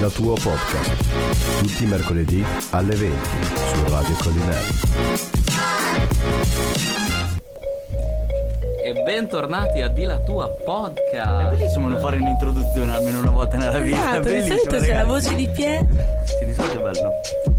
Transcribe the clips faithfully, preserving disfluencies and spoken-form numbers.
Dilla Tua Podcast, tutti i mercoledì alle venti su Radio Collinello. E bentornati a Dilla Tua Podcast. È bellissimo non fare un'introduzione almeno una volta nella vita. Esatto, di solito c'è la voce di Pie. Sì, di solito è bello.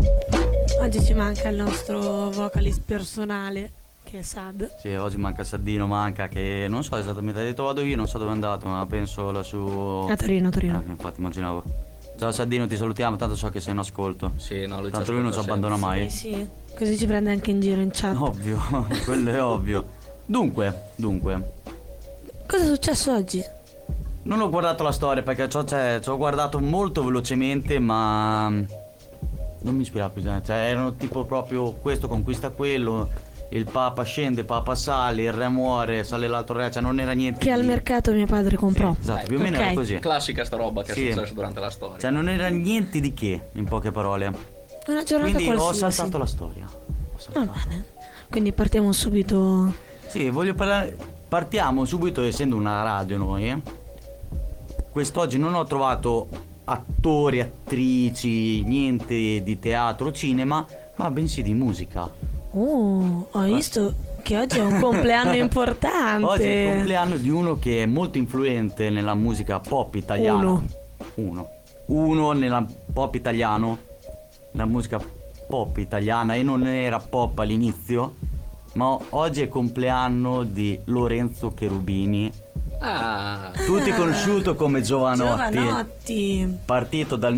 Oggi ci manca il nostro vocalist personale, che è Sad. Sì, oggi manca Saddino, manca che non so esattamente, ha detto vado io, non so dove è andato, ma penso lassù. A Torino, Torino. Eh, infatti immaginavo. Ciao Saddino, ti salutiamo, tanto so che sei in ascolto. Sì, no, lui Tanto lui non ci ascolta abbandona mai. Sì, sì, così ci prende anche in giro in chat. Ovvio, quello è ovvio. Dunque, dunque. Cosa è successo oggi? Non ho guardato la storia perché ci ho, cioè, ci ho guardato molto velocemente, ma non mi ispira più, cioè erano tipo proprio questo conquista quello, il Papa scende, il Papa sale, il re muore, sale l'altro re, cioè non era niente. Che al di- mercato mio padre comprò. Sì, esatto, Dai, più o meno ok. era così. Classica sta roba che Sì. è successo durante la storia. Cioè non era niente di che, in poche parole. Una giornata Quindi ho qualsiasi. saltato la storia. Ho Va saltato. bene. Quindi partiamo subito. Sì, voglio parlare. Partiamo subito, essendo una radio noi. eh. Quest'oggi non ho trovato attori, attrici, niente di teatro, cinema, ma bensì di musica. Oh, ho visto che oggi è un compleanno importante. Oggi è il compleanno di uno che è molto influente nella musica pop italiana. Uno. Uno. Uno nella pop italiano, la musica pop italiana, e non era pop all'inizio, ma oggi è il compleanno di Lorenzo Cherubini, Ah, tutti conosciuto come Giovanotti, Giovanotti. partito dal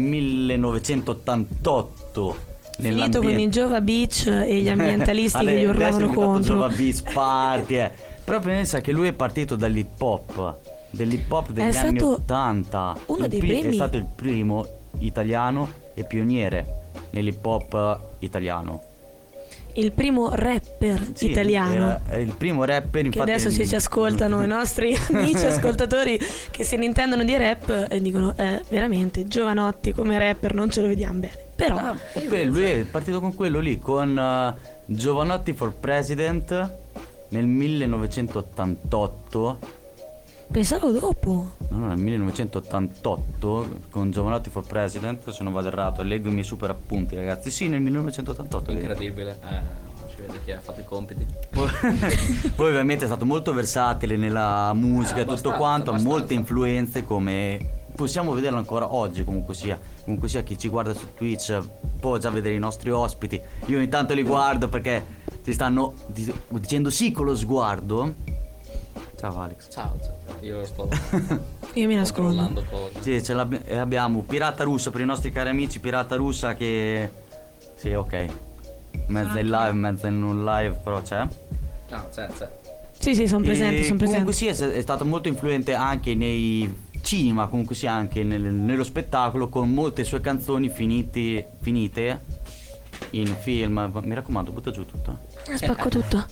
millenovecentottantotto Finito con nell'ambiente- i Giova Beach e gli ambientalisti che gli Adesso è urlavano diventato contro. Giova Beach Party, eh. Però pensa che lui è partito dall'hip hop, dell'hip hop degli È anni stato ottanta. uno Il dei pri- primi- È stato il primo italiano e pioniere nell'hip hop italiano. Il primo rapper Sì, italiano. era- è il primo rapper, Che infatti. adesso se ci ascoltano i nostri amici ascoltatori che se ne intendono di rap e dicono eh, veramente Giovanotti come rapper non ce lo vediamo bene. Però Ah, beh, lui è partito con quello lì, con eh, Giovanotti for President nel millenovecentottantotto. pensavo dopo. No, no, nel millenovecentottantotto con Giovanotti for President, se non vado errato, leggo i miei super appunti, ragazzi. Sì, nel millenovecentottantotto. incredibile. Eh, si vede che ha fatto i compiti. Poi, poi ovviamente è stato molto versatile nella musica e Eh, tutto abbastanza, quanto, ha abbastanza. molte influenze, come possiamo vederlo ancora oggi, comunque sia. Comunque sia, chi ci guarda su Twitch può già vedere i nostri ospiti. Io ogni tanto li guardo perché ci stanno di- dicendo sì con lo sguardo. Ciao Alex. Ciao, ciao. Io sto Io mi nascondo. controllando cose. Sì, ce l'abbi- e abbiamo Pirata Russa per i nostri cari amici, Pirata Russa che... Sì, ok. Mezza in live, mezza in un live, però c'è. Ah, c'è, c'è. Sì, sì, sono presenti, E sono comunque presenti. sì, è, è stato molto influente anche nei cinema, comunque sia anche nel- nello spettacolo, con molte sue canzoni finiti, finite in film. Mi raccomando, butta giù tutto. Ah, spacco tutto.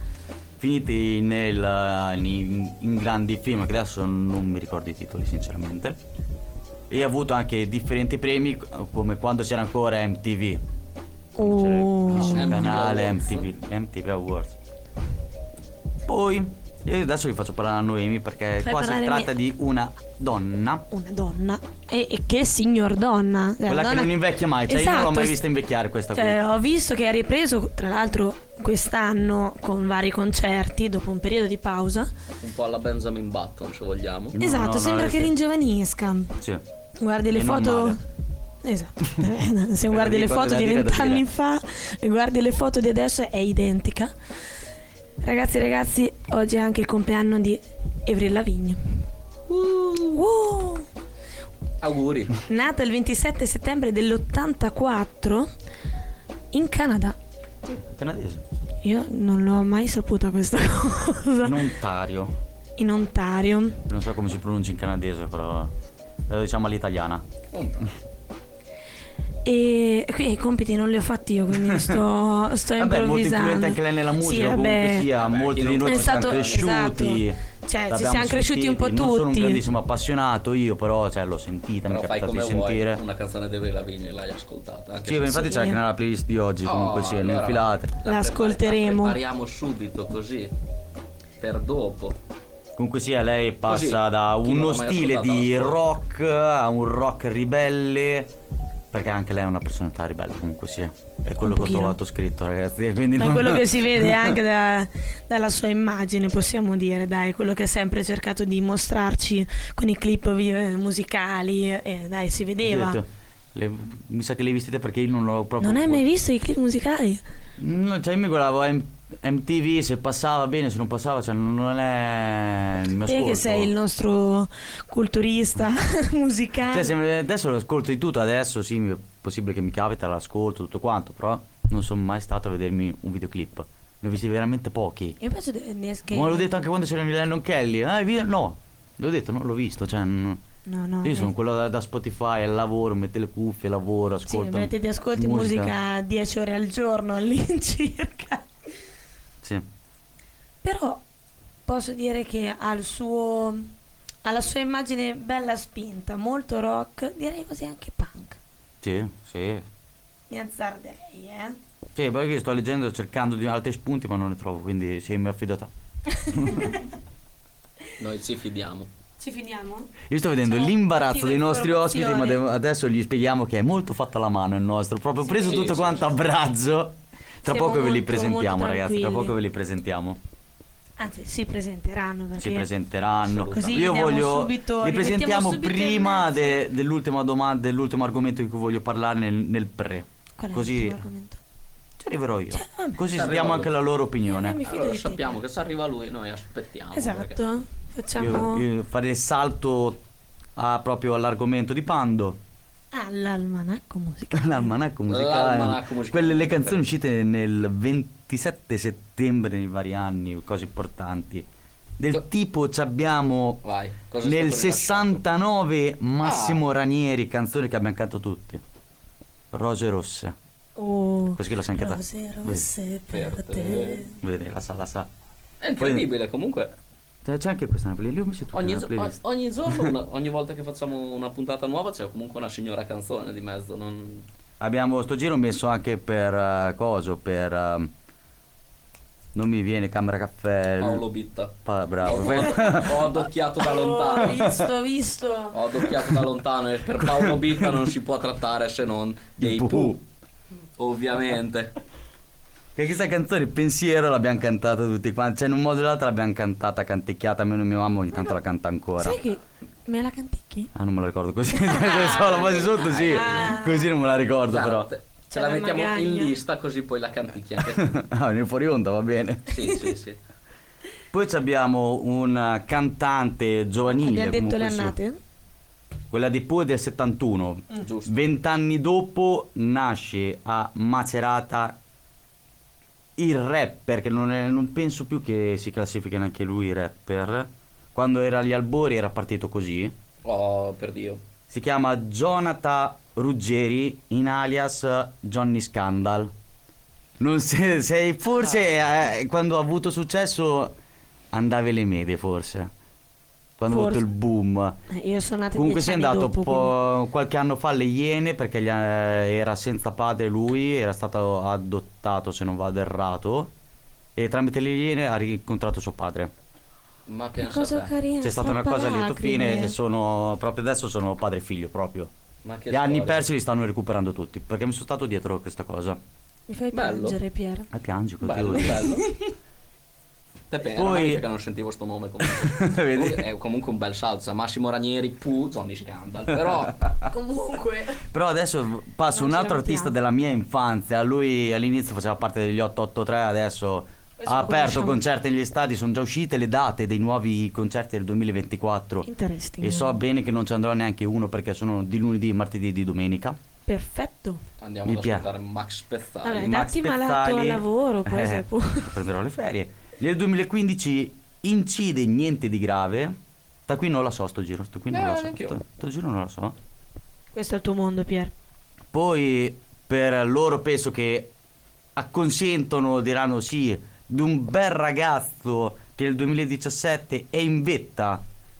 Finiti nel, in, in grandi film, che adesso non mi ricordo i titoli sinceramente. E ha avuto anche differenti premi, come quando c'era ancora M T V. Oh. C'era il M T V canale M Awards. T V, M T V Awards. Poi, io adesso vi faccio parlare a Noemi perché Fai qua si parlare tratta me. di una donna, Una donna. E, e che signor donna. quella Donna- che non invecchia mai, cioè io non l'ho Esatto, mai vista invecchiare questa Cioè, qui. ho visto che ha ripreso, tra l'altro, quest'anno con vari concerti dopo un periodo di pausa. Un po' alla Benjamin Button, se vogliamo. No, esatto, no, no, sembra è che che- ringiovanisca. Sì. Guardi le È foto. normale. Esatto. Eh, Se guardi le Cose foto da di dire, da vent'anni dire. fa e guardi le foto di adesso è identica. Ragazzi e ragazzi, oggi è anche il compleanno di Avril Lavigne. Uh. Auguri. Nata il ventisette settembre dell'ottantaquattro in Canada. Canadese. Io non l'ho mai saputa questa cosa. In Ontario. In Ontario. Non so come si pronuncia in canadese, però lo diciamo all'italiana. E qui i compiti non li ho fatti io, quindi sto, sto Vabbè, molto influente improvvisando. anche lei nella musica, Sì, comunque vabbè. sia, molti di noi È ci siamo stato- cresciuti. esatto. Cioè, ci l'abbiamo siamo cresciuti un po' sentiti. Non sono un tutti. grandissimo appassionato io, però cioè, l'ho sentita, mi è Però fai capitato di come vuoi. sentire. Una canzone di Avril Lavigne l'hai ascoltata. Anche Sì, se- infatti Sì. c'è anche nella playlist di oggi, comunque Oh, sì, le allora infilate. la L'ascolteremo. prepari- la prepariamo subito così per dopo. Comunque sia, lei passa Così, da chi non uno l'ha mai stile ascoltata di la storia. rock a un rock ribelle, perché anche lei è una personalità ribelle, comunque sia. È quello Un che ho pochino. trovato scritto, ragazzi. Quindi Da non- quello che si vede anche da- dalla sua immagine, possiamo dire, dai, quello che ha sempre cercato di mostrarci con i clip vi- musicali, e dai, si vedeva. Detto, le- mi sa che le vestite perché io non l'ho proprio. Non hai mai visto i clip musicali? No, cioè io mi guardavo M- MTV, se passava bene, se non passava, cioè non è il mio Te ascolto. che sei il nostro culturista musicale. Cioè, se mi- adesso lo ascolto di tutto, adesso sì, mi- è possibile che mi capita, l'ascolto, tutto quanto, però non sono mai stato a vedermi un videoclip. Ne ho visti veramente pochi. Io penso de- ne- che... Ma l'ho detto anche quando c'era Lennon Kelly. Ah, è via- no, l'ho detto, non l'ho visto, cioè... non- No, no. Io eh. sono quello da, da Spotify, al lavoro, mette le cuffie, lavoro, Sì, ascolto. metti di ascolti musica dieci ore al giorno all'incirca. Sì. Però posso dire che ha il suo, ha la sua immagine bella spinta, molto rock, direi così anche punk. Sì, sì. Mi azzarderei, eh. Sì, poi che sto leggendo, cercando di altri spunti, ma non ne trovo, quindi sì, mi affido a te. Noi ci fidiamo. Ci finiamo? Io sto vedendo Facciamo l'imbarazzo cattive dei nostri ospiti, ma informazioni. devo- adesso gli spieghiamo che è molto fatto alla mano il nostro, proprio Sì, preso sì, tutto sì, quanto a brazzo. Tra Siamo poco ve li molto, presentiamo, molto ragazzi, tra tranquilli. poco ve li presentiamo. Anzi, si presenteranno perché Si presenteranno. Così Io andiamo voglio subito, li li presentiamo mettiamo subito in prima mezzo. de- dell'ultima domanda, dell'ultimo argomento di cui voglio parlare nel, nel pre. Qual è Così l'ultimo argomento? ci arriverò io. Cioè, vabbè. Così Ci sappiamo arriva anche lui. la loro opinione. Mi fido Allora di te. sappiamo che se arriva lui noi aspettiamo. perché- Esatto. Facciamo Io, io farei il salto a- proprio all'argomento di Pando. Ah, l'almanacco musicale. L'almanacco musicale. L'almanacco musicale. Quelle le canzoni uscite nel ventisette settembre nei vari anni, cose importanti. Del tipo ci abbiamo Vai. cosa è nel stato rilasciato? sessantanove Massimo Ah. Ranieri, canzone che abbiamo cantato tutti. Rose rosse. Oh, Così lo sai anche te. rose rosse per Per te. te. Vedi, la sa, la sa. È incredibile comunque. C'è c'è anche questa nella playlist. Li ho messi tutti Ogni, nella zo- playlist. ogni giorno, una- ogni volta che facciamo una puntata nuova c'è comunque una signora canzone di mezzo. Non... Abbiamo sto giro messo anche per eh, coso, per ehm, non mi viene Camera Caffè. Paolo Bitta. Pa- bravo. Ho, ho addocchiato da Oh, lontano. visto, visto. Ho addocchiato da lontano e per Paolo Bitta non si può trattare se non dei Pooh. Pooh. Ovviamente. Che questa canzone Pensiero l'abbiamo cantata tutti quanti, cioè in un modo o nell'altro l'abbiamo cantata, canticchiata, almeno mia mamma ogni tanto la canta ancora. Sai che me la canticchi? Ah, non me la ricordo così, so, la base sotto sì, Ah. così non me la ricordo però. Esatto. Ce C'è la la mettiamo in magagna. lista così poi la canticchi anche tu. Ah, nel fuori onda va bene. Sì, sì, sì. Poi ci abbiamo un cantante giovanile. Abbiamo detto le comunque sì. annate? Quella di Pooh è del settantuno. Giusto. Vent'anni dopo nasce a Macerata il rapper, che non, è- non penso più che si classifichi neanche lui rapper. Quando era agli albori era partito così. Oh, per Dio. Si chiama Jonathan Ruggeri, in alias Johnny Scandal. Non se, se- forse eh, quando ha avuto successo andava alle medie, forse. Quando ha avuto Forse. il boom. Eh, io sono nata Comunque dieci si è anni andato dopo, po- qualche anno fa alle Iene perché gli, eh, era senza padre lui, era stato adottato se non vado errato, e tramite le Iene ha rincontrato suo padre. Ma quindi- pensa Cosa te. carina. C'è stata una cosa a lieto strappalacrime. fine e sono proprio adesso sono padre e figlio proprio. Ma che Gli anni storia. persi li stanno recuperando tutti perché mi sono stato dietro a questa cosa. Mi fai Bello. piangere, Pier. E piangi così. Bello, bello. Te pena, Poi- che non sentivo sto nome comunque. Vedi? È comunque un bel salto. Massimo Ranieri, Pooh, Johnny Scandal. Però Comunque. Però adesso passo Non un ci altro artista lamentiamo. della mia infanzia. Lui all'inizio faceva parte degli otto otto tre, adesso Questo ha lo aperto conosciamo. concerti negli stadi, sono già uscite le date dei nuovi concerti del duemilaventiquattro. Interesting. E so bene che non ci andrò neanche uno perché sono di lunedì, martedì e di domenica. Perfetto. andiamo Mi ad piace. ascoltare Max Pezzali. Vabbè, Max datti malato Pezzali- al lavoro, poi Eh, se può. prenderò le ferie. Nel duemilaquindici incide niente di grave. Da qui non la so sto giro, sto qui non Eh, la so. neanch'io. Sto, sto giro non la so. Questo è il tuo mondo, Pier. Poi per loro penso che acconsentono, diranno sì, di un bel ragazzo che nel duemiladiciassette è in vetta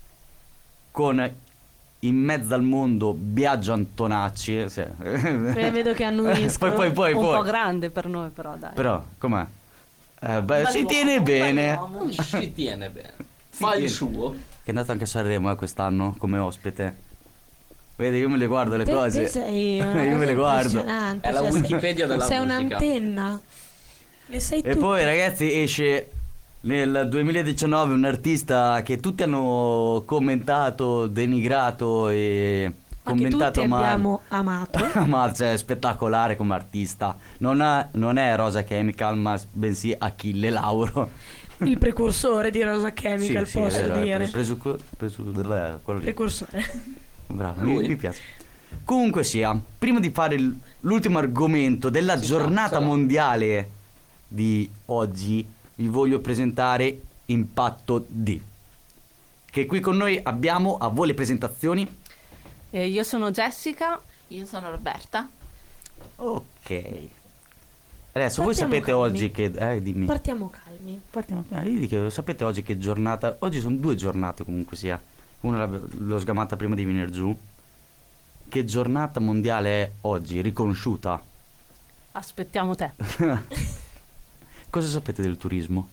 con in mezzo al mondo Biagio Antonacci. eh, sì. Poi vedo che annuiscono. poi, poi, poi, un poi. po' grande per noi, però dai. Però, com'è? Eh, beh, si Bell'uomo, tiene bene. bell'uomo. Si tiene bene. fa il Sì. suo. Che è andato anche a Sanremo eh, quest'anno come ospite. Vedi, io me le guardo le Te- cose. te sei una Io me le cosa guardo. impressionante, È la cioè, sei- Wikipedia della sei musica. un'antenna. Le sai E tutte. poi ragazzi esce nel duemiladiciannove un artista che tutti hanno commentato, denigrato e Ma che commentato tutti male. abbiamo amato. Ma cioè, spettacolare come artista. Non, ha- non è Rosa Chemical, ma bensì Achille Lauro. Il precursore di Rosa Chemical, Sì, sì, posso è vero, è dire. preso- preso- eh, quello lì. Precursore. Bravo, Lui? mi, mi piace. Comunque sia, prima di fare il- l'ultimo argomento della Ci sta, giornata ce l'ho. mondiale di oggi, vi voglio presentare Impatto D. Che qui con noi abbiamo a voi le presentazioni. Eh, io sono Jessica. Io sono Roberta. Ok. Adesso voi Partiamo sapete calmi. oggi che... Eh, dimmi. Partiamo calmi. Partiamo- eh, io dico, sapete oggi che giornata... Oggi sono due giornate comunque sia. Una l'avevo- l'ho sgamata prima di venire giù. Che giornata mondiale è oggi, riconosciuta? Aspettiamo te. Cosa sapete del turismo?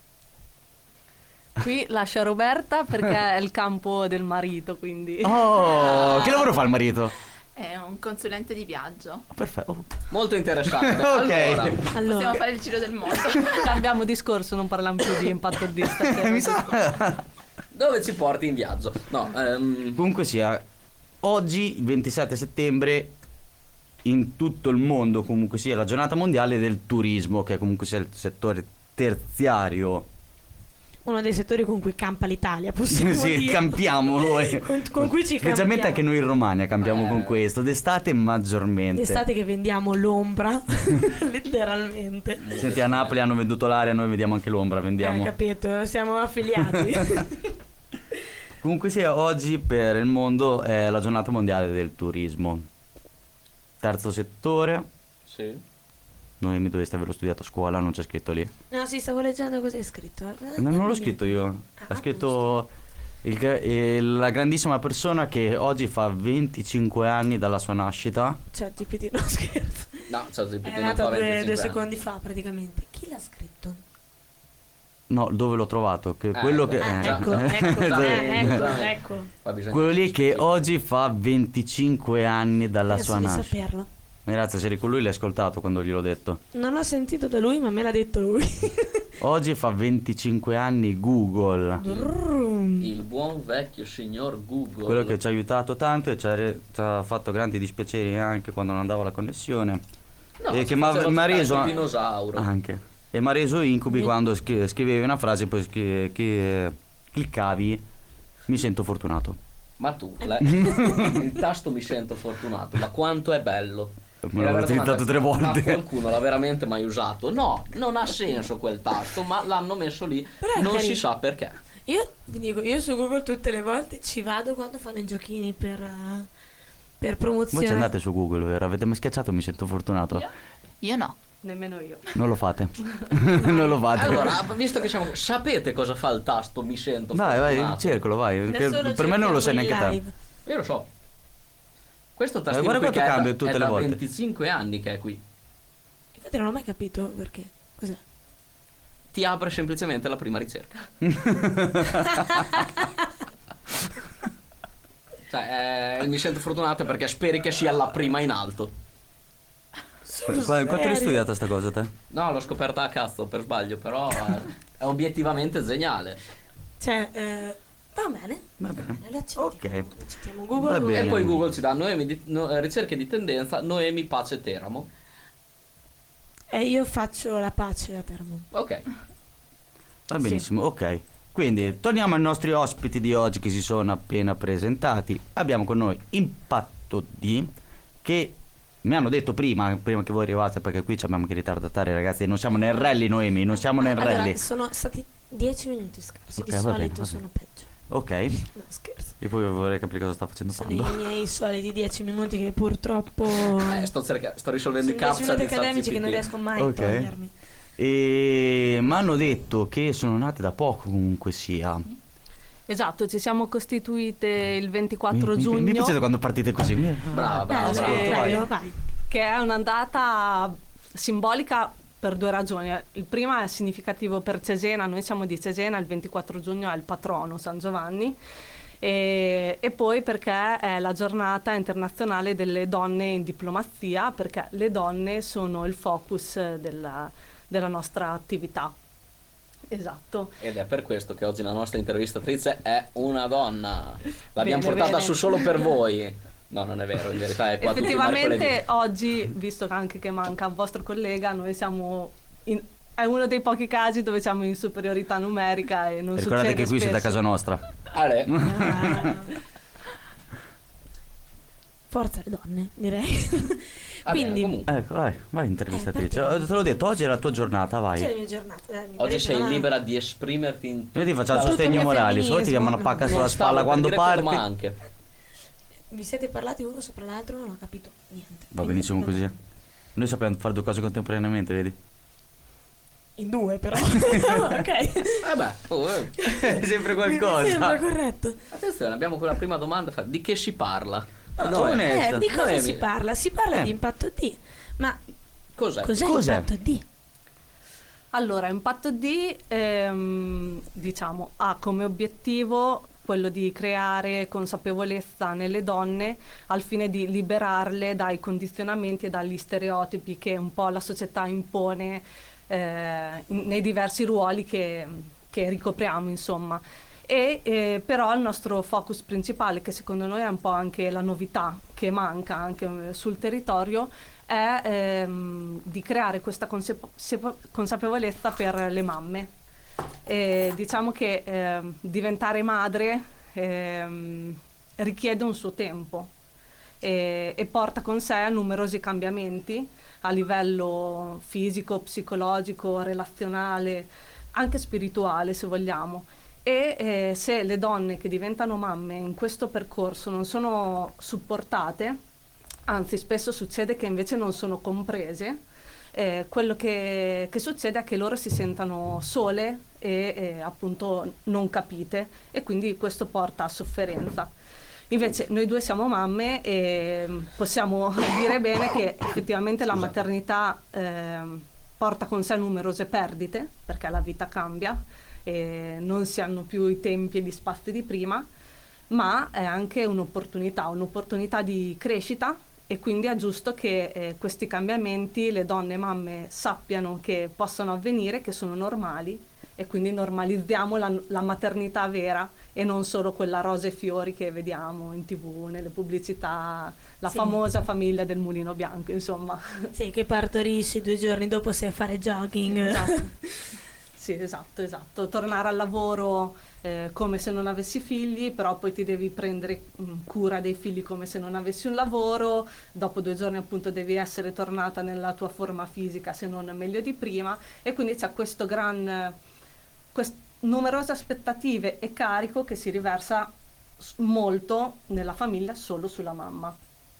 Qui lascia Roberta perché è il campo del marito, quindi... Oh, che lavoro fa il marito? È un consulente di viaggio. Perfetto. Oh. Molto interessante. Ok. Allora, Allora, Possiamo fare il giro del mondo. Cambiamo discorso, non parliamo più di impatto di stasera. Mi sa... dove ci porti in viaggio? No, ehm, Comunque sia, oggi, il ventisette settembre, in tutto il mondo comunque sia la giornata mondiale del turismo, che è comunque sia il settore terziario. uno dei settori con cui campa l'Italia, possiamo Sì, dire. campiamo noi. Con, con cui ci Specialmente campiamo. anche noi in Romagna campiamo Eh. con questo, d'estate maggiormente. L'estate che vendiamo l'ombra, letteralmente. Senti, a Napoli hanno venduto l'aria, noi vediamo anche l'ombra, vendiamo. Eh, capito, siamo affiliati. Comunque sia, oggi per il mondo è la giornata mondiale del turismo. Terzo settore, sì. noi mi dovreste averlo studiato a scuola, non c'è scritto lì. No, sì, stavo leggendo cosa è scritto. No, non l'ho scritto io, Ah, ha scritto il gra- il- la grandissima persona che oggi fa venticinque anni dalla sua nascita. Cioè, G P T, no scherzo. No, cioè, È non fa nata due, venticinque due anni. secondi fa, praticamente. Chi l'ha scritto? No, dove l'ho trovato? Che Eh, quello che... eh, Ah, già. ecco, ecco, Dove- eh, ecco, Eh. ecco. Qua bisogna- Quello lì che oggi fa venticinque anni dalla Adesso sua di nascita. saperlo. Grazie, se eri con lui l'hai ascoltato quando gliel'ho detto. Non l'ho sentito da lui, ma me l'ha detto lui. Oggi fa venticinque anni Google, Brum. Il buon vecchio signor Google. quello che ci ha aiutato tanto e ci ha, re- ci ha fatto grandi dispiaceri anche quando non andava la connessione. No, e si che mi ha faceva mi ha il reso dinosauro. anche. E mi ha reso incubi Mi- quando scri- scrivevi una frase e poi scri- che cliccavi mi sento fortunato. Ma tu, le- il tasto mi sento fortunato, ma quanto è bello. Me E la l'ho vera utilizzato domanda è, tre Ma volte. qualcuno l'ha veramente mai usato? No, non ha senso quel tasto, ma l'hanno messo lì, Però è non carino. si sa perché. Io vi dico, io su Google tutte le volte ci vado quando fanno i giochini per, eh, per Voi promozione. ci andate su Google, vero? Avete mai schiacciato mi sento fortunato? Io no. Nemmeno io. Non lo fate. non lo fate. Allora, visto che siamo... Sapete cosa fa il tasto mi sento Vai, vai, fortunato? cercalo, vai. che Adesso lo per me non lo sai cerchiamo neanche in te. live. Io lo so. Questo tastino guarda qui quanto che è cambia da- tutte è le da volte. venticinque anni che è qui. Infatti non ho mai capito perché. Cos'è? Ti apre semplicemente la prima ricerca. Cioè, eh, mi sento fortunato perché speri che sia la prima in alto. Qu- Quanto l'hai serio? studiata sta cosa te? No, l'ho scoperta a cazzo per sbaglio, però eh, è obiettivamente geniale. Cioè, eh, va bene. Va bene. Le accettiamo. Ok. Le accettiamo. Google. Va lui- bene. E poi Google ci dà Noemi di- no- eh, ricerche di tendenza, Noemi pace Teramo. E io faccio la pace a Teramo. Ok. Va benissimo, ok. Quindi torniamo ai nostri ospiti di oggi che si sono appena presentati. Abbiamo con noi Impatto D, che mi hanno detto prima, prima che voi arrivate, perché qui ci abbiamo che ritardatare ragazzi, non siamo nel rally Noemi, non siamo nel Allora, rally. sono stati dieci minuti scarsi. Ok, Di va bene, solito va bene. sono peggio. Ok, No, scherzo. e poi vorrei capire cosa sta facendo Sono Pando. i miei soliti dieci minuti che purtroppo. Eh, sto, cerca- sto risolvendo i sono dieci captcha minuti di accademici che non ChatGPT. riesco mai Ok. a togliermi. E mi hanno detto che sono nate da poco comunque sia. Esatto, ci siamo costituite il ventiquattro mi, mi- giugno, Mi piace quando partite così. Brava, brava, Eh, brava. sì, vai. prego, vai. che è una data simbolica per due ragioni. Il primo è significativo per Cesena, noi siamo di Cesena, il ventiquattro giugno è il patrono San Giovanni, e, e poi perché è la giornata internazionale delle donne in diplomazia, perché le donne sono il focus della, della nostra attività. Esatto. Ed è per questo che oggi la nostra intervistatrice è una donna. L'abbiamo Bene, portata bene. su solo per voi. No, non è vero, in verità è qua tutti i Effettivamente mercoledì. oggi, visto che anche che manca un vostro collega, noi siamo in, è uno dei pochi casi dove siamo in superiorità numerica e non Ricordate succede che qui siete a spesso. casa nostra. Ale, Ah. Forza le donne, direi. vabbè, Quindi, comunque, Ecco, vai, vai intervistatrice. Eh, perché? Eh, Te l'ho detto, oggi è la tua giornata, vai. c'è la mia giornata. dai, mi oggi prendo sei la- libera di esprimerti in Noi ti facciamo Tutto sostegno il morale, solo ti diamo una femminismo. pacca Non sulla stavo spalla per quando dire quello, parti. ma anche. Vi siete parlati uno sopra l'altro, non ho capito niente. Va benissimo così. Noi sappiamo fare due cose contemporaneamente, vedi? In due però. Ok. Vabbè, oh, eh. È sempre Mi sembra corretto. Attenzione, abbiamo quella prima domanda, fa, di che si parla? Ah, No, tu eh, ne- Eh, Onesta. di cosa Noemi. si parla? Si parla Eh. di impatto D. Ma Cos'è? cos'è, Cos'è? impatto D? Allora, Impatto D, ehm, diciamo, ha come obiettivo quello di creare consapevolezza nelle donne al fine di liberarle dai condizionamenti e dagli stereotipi che un po' la società impone eh, in- nei diversi ruoli che, che ricopriamo, insomma. E eh, però il nostro focus principale, che secondo noi è un po' anche la novità che manca anche eh, sul territorio, è ehm, di creare questa consep- sepo- consapevolezza per le mamme. E diciamo che ehm, diventare madre ehm, richiede un suo tempo e, e porta con sé numerosi cambiamenti a livello fisico, psicologico, relazionale, anche spirituale se vogliamo. E eh, se le donne che diventano mamme in questo percorso non sono supportate, anzi spesso succede che invece non sono comprese, eh, quello che, che succede è che loro si sentano sole e eh, appunto non capite, e quindi questo porta a sofferenza. Invece noi due siamo mamme e mm, possiamo dire bene che effettivamente la maternità ehm, porta con sé numerose perdite, perché la vita cambia e non si hanno più i tempi e gli spazi di prima, ma è anche un'opportunità, un'opportunità di crescita, e quindi è giusto che eh, questi cambiamenti le donne mamme sappiano che possono avvenire, che sono normali, e quindi normalizziamo la, la maternità vera e non solo quella rose e fiori che vediamo in tv, nelle pubblicità, la Sì. famosa famiglia del mulino bianco, insomma. Sì, che partorisci due giorni dopo sei a fare jogging. Esatto. Sì, esatto, esatto. Tornare al lavoro eh, come se non avessi figli, però poi ti devi prendere mm, cura dei figli come se non avessi un lavoro, dopo due giorni appunto devi essere tornata nella tua forma fisica, se non meglio di prima, e quindi c'è questo gran, quest- numerose aspettative e carico che si riversa s- molto nella famiglia solo sulla mamma.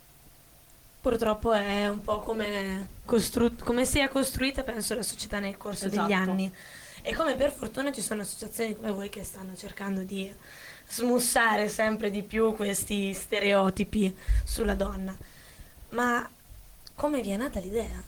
Purtroppo è un po' come, costru- come si è costruita, penso, la società nel corso degli Esatto. anni. E come per fortuna ci sono associazioni come voi che stanno cercando di smussare sempre di più questi stereotipi sulla donna. Ma come vi è nata l'idea?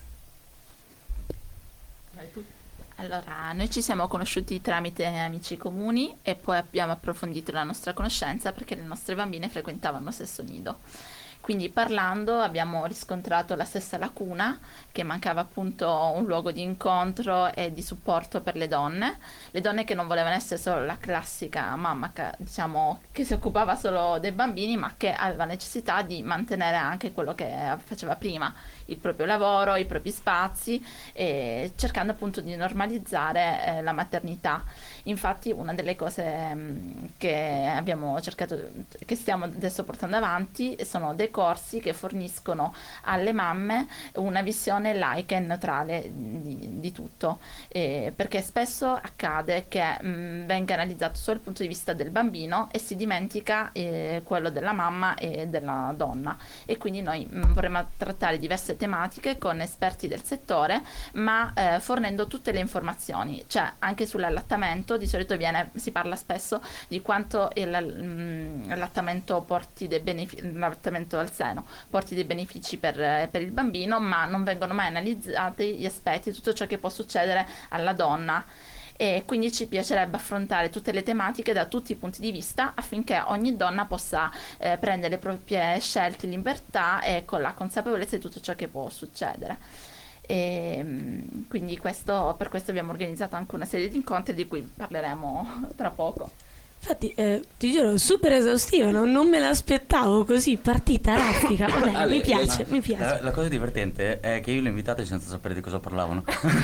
Allora, noi ci siamo conosciuti tramite amici comuni e poi abbiamo approfondito la nostra conoscenza perché le nostre bambine frequentavano lo stesso nido. Quindi parlando abbiamo riscontrato la stessa lacuna, che mancava appunto un luogo di incontro e di supporto per le donne, le donne che non volevano essere solo la classica mamma che, diciamo, che si occupava solo dei bambini, ma che aveva necessità di mantenere anche quello che faceva prima, il proprio lavoro, i propri spazi, e cercando appunto di normalizzare eh, la maternità. Infatti una delle cose mh, che abbiamo cercato, che stiamo adesso portando avanti, sono dei corsi che forniscono alle mamme una visione laica e neutrale di, di tutto, eh, perché spesso accade che mh, venga analizzato solo il punto di vista del bambino e si dimentica eh, quello della mamma e della donna, e quindi noi mh, vorremmo trattare diverse tematiche con esperti del settore, ma eh, fornendo tutte le informazioni, cioè anche sull'allattamento. Di solito viene, si parla spesso di quanto il, mm, l'allattamento porti dei benefici, l'allattamento al seno porti dei benefici per, per il bambino, ma non vengono mai analizzati gli aspetti, tutto ciò che può succedere alla donna. E quindi ci piacerebbe affrontare tutte le tematiche da tutti i punti di vista affinché ogni donna possa eh, prendere le proprie scelte in libertà e con la consapevolezza di tutto ciò che può succedere. E, quindi questo, per questo abbiamo organizzato anche una serie di incontri di cui parleremo tra poco. Infatti, eh, ti giuro, super esaustiva, non, non me l'aspettavo così, partita raffica. Vabbè, Ale, mi piace, ma- mi piace. La, la cosa divertente è che io li ho invitati senza sapere di cosa parlavano.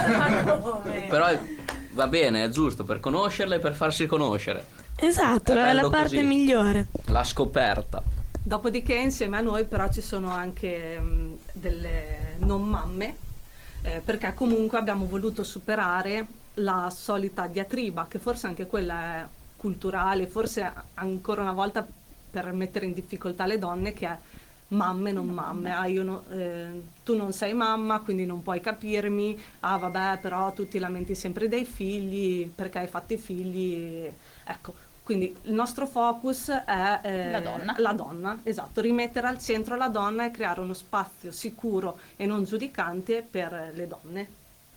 Però è- va bene, è giusto, per conoscerle e per farsi conoscere. Esatto, È è la bello parte così. migliore. La scoperta. Dopodiché insieme a noi però ci sono anche mh, delle non mamme, eh, perché comunque abbiamo voluto superare la solita diatriba, che forse anche quella è culturale, forse ancora una volta per mettere in difficoltà le donne, che è mamme non mamme. Ah, io no- eh, tu non sei mamma, quindi non puoi capirmi. Ah vabbè, però tu ti lamenti sempre dei figli perché hai fatto i figli. Ecco, quindi il nostro focus è eh, La donna. la donna, esatto, rimettere al centro la donna e creare uno spazio sicuro e non giudicante per le donne.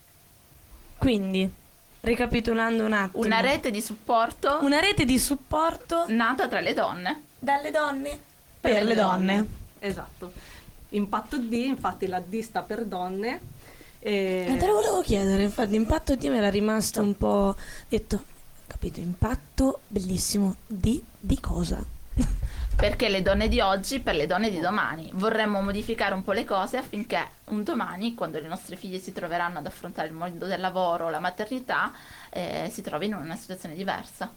Quindi, ricapitolando un attimo. Una rete di supporto Una rete di supporto nata tra le donne. dalle donne per le donne. Esatto. Impatto D, infatti la D sta per donne. E... Ma te lo volevo chiedere, infatti, impatto di me era rimasto un po' detto, capito, impatto bellissimo, di, di cosa? Perché le donne di oggi per le donne di domani. Vorremmo modificare un po' le cose affinché un domani, quando le nostre figlie si troveranno ad affrontare il mondo del lavoro, la maternità, eh, si trovino in una situazione diversa.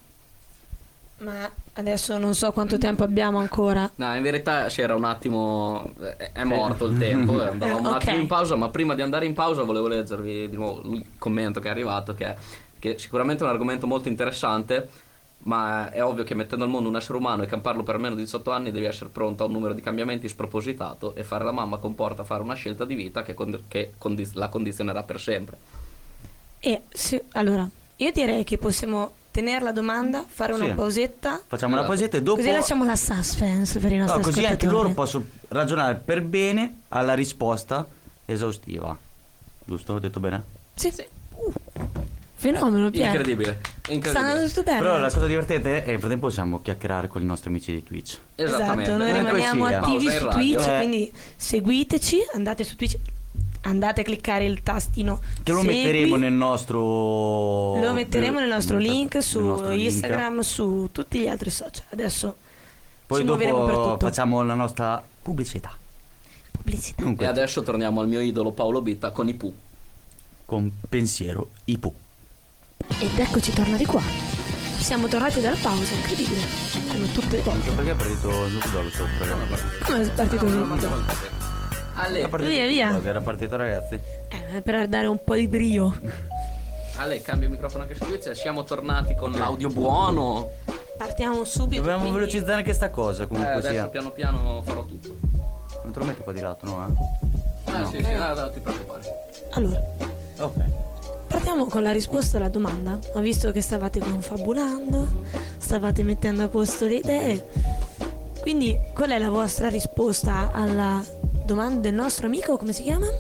Ma adesso non so quanto tempo abbiamo ancora. No, in verità c'era un attimo, è è morto il tempo, eh, andavamo un Ok. attimo in pausa, ma prima di andare in pausa volevo leggervi di nuovo il commento che è arrivato, che, è, che sicuramente è un argomento molto interessante, ma è ovvio che mettendo al mondo un essere umano e camparlo per almeno diciotto anni devi essere pronto a un numero di cambiamenti spropositato, e fare la mamma comporta fare una scelta di vita che, con- che condiz- la condizionerà per sempre. E se- allora, io direi che possiamo tenere la domanda, fare una Sì. pausetta, Facciamo una Esatto. pausetta e dopo... così lasciamo la suspense per i No, nostri così anche ascoltatori. loro possono ragionare per bene alla risposta esaustiva. Giusto? Ho detto bene? Sì. Uh, fenomeno, Pier. Incredibile, Sta incredibile. andando tutto bene. Però la cosa divertente è che nel frattempo possiamo chiacchierare con i nostri amici di Twitch. Esattamente. Esatto, noi Comunque rimaniamo sia. attivi Pausa in su radio. Twitch, Eh. quindi seguiteci, andate su Twitch, andate a cliccare il tastino Che lo segui. metteremo nel nostro... Lo metteremo nel nostro nel- link nel su nostro link. Instagram, su tutti gli altri social. Adesso Poi ci muoveremo per dopo tutto. facciamo la nostra pubblicità. Pubblicità. E Comunque, adesso torniamo al mio idolo Paolo Bitta con i Pooh. con pensiero Ipu. Ed eccoci tornati qua. Siamo tornati dalla pausa, incredibile. Come tutte le volte. Perché ha partito Snoop Dogg sopra? Come è partito così? Ale, Era partito Via, Snoop via. Dogg, Era partito ragazzi. Eh, per dare un po' di brio. Ale, cambio il microfono anche su Twitch. Siamo tornati con l'audio buono. Partiamo subito. Dobbiamo quindi- velocizzare anche sta cosa Eh, comunque adesso sia. piano piano farò tutto. Non te lo metti qua di lato, no? Eh? Ah, sì, sì, no, no, ti preoccupare. Allora, Ok. partiamo con la risposta alla domanda. Ho visto che stavate confabulando, stavate mettendo a posto le idee. Quindi, qual è la vostra risposta alla domanda del nostro amico? Come si chiama?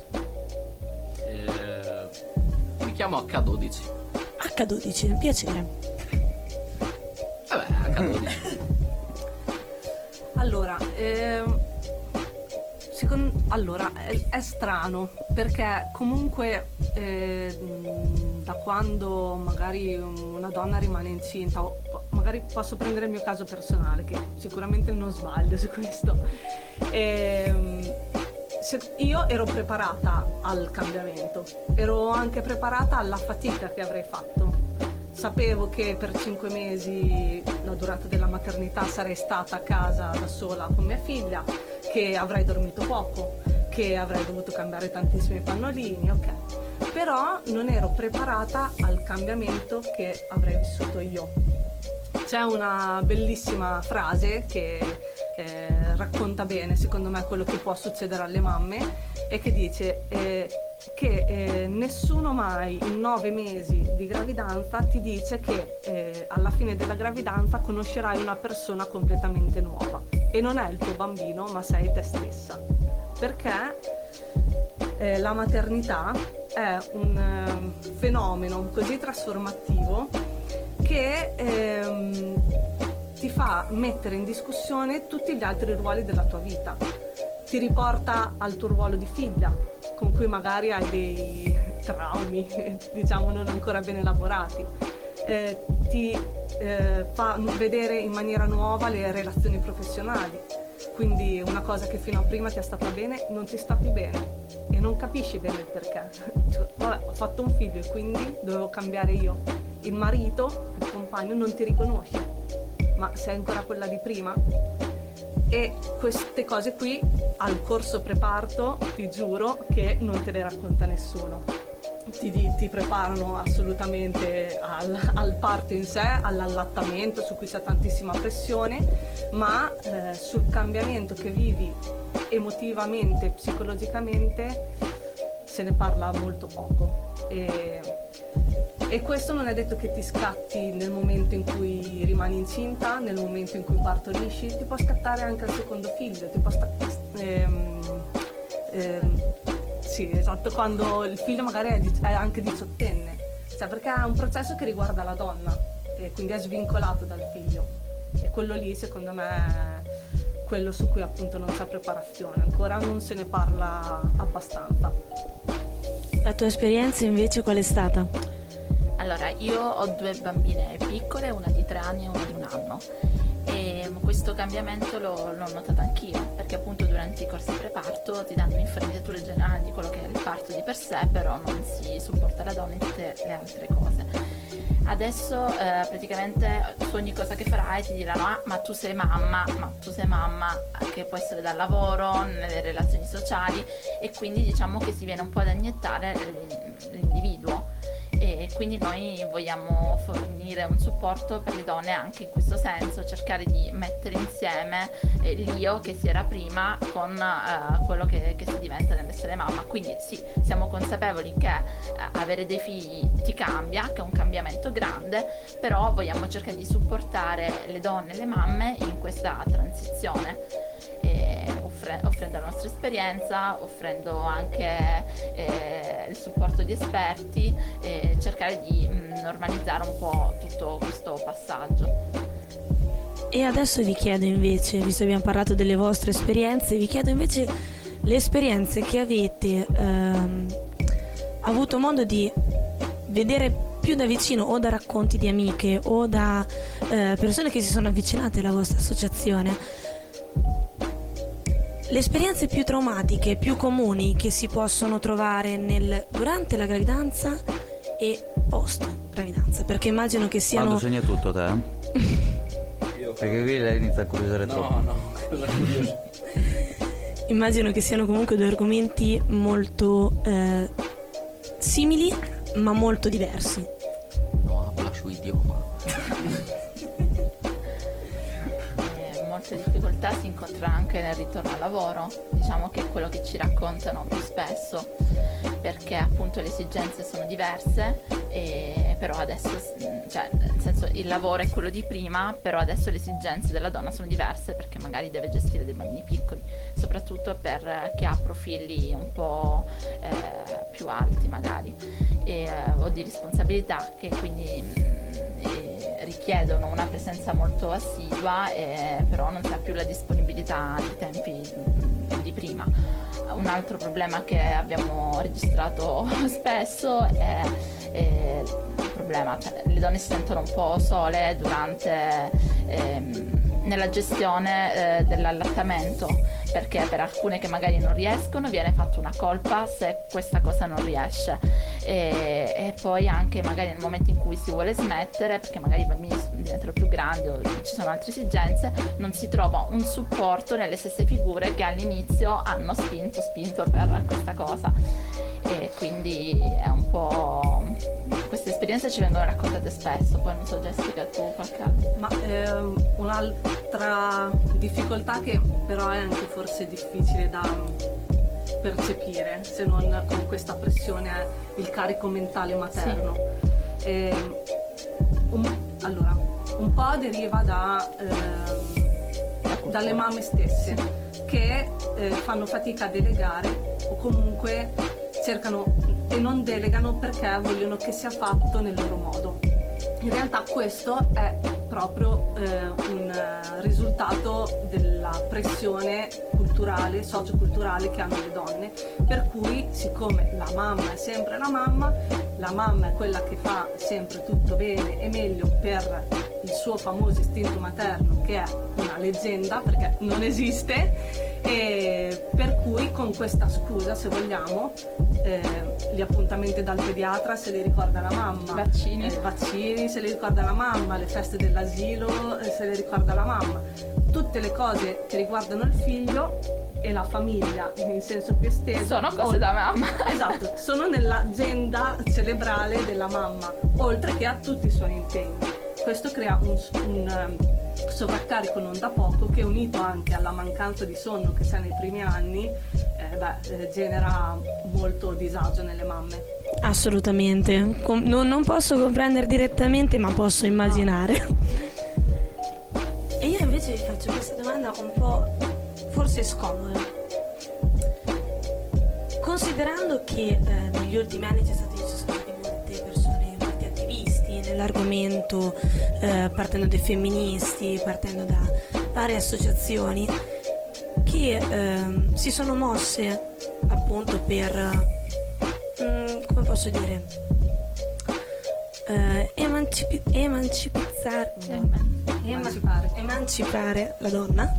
Eh, mi chiamo acca dodici. acca dodici, un piacere. Vabbè, acca dodici. Allora, ehm, secon- allora è, è strano perché comunque eh, mh, da quando magari una donna rimane incinta, o magari posso prendere il mio caso personale, che sicuramente non sbaglio su questo. Ehm, se- io ero preparata al cambiamento, ero anche preparata alla fatica che avrei fatto. Sapevo che per cinque mesi, la durata della maternità, sarei stata a casa da sola con mia figlia, che avrei dormito poco, che avrei dovuto cambiare tantissimi pannolini, ok. Però non ero preparata al cambiamento che avrei vissuto io. C'è una bellissima frase che eh, racconta bene, secondo me, quello che può succedere alle mamme, e che dice eh, che eh, nessuno mai in nove mesi di gravidanza ti dice che eh, alla fine della gravidanza conoscerai una persona completamente nuova. e non è il tuo bambino, ma sei te stessa. Perché eh, la maternità è un eh, fenomeno così trasformativo che ehm, ti fa mettere in discussione tutti gli altri ruoli della tua vita. Ti riporta al tuo ruolo di figlia, con cui magari hai dei traumi, diciamo, non ancora ben elaborati. Eh, ti eh, fa vedere in maniera nuova le relazioni professionali, quindi una cosa che fino a prima ti è stata bene non ti sta più bene e non capisci bene il perché. Cioè, vabbè, ho fatto un figlio e quindi dovevo cambiare io. Il marito, il compagno non ti riconosce, ma sei ancora quella di prima? E queste cose qui al corso preparto ti giuro che non te le racconta nessuno. Ti, ti preparano assolutamente al, al parto in sé, all'allattamento su cui c'è tantissima pressione, ma eh, sul cambiamento che vivi emotivamente, psicologicamente se ne parla molto poco. E, e questo non è detto che ti scatti nel momento in cui rimani incinta, nel momento in cui partorisci, ti può scattare anche al secondo figlio, ti può scattare... Ehm, ehm, Sì, esatto, quando il figlio magari è, di- è anche diciottenne, cioè perché è un processo che riguarda la donna e quindi è svincolato dal figlio e quello lì secondo me è quello su cui appunto non c'è preparazione, ancora non se ne parla abbastanza. La tua esperienza invece qual è stata? Allora, io ho due bambine piccole, una di tre anni e una di un anno. E questo cambiamento l'ho, l'ho notato anch'io, perché appunto durante i corsi preparto ti danno infarinature generali di quello che è il parto di per sé, però non si supporta la donna in tutte le altre cose. Adesso eh, praticamente su ogni cosa che farai ti diranno ah ma tu sei mamma, ma tu sei mamma che può essere dal lavoro, nelle relazioni sociali, e quindi diciamo che si viene un po' ad anniettare l'individuo. E quindi noi vogliamo fornire un supporto per le donne anche in questo senso, cercare di mettere insieme eh, l'io che si era prima con eh, quello che, che si diventa nell'essere mamma. Quindi sì, siamo consapevoli che eh, avere dei figli ti cambia, che è un cambiamento grande, però vogliamo cercare di supportare le donne e le mamme in questa transizione. E offre, offrendo la nostra esperienza, offrendo anche eh, il supporto di esperti e cercare di mh, normalizzare un po' tutto questo passaggio. E adesso vi chiedo invece, visto che abbiamo parlato delle vostre esperienze, vi chiedo invece le esperienze che avete ehm, avuto modo di vedere più da vicino o da racconti di amiche o da eh, persone che si sono avvicinate alla vostra associazione. Le esperienze più traumatiche, più comuni che si possono trovare nel, durante la gravidanza e post gravidanza, perché immagino che siano... Quando segna tutto te? Io Perché qui lei inizia a curiosare troppo. No, no, cosa curioso. Immagino che siano comunque due argomenti molto eh, simili ma molto diversi. No, lascio idioma. Molte difficoltà si incontrano anche nel ritorno al lavoro, diciamo che è quello che ci raccontano più spesso, perché appunto le esigenze sono diverse, e però adesso, cioè nel senso il lavoro è quello di prima, però adesso le esigenze della donna sono diverse perché magari deve gestire dei bambini piccoli, soprattutto per chi ha profili un po' eh, più alti magari e, eh, o di responsabilità, che quindi mh, richiedono una presenza molto assidua, eh, però non si ha più la disponibilità di tempi di prima. Un altro problema che abbiamo registrato spesso è, è il problema, cioè, le donne si sentono un po' sole durante ehm, nella gestione eh, dell'allattamento, perché per alcune che magari non riescono viene fatta una colpa se questa cosa non riesce, e, e poi anche magari nel momento in cui si vuole smettere, perché magari i bambini diventano più grandi o ci sono altre esigenze, non si trova un supporto nelle stesse figure che all'inizio hanno spinto spinto per questa cosa, e quindi è un po'... queste esperienze ci vengono raccontate spesso. Poi non so, Jessica, tu qualche altro. Ma ehm, un'altra difficoltà che però è anche forse difficile da percepire, se non con questa pressione, è il carico mentale materno. Sì. Ehm, un, allora, un po' deriva da, ehm, dalle mamme stesse che eh, fanno fatica a delegare o comunque cercano e non delegano perché vogliono che sia fatto nel loro modo. In realtà questo è proprio eh, un eh, risultato della pressione culturale, socioculturale che hanno le donne, per cui siccome la mamma è sempre la mamma, la mamma è quella che fa sempre tutto bene e meglio per il suo famoso istinto materno, che è una leggenda perché non esiste, e per cui con questa scusa, se vogliamo, eh, gli appuntamenti dal pediatra se li ricorda la mamma, Vaccini. eh, vaccini se li ricorda la mamma, le feste dell'asilo eh, se le ricorda la mamma, tutte le cose che riguardano il figlio e la famiglia in senso più esteso Sono cose da mamma. Esatto, sono nell'agenda cerebrale della mamma, oltre che a tutti i suoi impegni. Questo crea un, un um, sovraccarico non da poco che, unito anche alla mancanza di sonno che c'è nei primi anni, eh, beh, eh, genera molto disagio nelle mamme. Assolutamente. Com- non, non posso comprendere direttamente, ma posso immaginare. E io invece vi faccio questa domanda un po' forse scomoda. Considerando che eh, negli ultimi anni c'è stato, ci sono state molte persone, molti attivisti nell'argomento, eh, partendo dai femministi, partendo da varie associazioni, che eh, si sono mosse appunto per, mm, come posso dire, eh, emancipi- emancipizzare, Emancipare. emancipare la donna.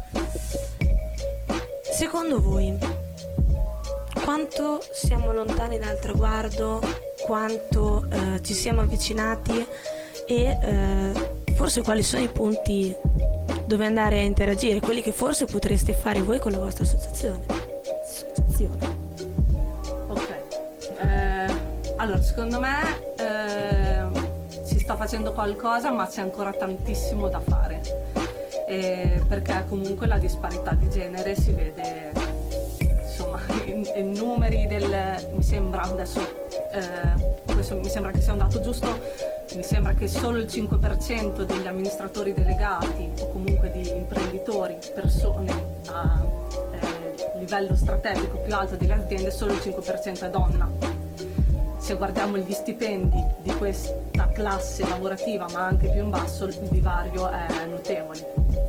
Secondo voi quanto siamo lontani dal traguardo, quanto eh, ci siamo avvicinati e eh, forse quali sono i punti dove andare a interagire, quelli che forse potreste fare voi con la vostra associazione? associazione. Ok, eh, allora secondo me eh, si sta facendo qualcosa, ma c'è ancora tantissimo da fare, eh, perché comunque la disparità di genere si vede, insomma, in, in numeri del, mi sembra adesso, eh, questo mi sembra che sia un dato giusto, mi sembra che solo il cinque per cento degli amministratori delegati o comunque di imprenditori, persone a eh, livello strategico più alto delle aziende, solo il cinque per cento è donna. Se guardiamo gli stipendi di questa classe lavorativa, ma anche più in basso, il divario è notevole.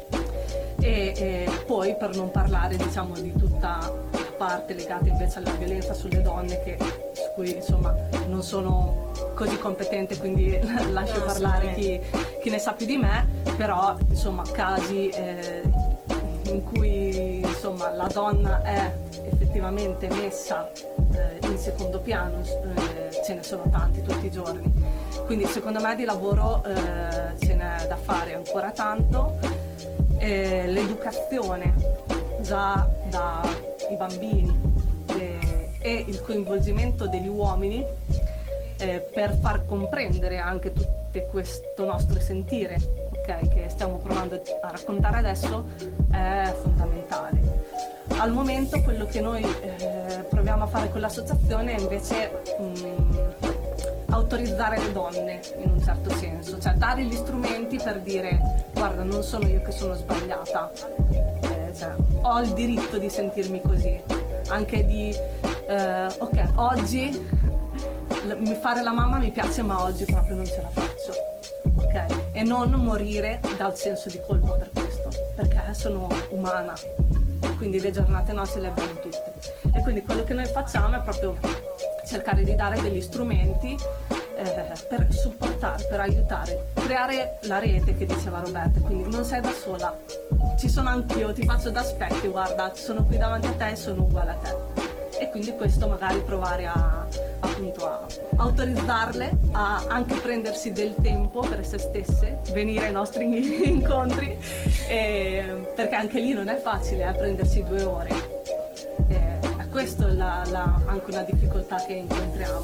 E, e poi, per non parlare, diciamo, di tutta la parte legata invece alla violenza sulle donne, che, su cui insomma non sono così competente, quindi lascio No, parlare chi, sicuramente. chi ne sa più di me, però insomma casi eh, in cui insomma la donna è effettivamente messa eh, in secondo piano, eh, ce ne sono tanti tutti i giorni, quindi secondo me di lavoro eh, ce n'è da fare ancora tanto. Eh, l'educazione già dai bambini eh, e il coinvolgimento degli uomini eh, per far comprendere anche tutto questo nostro sentire, okay, che stiamo provando a raccontare adesso, è fondamentale. Al momento quello che noi eh, proviamo a fare con l'associazione è invece mh, autorizzare le donne in un certo senso, cioè dare gli strumenti per dire: guarda, non sono io che sono sbagliata, eh, cioè, ho il diritto di sentirmi così, anche di eh, ok, oggi l- mi fare la mamma mi piace, ma oggi proprio non ce la faccio, ok? E non morire dal senso di colpa per questo, perché sono umana, quindi le giornate no ce le abbiamo tutte. E quindi quello che noi facciamo è proprio cercare di dare degli strumenti eh, per supportare, per aiutare, creare la rete che diceva Roberta, quindi non sei da sola, ci sono anch'io, ti faccio da specchio, guarda, sono qui davanti a te e sono uguale a te. E quindi questo magari provare a, appunto, a autorizzarle a anche prendersi del tempo per se stesse, venire ai nostri incontri, eh, perché anche lì non è facile eh, prendersi due ore. Eh, questo è la, la, anche una difficoltà che incontriamo.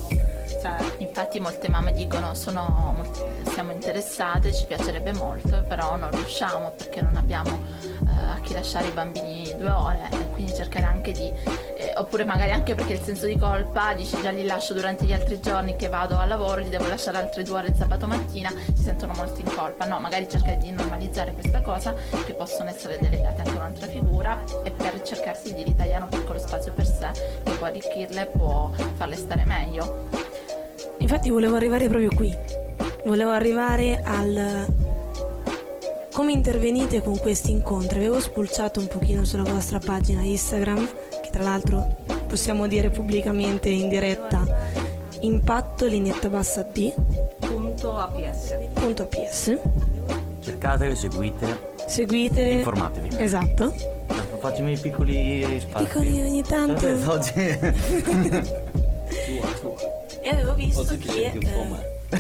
Cioè, Infatti molte mamme dicono sono, siamo interessate, ci piacerebbe molto, però non riusciamo perché non abbiamo eh, a chi lasciare i bambini due ore, e quindi cercare anche di eh, oppure magari anche perché il senso di colpa, dici già li lascio durante gli altri giorni che vado al lavoro, li devo lasciare altre due ore il sabato mattina, si sentono molto in colpa. No, magari cercare di normalizzare questa cosa, che possono essere delegate anche a un'altra figura, e per cercarsi di ritagliare un piccolo spazio per sé che può arricchirle, può farle stare meglio. Infatti volevo arrivare proprio qui, volevo arrivare al come intervenite con questi incontri. Avevo spulciato un pochino sulla vostra pagina Instagram, che tra l'altro possiamo dire pubblicamente in diretta, impatto lineetta bassa D punto A P S. punto A P S. Cercatele, seguite, Seguitele. informatevi. Esatto. Facciamo i piccoli spazi. Piccoli ogni tanto. Eh, oggi E avevo visto che, eh,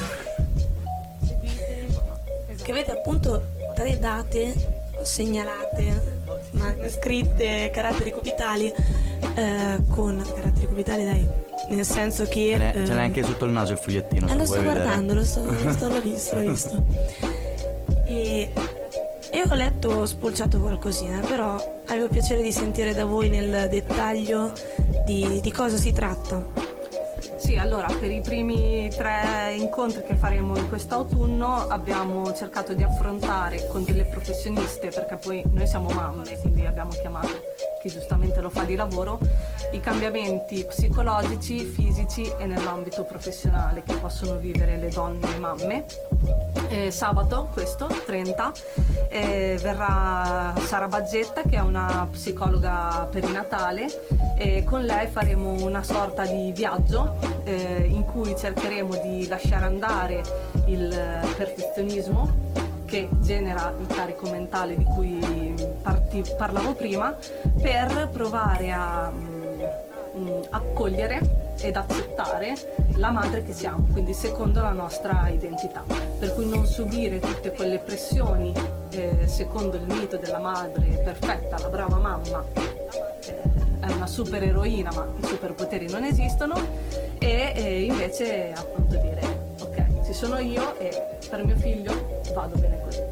che avete appunto tre date segnalate, ma scritte caratteri cubitali, eh, con caratteri cubitali, dai, nel senso che ce n'è, ce n'è eh, anche sotto il naso il fogliettino. eh, se lo vuoi sto vedere. guardando, lo sto, lo sto l'ho visto, l'ho visto. E, e ho letto, ho spulciato qualcosina, però avevo piacere di sentire da voi nel dettaglio di, di cosa si tratta. Sì, allora per i primi tre incontri che faremo in quest'autunno abbiamo cercato di affrontare con delle professioniste, perché poi noi siamo mamme, quindi abbiamo chiamato chi giustamente lo fa di lavoro, i cambiamenti psicologici, fisici e nell'ambito professionale che possono vivere le donne e mamme. Eh, sabato, questo, trenta, eh, verrà Sara Baggetta, che è una psicologa perinatale, e con lei faremo una sorta di viaggio eh, in cui cercheremo di lasciare andare il perfezionismo che genera il carico mentale di cui parti- parlavo prima, per provare a mh, accogliere ed accettare la madre che siamo, quindi secondo la nostra identità, per cui non subire tutte quelle pressioni eh, secondo il mito della madre perfetta, la brava mamma, eh, è una super eroina ma i superpoteri non esistono, e, e invece appunto dire ok, ci sono io e per mio figlio vado bene così.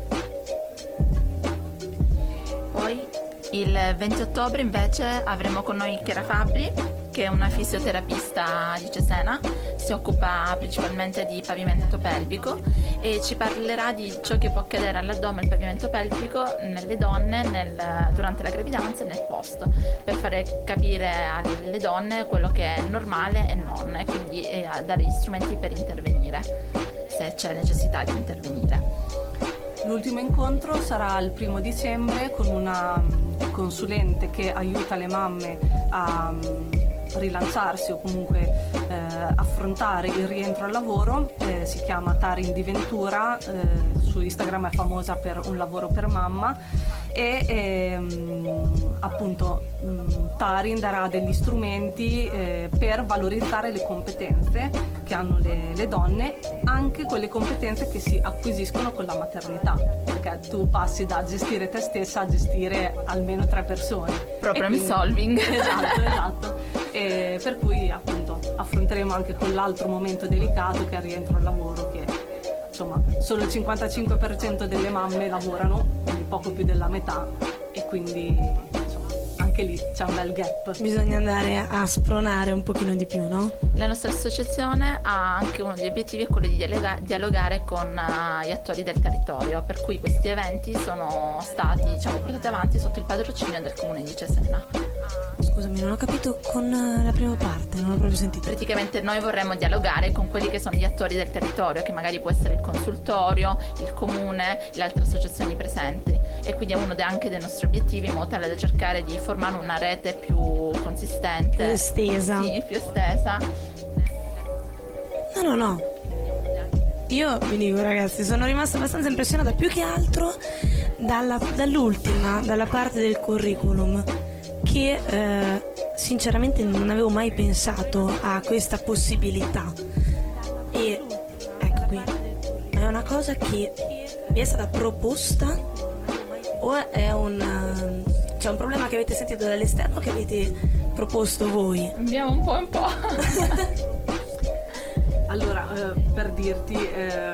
Poi il venti ottobre invece avremo con noi Chiara Fabbri, che è una fisioterapista di Cesena, si occupa principalmente di pavimento pelvico e ci parlerà di ciò che può accadere all'addome e al pavimento pelvico nelle donne nel, durante la gravidanza e nel post, per fare capire alle donne quello che è normale e non, e quindi eh, dare gli strumenti per intervenire se c'è necessità di intervenire. L'ultimo incontro sarà il primo dicembre con una consulente che aiuta le mamme a rilanciarsi o comunque eh, affrontare il rientro al lavoro, eh, si chiama Tarin di Ventura, eh, su Instagram è famosa per un lavoro per mamma, e ehm, appunto mh, Tarin darà degli strumenti eh, per valorizzare le competenze che hanno le, le donne, anche quelle competenze che si acquisiscono con la maternità, perché tu passi da gestire te stessa a gestire almeno tre persone. Problem E quindi- solving. Esatto, esatto. E per cui appunto affronteremo anche quell'altro momento delicato che è il rientro al lavoro, che insomma solo il cinquantacinque per cento delle mamme lavorano, quindi poco più della metà, e quindi insomma anche lì c'è un bel gap. Bisogna andare a spronare un pochino di più, no? La nostra associazione ha anche uno degli obiettivi, è quello di dialoga- dialogare con uh, gli attori del territorio, per cui questi eventi sono stati, diciamo, portati avanti sotto il patrocinio del comune di Cesena. Scusami, non ho capito con eh, la prima parte, non ho proprio sentito. Praticamente noi vorremmo dialogare con quelli che sono gli attori del territorio, che magari può essere il consultorio, il comune, le altre associazioni presenti, e quindi è uno de- anche dei nostri obiettivi, in modo tale da cercare di formare una rete più consistente, Più estesa. Sì, più estesa. No, no, no. Io vi dico, ragazzi, sono rimasta abbastanza impressionata, più che altro dalla- dall'ultima, dalla parte del curriculum, che eh, sinceramente non avevo mai pensato a questa possibilità. E ecco qui, ma è una cosa che vi è stata proposta o è un, eh, c'è un problema che avete sentito dall'esterno che avete proposto voi? Abbiamo un po' e un po'. Allora, eh, per dirti, eh,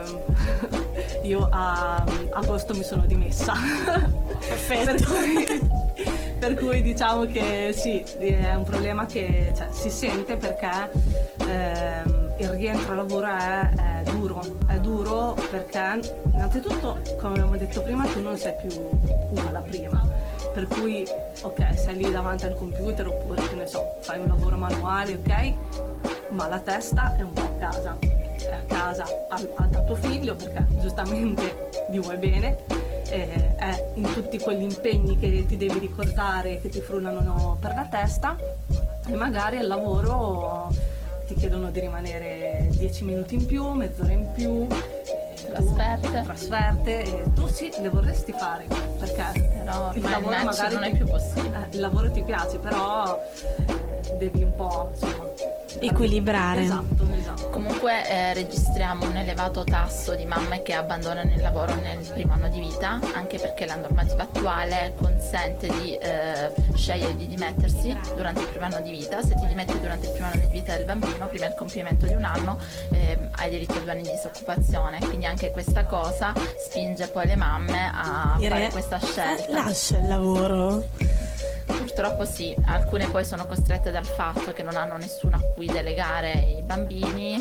io a agosto mi sono dimessa. Perfetto. per, cui, per cui diciamo che sì, è un problema che cioè, si sente perché eh, il rientro al lavoro è, è duro. È duro perché innanzitutto, come abbiamo detto prima, tu non sei più uguale a prima. Per cui, ok, sei lì davanti al computer oppure, che ne so, fai un lavoro manuale, ok? Ma la testa è un po' a casa, è a casa al, al tuo figlio perché giustamente gli vuoi bene, eh, è in tutti quegli impegni che ti devi ricordare, che ti frullano per la testa e magari al lavoro ti chiedono di rimanere dieci minuti in più, mezz'ora in più, trasferte, trasferte e tu sì, le vorresti fare perché però il ma lavoro il magari non è ti- più possibile. eh, il lavoro ti piace, però eh, devi un po' insomma Equilibrare. Esatto, esatto. Comunque eh, registriamo un elevato tasso di mamme che abbandonano il lavoro nel primo anno di vita, anche perché la normativa attuale consente di eh, scegliere di dimettersi durante il primo anno di vita. Se ti dimetti durante il primo anno di vita del bambino, prima del compimento di un anno, eh, hai diritto a due anni di disoccupazione. Quindi anche questa cosa spinge poi le mamme a Dire, fare questa scelta. lascia il lavoro. Purtroppo sì, alcune poi sono costrette dal fatto che non hanno nessuno a cui delegare i bambini,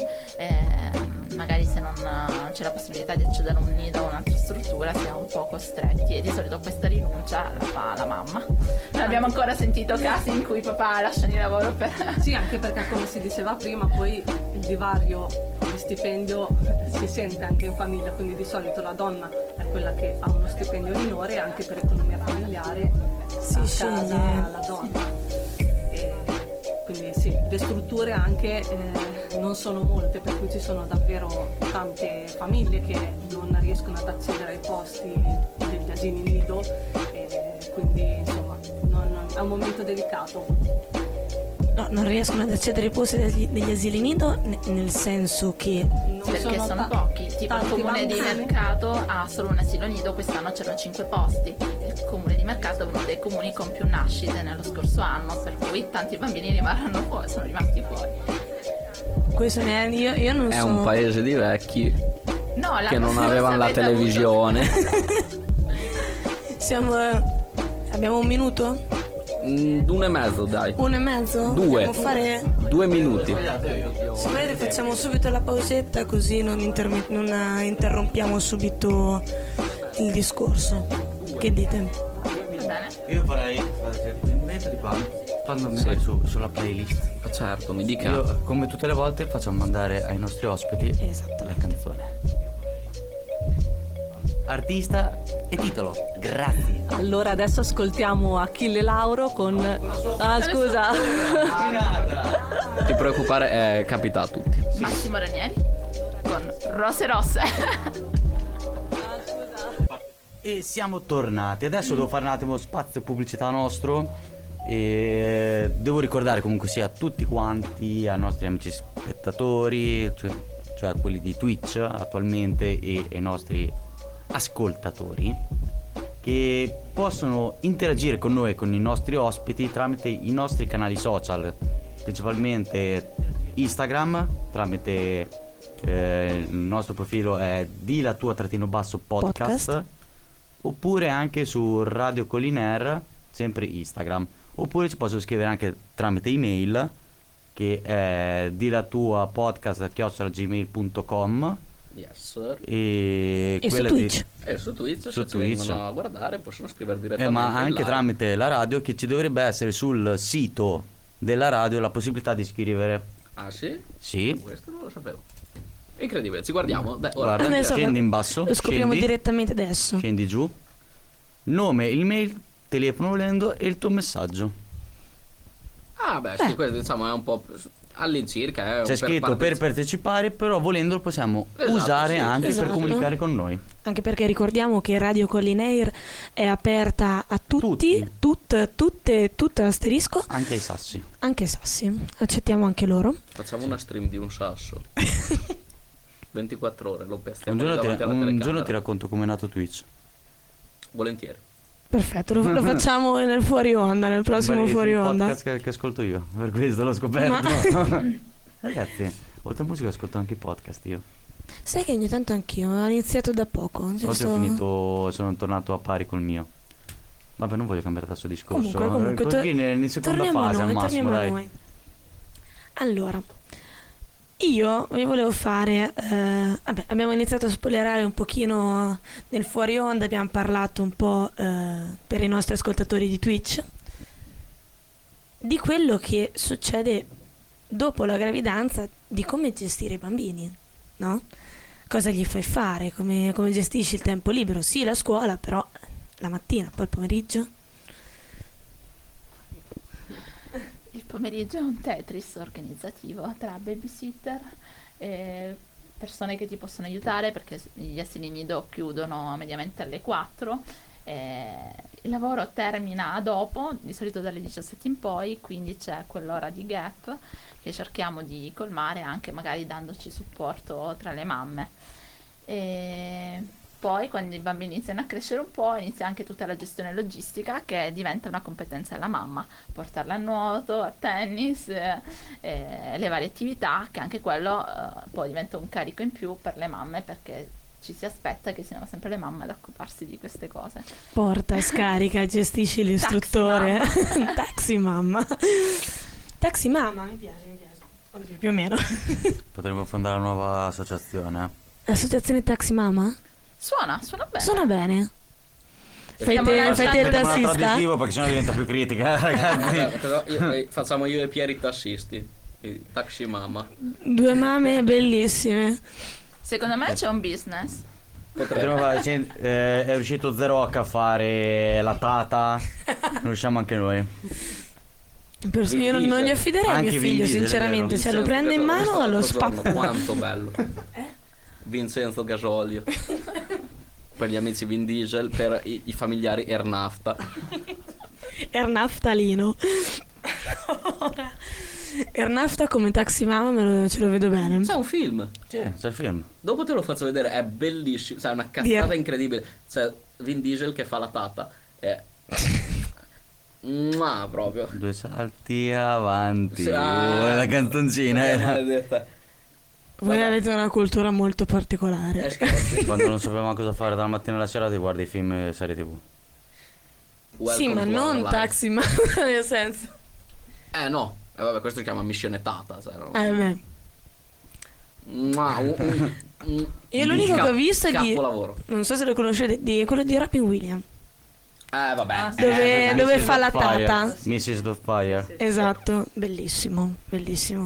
eh, magari se non c'è la possibilità di accedere a un nido o un'altra struttura siamo un po' costretti e di solito questa rinuncia la fa la mamma. Non abbiamo ancora sentito casi in cui papà lasciano il lavoro per... Sì, anche perché come si diceva prima, poi il divario di stipendio si sente anche in famiglia, quindi di solito la donna è quella che ha uno stipendio minore, anche per economia familiare Si a sceglie. casa la donna. E quindi sì, le strutture anche eh, non sono molte, per cui ci sono davvero tante famiglie che non riescono ad accedere ai posti degli asili nido e quindi insomma non- non- è un momento delicato. No, non riescono ad accedere ai posti degli, degli asili nido, ne- nel senso che Non Perché sono, ta- pochi, tipo il tanti comune di bambini. Mercato ha solo un asilo nido, quest'anno c'erano cinque posti. Il comune di Mercato è uno dei comuni con più nascite nello scorso anno, per cui tanti bambini rimarranno fuori, sono rimasti fuori. questo ne è, io, io non È so. un paese di vecchi No, l'anno che non scorso avevano la avete avuto- televisione. Siamo. Abbiamo un minuto? Mm, Uno e mezzo, dai. Uno e mezzo? Due. Dobbiamo fare. Due minuti. Se volete facciamo subito la pausetta così non, intermi- non eh, interrompiamo subito il discorso. Che dite? Va bene. Io farei, metto di qua, quando mi vai su, sulla playlist. Ah, certo, mi dica. Io, come tutte le volte, facciamo mandare ai nostri ospiti Esatto. la canzone. Artista e titolo. Grazie. Allora adesso ascoltiamo Achille Lauro con... Ah scusa! Non ti preoccupare, è capita a tutti. Massimo Ranieri con Rose Rosse. E siamo tornati. Adesso devo fare un attimo spazio pubblicità nostro. E devo ricordare comunque sia a tutti quanti, ai nostri amici spettatori, cioè, cioè a quelli di Twitch attualmente e ai nostri ascoltatori, che possono interagire con noi e con i nostri ospiti tramite i nostri canali social, principalmente Instagram, tramite eh, il nostro profilo è di la tua trattino basso podcast, Podcast. oppure anche su Radio Colliner, sempre Instagram, oppure ci possono scrivere anche tramite email, che è di la tua podcast chiocciola gmail punto com. Yes, sir. E, E su quella Twitch. E su Twitch, Su se ci Twitch. vengono a guardare, possono scrivere Eh, direttamente. ma in anche live. tramite la radio, che ci dovrebbe essere sul sito della radio la possibilità di scrivere. Ah, sì? Sì, Questo non lo sapevo. Incredibile, ci guardiamo. Beh, ora guarda, Adesso scendi in basso, Lo scopriamo scendi, direttamente adesso. scendi giù, nome, email, telefono volendo e il tuo messaggio. Ah, beh, sì, questo diciamo è un po' all'incirca. È C'è un scritto per parteci- partecipare, però volendo lo possiamo Esatto, usare sì, anche sì, per esatto. comunicare con noi. Anche perché ricordiamo che Radio Collinair è aperta a tutti, Tutti. tut- tutte, tutto l'asterisco, Anche ai sassi. anche i sassi. Accettiamo anche loro. Facciamo una stream di un sasso. ventiquattro ore, lo pestiamo Un giorno, ti, davanti alla un telecamera. giorno ti racconto come è nato Twitch. Volentieri. Perfetto, lo, lo facciamo nel fuori onda, nel prossimo Beh, fuori è un onda. podcast che, che ascolto io, per questo l'ho scoperto. Ragazzi, Oltre a musica ascolto anche i podcast io. Sai che ogni tanto anch'io, ho iniziato da poco. nel Oggi ho senso- finito, sono tornato a pari col mio. Vabbè, non voglio cambiare tasso di discorso. Comunque, comunque, Così to- in seconda torniamo a fase noi, al massimo, torniamo a dai. noi. Allora, io vi volevo fare, eh, vabbè, abbiamo iniziato a spoilerare un pochino nel fuori onda, abbiamo parlato un po' eh, per i nostri ascoltatori di Twitch di quello che succede dopo la gravidanza, di come gestire i bambini, no? Cosa gli fai fare, come, come gestisci il tempo libero, sì la scuola, però la mattina, poi il pomeriggio. Il pomeriggio è un Tetris organizzativo tra babysitter e persone che ti possono aiutare, perché gli asili nido chiudono mediamente alle quattro. e il lavoro termina dopo, di solito dalle diciassette in poi, quindi c'è quell'ora di gap che cerchiamo di colmare anche magari dandoci supporto tra le mamme. E poi quando i bambini iniziano a crescere un po', inizia anche tutta la gestione logistica, che diventa una competenza della mamma, portarla a nuoto, a tennis, eh, eh, le varie attività, che anche quello eh, poi diventa un carico in più per le mamme, perché ci si aspetta che siano sempre le mamme ad occuparsi di queste cose. Porta, scarica, gestisci l'istruttore. Taxi mamma. Taxi mamma, mi piace, mi piace. Oddio, più o meno. Potremmo fondare una nuova associazione. Associazione Taxi Mamma? Suona, suona bene. Suona bene. Fai Stiamo te, lanciando- fai te il Mettiamo un altro tassista? adesivo perché sennò diventa più critica, ragazzi. Eh, però io- eh, facciamo io e Pieri i tassisti. I taxi mamma. Due mamme bellissime. Secondo me c'è un business. Potremmo fare- c'è- eh, è riuscito Zero H a fare la tata. Non riusciamo anche noi. Per- Io non, non gli affiderei Anche mio Vin figlio, Diesel, sinceramente. vero? Se lo prende in mano o lo spappa. Quanto bello. Vincenzo Gasolio. Per gli amici Vin Diesel, per i, i familiari Ernafta. Ernaftalino. Ora, Ernafta come Taxi Mamma me lo, ce lo vedo bene. C'è un film. Sì, c'è il film. Dopo te lo faccio vedere, è bellissimo. C'è una Di- cazzata incredibile. C'è Vin Diesel che fa la tata. È... Ma proprio. Due salti avanti. Sì, ah. Oh, la canzoncina Eh, era. maledetta. Voi Vabbè. avete una cultura molto particolare. Eh, scherzi. Quando non sapevamo cosa fare dalla mattina alla sera ti guardi i film e serie tv. Sì, Welcome ma to non our life. Taxi Mamma, nel senso. Eh no. Eh, vabbè, questo si chiama missione tata. Cioè, no? Eh, beh. Ma, un- un- un- Io l'unico cap- che ho visto è di... capolavoro. Non so se lo conoscete, di quello di Rapping William. Eh vabbè. Ah, sì. Dove, Eh, dove missus fa la Doubtfire. tata. missus Doubtfire. Esatto, bellissimo, bellissimo.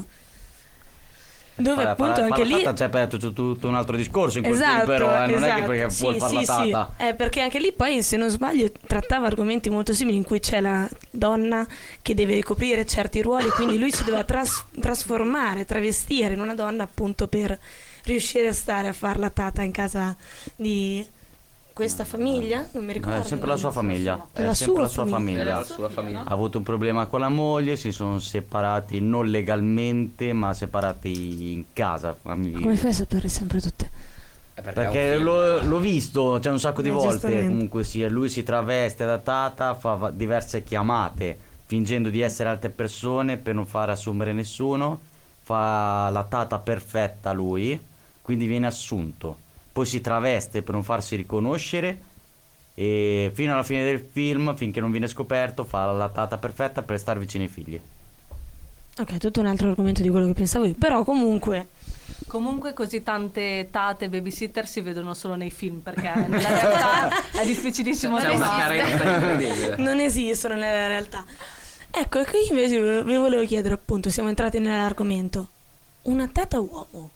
Dove Fare- appunto fare- anche fare lì... la tata, c'è aperto c'è tutto un altro discorso in quel Esatto, film, però eh, non è che esatto. perché Sì, vuol fare la sì, sì. tata. Eh, perché anche lì poi, se non sbaglio, trattava argomenti molto simili in cui c'è la donna che deve ricoprire certi ruoli, quindi lui si doveva tras- trasformare, travestire in una donna appunto per riuscire a stare a far la tata in casa di questa famiglia, non mi ricordo. È sempre la sua famiglia. È La sempre sua la sua famiglia. famiglia. Era la sua famiglia. Ha avuto un problema con la moglie, si sono separati non legalmente, ma separati in casa. Come fai a sapere sempre tutte? Eh, perché, è un Perché film, l'ho, eh. l'ho visto, cioè un sacco di Eh, volte. giustamente. Comunque sia, lui si traveste da tata, fa va- diverse chiamate, fingendo di essere altre persone per non far assumere nessuno. Fa la tata perfetta lui, quindi viene assunto. Poi si traveste per non farsi riconoscere e fino alla fine del film, finché non viene scoperto, fa la tata perfetta per star vicino ai figli. Ok, tutto un altro argomento di quello che pensavo io, però comunque... Comunque così tante tate e babysitter si vedono solo nei film, perché nella realtà è difficilissimo C'è da una esistere. carenza incredibile. non esistono nella realtà. Ecco, e qui invece vi volevo chiedere, appunto, siamo entrati nell'argomento. Una tata uomo,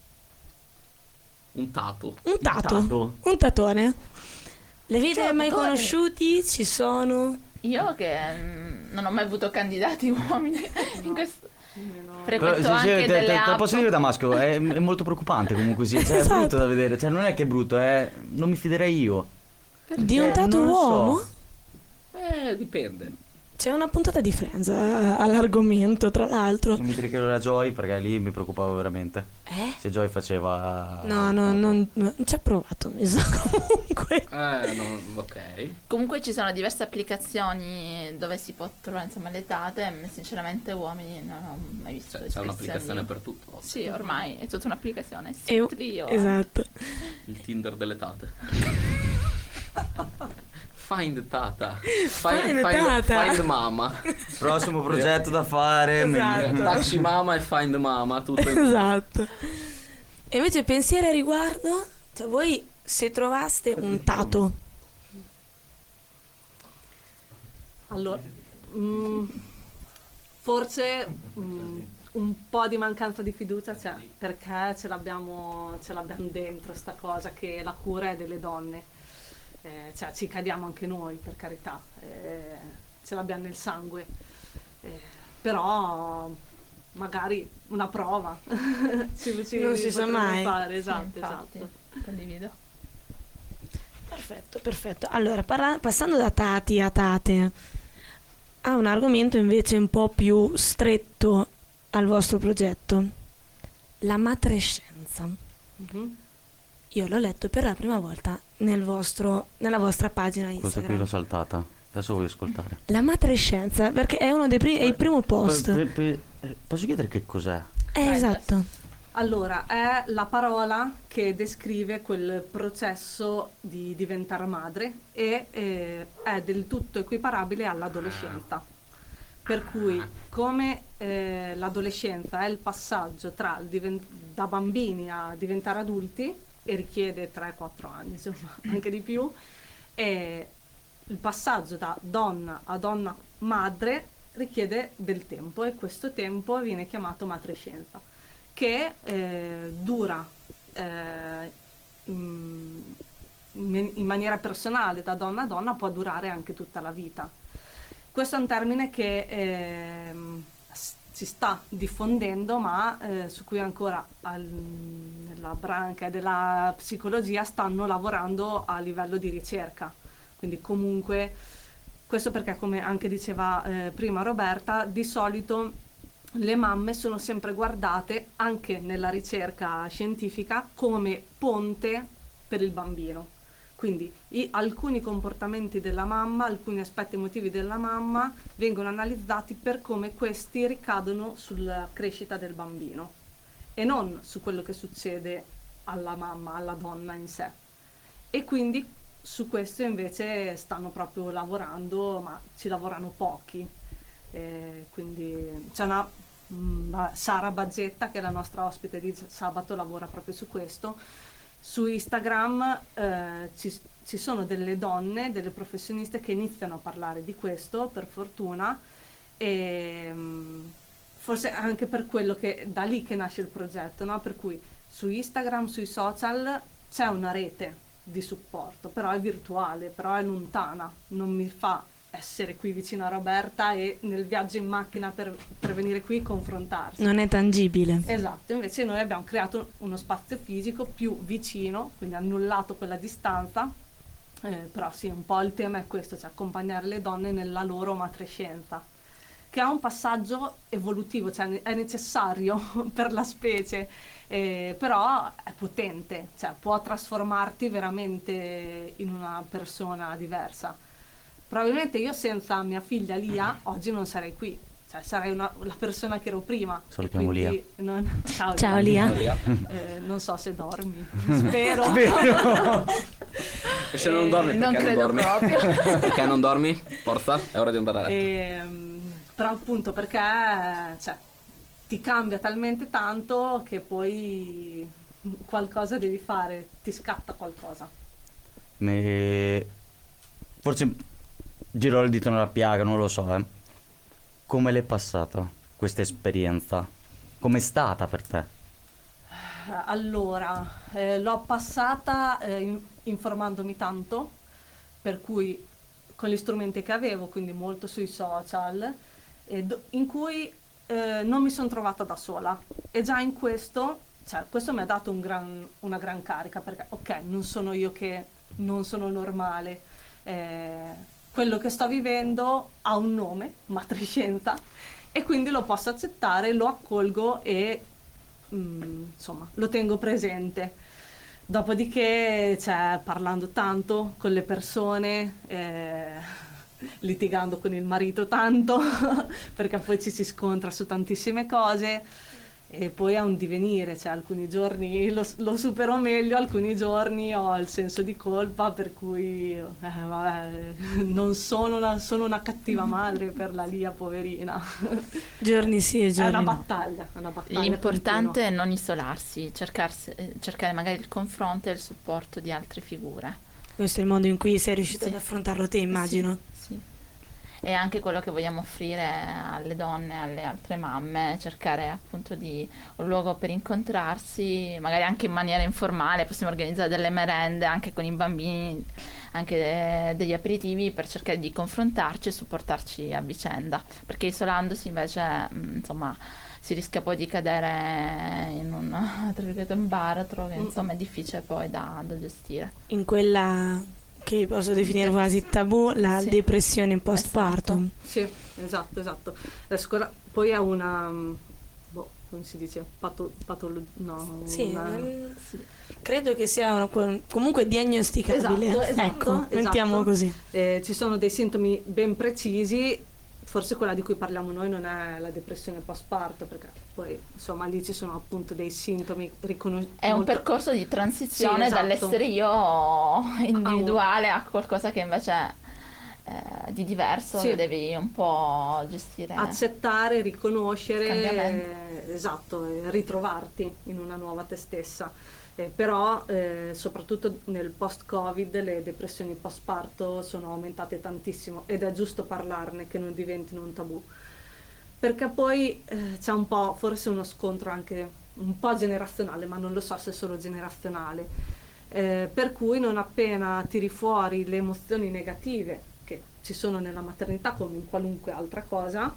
Un tatu. un tato, tato. un tatone. Le avete Cioè, mai tatone. conosciuti? Ci sono? Io che mm, non ho mai avuto candidati uomini in questo. Però, Frequento sì, sì, anche te, te- delle te la app. posso dire da maschio, è, è molto preoccupante comunque sia, cioè, è Esatto. brutto da vedere, cioè non è che è brutto, è, non mi fiderei io. Di un tato non lo so. uomo? Eh, dipende. C'è una puntata di Friends eh, all'argomento, tra l'altro. Non mi dire che era Joy perché lì mi preoccupavo veramente. Eh? Se Joy faceva... No, no, non, non ci ha provato, mi sa comunque. Eh, no, ok. Comunque ci sono diverse applicazioni dove si può trovare insomma le date, e sinceramente uomini non ho mai visto Cioè, c'è descrizioni. un'applicazione per tutto. Sì, ormai è tutta un'applicazione. E- Sì, trio. esatto. Il Tinder delle tate. Find tata. Find, Find find, tata. find mama. Prossimo progetto da fare. Esatto. Taxi mama e find mama. Tutto in... Esatto. E invece pensieri a riguardo? Cioè, voi se trovaste un tato, Allora, mm, forse mm, un po' di mancanza di fiducia c'è, perché ce l'abbiamo, ce l'abbiamo dentro sta cosa che la cura è delle donne. Eh, cioè ci cadiamo anche noi, per carità, eh, ce l'abbiamo nel sangue, eh, però magari una prova ci, ci Non si sa potremmo mai. fare, Sì, esatto, infatti, esatto. condivido. perfetto, perfetto. Allora, parla- passando da tati a tate, a un argomento invece un po' più stretto al vostro progetto, la matrescenza. Mhm. Io l'ho letto per la prima volta nel vostro, nella vostra pagina Questa qui l'ho Instagram. saltata. Adesso voglio ascoltare. La matrescenza, perché è uno dei primi, è il primo post. Pe- pe- pe- Posso chiedere che cos'è? Eh, esatto. Allora, è la parola che descrive quel processo di diventare madre e eh, è del tutto equiparabile all'adolescenza. Per cui, come eh, l'adolescenza è il passaggio tra il diven- da bambini a diventare adulti, e richiede tre quattro anni, insomma, anche di più, e il passaggio da donna a donna madre richiede del tempo, e questo tempo viene chiamato matrescenza, che eh, dura eh, in, in maniera personale da donna a donna, può durare anche tutta la vita. Questo è un termine che ehm, s- si sta diffondendo, ma eh, su cui ancora al- nella branca della psicologia stanno lavorando a livello di ricerca. Quindi comunque, questo perché, come anche diceva eh, prima Roberta, di solito le mamme sono sempre guardate, anche nella ricerca scientifica, come ponte per il bambino. Quindi i- alcuni comportamenti della mamma, alcuni aspetti emotivi della mamma vengono analizzati per come questi ricadono sulla crescita del bambino e non su quello che succede alla mamma, alla donna in sé. E quindi su questo invece stanno proprio lavorando, ma ci lavorano pochi. Eh, quindi c'è una mh, Sara Baggetta, che è la nostra ospite di sabato, lavora proprio su questo. Su Instagram eh, ci, ci sono delle donne, delle professioniste che iniziano a parlare di questo, per fortuna, e mh, forse anche per quello che da lì che nasce il progetto, no? Per cui su Instagram, sui social c'è una rete di supporto, però è virtuale, però è lontana, non mi fa essere qui vicino a Roberta e nel viaggio in macchina per, per venire qui confrontarsi. Non è tangibile. Esatto, invece noi abbiamo creato uno spazio fisico più vicino, quindi annullato quella distanza, eh, però sì, un po' il tema è questo, cioè accompagnare le donne nella loro matrescenza, che è un passaggio evolutivo, cioè è necessario per la specie, eh, però è potente, cioè può trasformarti veramente in una persona diversa. Probabilmente io senza mia figlia Lia oggi non sarei qui, cioè sarei una- la persona che ero prima. Se lo e chiamo quindi non- Ciao, Ciao Lia. Eh, non so se dormi, spero. E se non dormi, Non perché credo non dormi? proprio. Perché non dormi? Forza, è ora di andare a letto. Ehm, però appunto perché cioè, ti cambia talmente tanto che poi qualcosa devi fare, ti scatta qualcosa. Me- Forse girò il dito nella piaga, non lo so, eh. Come l'è passata questa esperienza? Com'è stata per te? Allora, eh, l'ho passata eh, in- informandomi tanto, per cui con gli strumenti che avevo, quindi molto sui social, e do- in cui eh, non mi sono trovata da sola. E già in questo, cioè, questo mi ha dato un gran- una gran carica, perché ok, non sono io che non sono normale, eh, quello che sto vivendo ha un nome, matrescenza, e quindi lo posso accettare, lo accolgo e mm, insomma lo tengo presente. Dopodiché, cioè, parlando tanto con le persone, eh, litigando con il marito tanto, perché poi ci si scontra su tantissime cose. E poi è un divenire, cioè alcuni giorni lo, lo supero meglio, alcuni giorni ho il senso di colpa, per cui eh, vabbè, non sono una, sono una cattiva madre per la Lia, poverina. Giorni sì e È giorni una no. battaglia, è una battaglia L'importante continua. è non isolarsi, cercarsi- eh, cercare magari il confronto e il supporto di altre figure. Questo è il modo in cui sei riuscito Sì. ad affrontarlo te, immagino. Sì, sì. E anche quello che vogliamo offrire alle donne, alle altre mamme, cercare appunto di un luogo per incontrarsi, magari anche in maniera informale, possiamo organizzare delle merende anche con i bambini, anche de- degli aperitivi per cercare di confrontarci e supportarci a vicenda, perché isolandosi invece, mh, insomma, si rischia poi di cadere in un, tra virgolette, un baratro che insomma è difficile poi da, da gestire. In quella che posso definire quasi tabù, la Sì. depressione postpartum. Sì, esatto, esatto. La scuola poi è una, mm, boh, come si dice, pato, patolo- no, Sì, una- ehm, sì. credo che sia una, comunque diagnosticabile. Esatto, esatto, ecco, esatto. mettiamo così. Eh, ci sono dei sintomi ben precisi, forse quella di cui parliamo noi non è la depressione postparto, perché poi insomma lì ci sono appunto dei sintomi riconosciuti. È un percorso di transizione Sì, esatto. dall'essere io individuale a qualcosa che invece eh, di diverso Sì. che devi un po' gestire. Accettare, riconoscere, Cambiamento. eh, esatto, e ritrovarti in una nuova te stessa. Eh, però eh, soprattutto nel post-Covid le depressioni post-parto sono aumentate tantissimo ed è giusto parlarne, che non diventino un tabù. Perché poi eh, c'è un po', forse uno scontro anche un po' generazionale, ma non lo so se è solo generazionale. Eh, per cui non appena tiri fuori le emozioni negative che ci sono nella maternità come in qualunque altra cosa,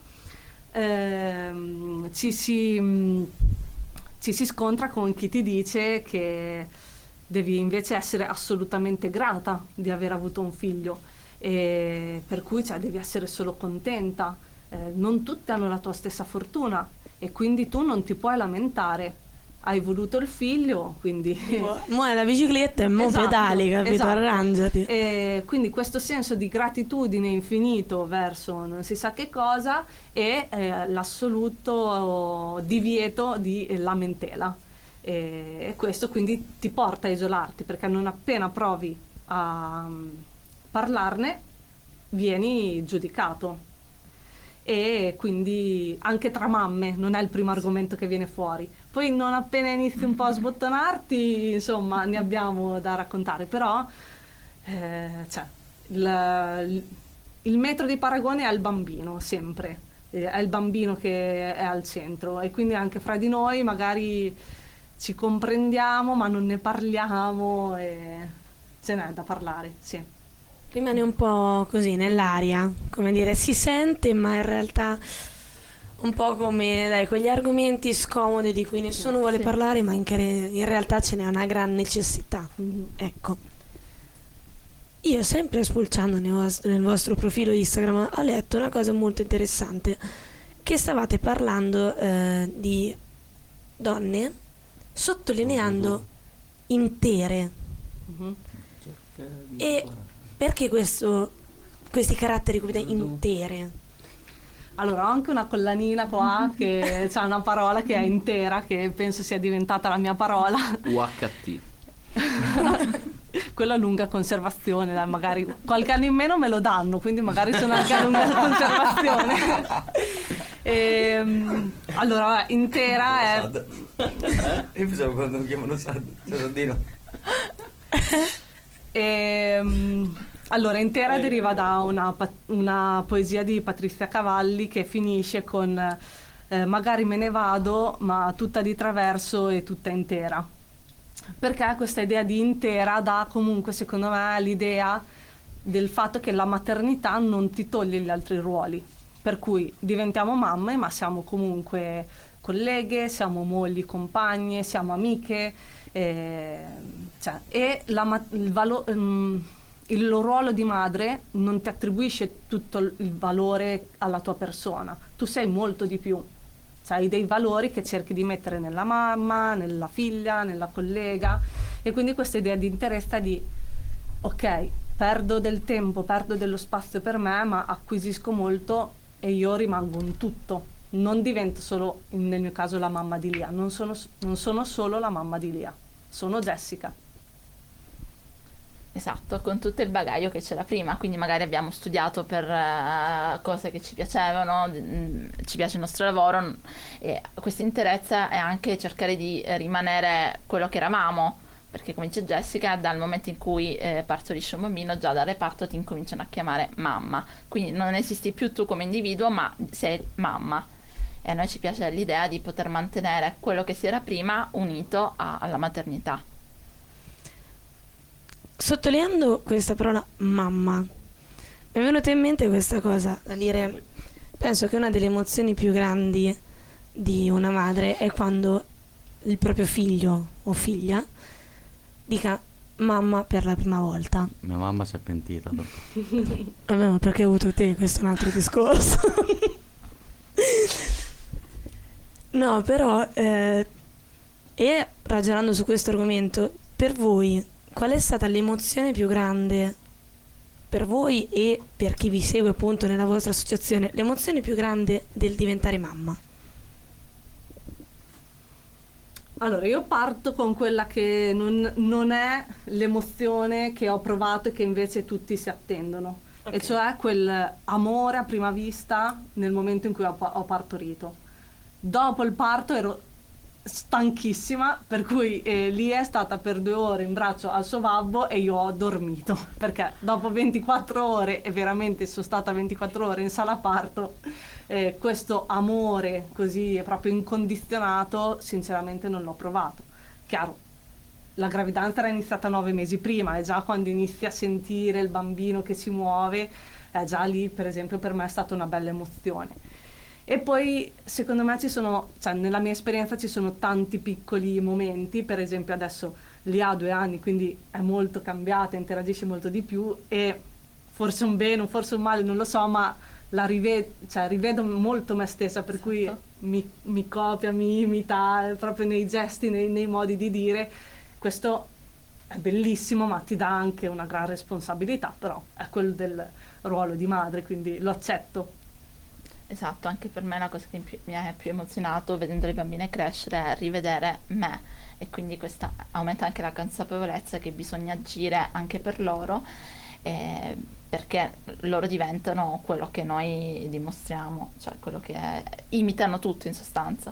ehm, ci si, mh, ci si scontra con chi ti dice che devi invece essere assolutamente grata di aver avuto un figlio, e per cui cioè, devi essere solo contenta. Eh, non tutte hanno la tua stessa fortuna e quindi tu non ti puoi lamentare. Hai voluto il figlio, quindi... Mo' è la bicicletta e mo' Esatto, pedali, capito? esatto. Arrangiati. E quindi questo senso di gratitudine infinito verso non si sa che cosa e eh, l'assoluto divieto di lamentela. E questo quindi ti porta a isolarti, perché non appena provi a mm, parlarne vieni giudicato. E quindi anche tra mamme non è il primo argomento che viene fuori. Poi non appena inizi un po' a sbottonarti, insomma, ne abbiamo da raccontare, però eh, cioè, il, il metro di paragone è il bambino, sempre. Eh, è il bambino che è al centro e quindi anche fra di noi magari ci comprendiamo ma non ne parliamo e ce n'è da parlare, sì. Rimane un po' così nell'aria, come dire, si sente, ma in realtà un po' come dai, quegli argomenti scomodi di cui nessuno vuole Sì. parlare, ma in, che- in realtà ce n'è una gran necessità. Ecco. Io sempre spulciando nel vostro, nel vostro profilo Instagram ho letto una cosa molto interessante, che stavate parlando eh, di donne sottolineando intere. Mhm. E perché questo, questi caratteri come te, intere? Allora, ho anche una collanina qua che ha una parola che è intera, che penso sia diventata la mia parola. U H T. Quella a lunga conservazione, dai, magari qualche anno in meno me lo danno, quindi magari sono anche a lunga conservazione. Ehm, allora, vabbè, intera è... Io pensavo quando mi chiamano Sardino. Ehm, allora, intera deriva da una, pa- una poesia di Patrizia Cavalli che finisce con eh, magari me ne vado, ma tutta di traverso e tutta intera. Perché questa idea di intera dà comunque, secondo me, l'idea del fatto che la maternità non ti toglie gli altri ruoli. Per cui diventiamo mamme, ma siamo comunque colleghe, siamo mogli, compagne, siamo amiche. Eh, cioè, e la, ma- il valo- ehm, il ruolo di madre non ti attribuisce tutto il valore alla tua persona, tu sei molto di più, cioè, hai dei valori che cerchi di mettere nella mamma, nella figlia, nella collega, e quindi questa idea di interesse di ok, perdo del tempo, perdo dello spazio per me, ma acquisisco molto e io rimango un tutto, non divento solo, nel mio caso, la mamma di Lia, non sono, non sono solo la mamma di Lia, sono Jessica. Esatto, con tutto il bagaglio che c'era prima, quindi magari abbiamo studiato per uh, cose che ci piacevano, mh, ci piace il nostro lavoro, n- e questo interesse è anche cercare di eh, rimanere quello che eravamo, perché come dice Jessica, dal momento in cui eh, partorisce un bambino, già dal reparto ti incominciano a chiamare mamma, quindi non esisti più tu come individuo, ma sei mamma, e a noi ci piace l'idea di poter mantenere quello che si era prima unito a- alla maternità. Sottolineando questa parola mamma, mi è venuta in mente questa cosa da dire. Penso che una delle emozioni più grandi di una madre è quando il proprio figlio o figlia dica mamma per la prima volta. Mia mamma si è pentita dopo. Vabbè, ma perché hai avuto te? Questo è un altro discorso. No, però, eh, e ragionando su questo argomento, per voi qual è stata l'emozione più grande per voi e per chi vi segue appunto nella vostra associazione, l'emozione più grande del diventare mamma? Allora, io parto con quella che non, non è l'emozione che ho provato e che invece tutti si attendono, Ok. e cioè quel amore a prima vista nel momento in cui ho, pa- ho partorito. Dopo il parto ero stanchissima, per cui eh, lì è stata per due ore in braccio al suo babbo e io ho dormito, perché dopo ventiquattro ore, e veramente sono stata ventiquattro ore in sala parto, eh, questo amore così proprio incondizionato sinceramente non l'ho provato. Chiaro, la gravidanza era iniziata nove mesi prima, e già quando inizi a sentire il bambino che si muove, eh, già lì per esempio per me è stata una bella emozione. E poi secondo me ci sono, cioè nella mia esperienza ci sono tanti piccoli momenti, per esempio adesso Lia ha due anni, quindi è molto cambiata, interagisce molto di più, e forse un bene, forse un male, non lo so, ma la rivedo, cioè rivedo molto me stessa, per cui mi, mi copia, mi imita, eh, proprio nei gesti, nei, nei modi di dire. Questo è bellissimo, ma ti dà anche una gran responsabilità, però è quello del ruolo di madre, quindi lo accetto. Esatto, anche per me la cosa che più- mi ha più emozionato vedendo le bambine crescere è rivedere me, e quindi questa aumenta anche la consapevolezza che bisogna agire anche per loro, eh, perché loro diventano quello che noi dimostriamo, cioè quello che imitano tutto in sostanza.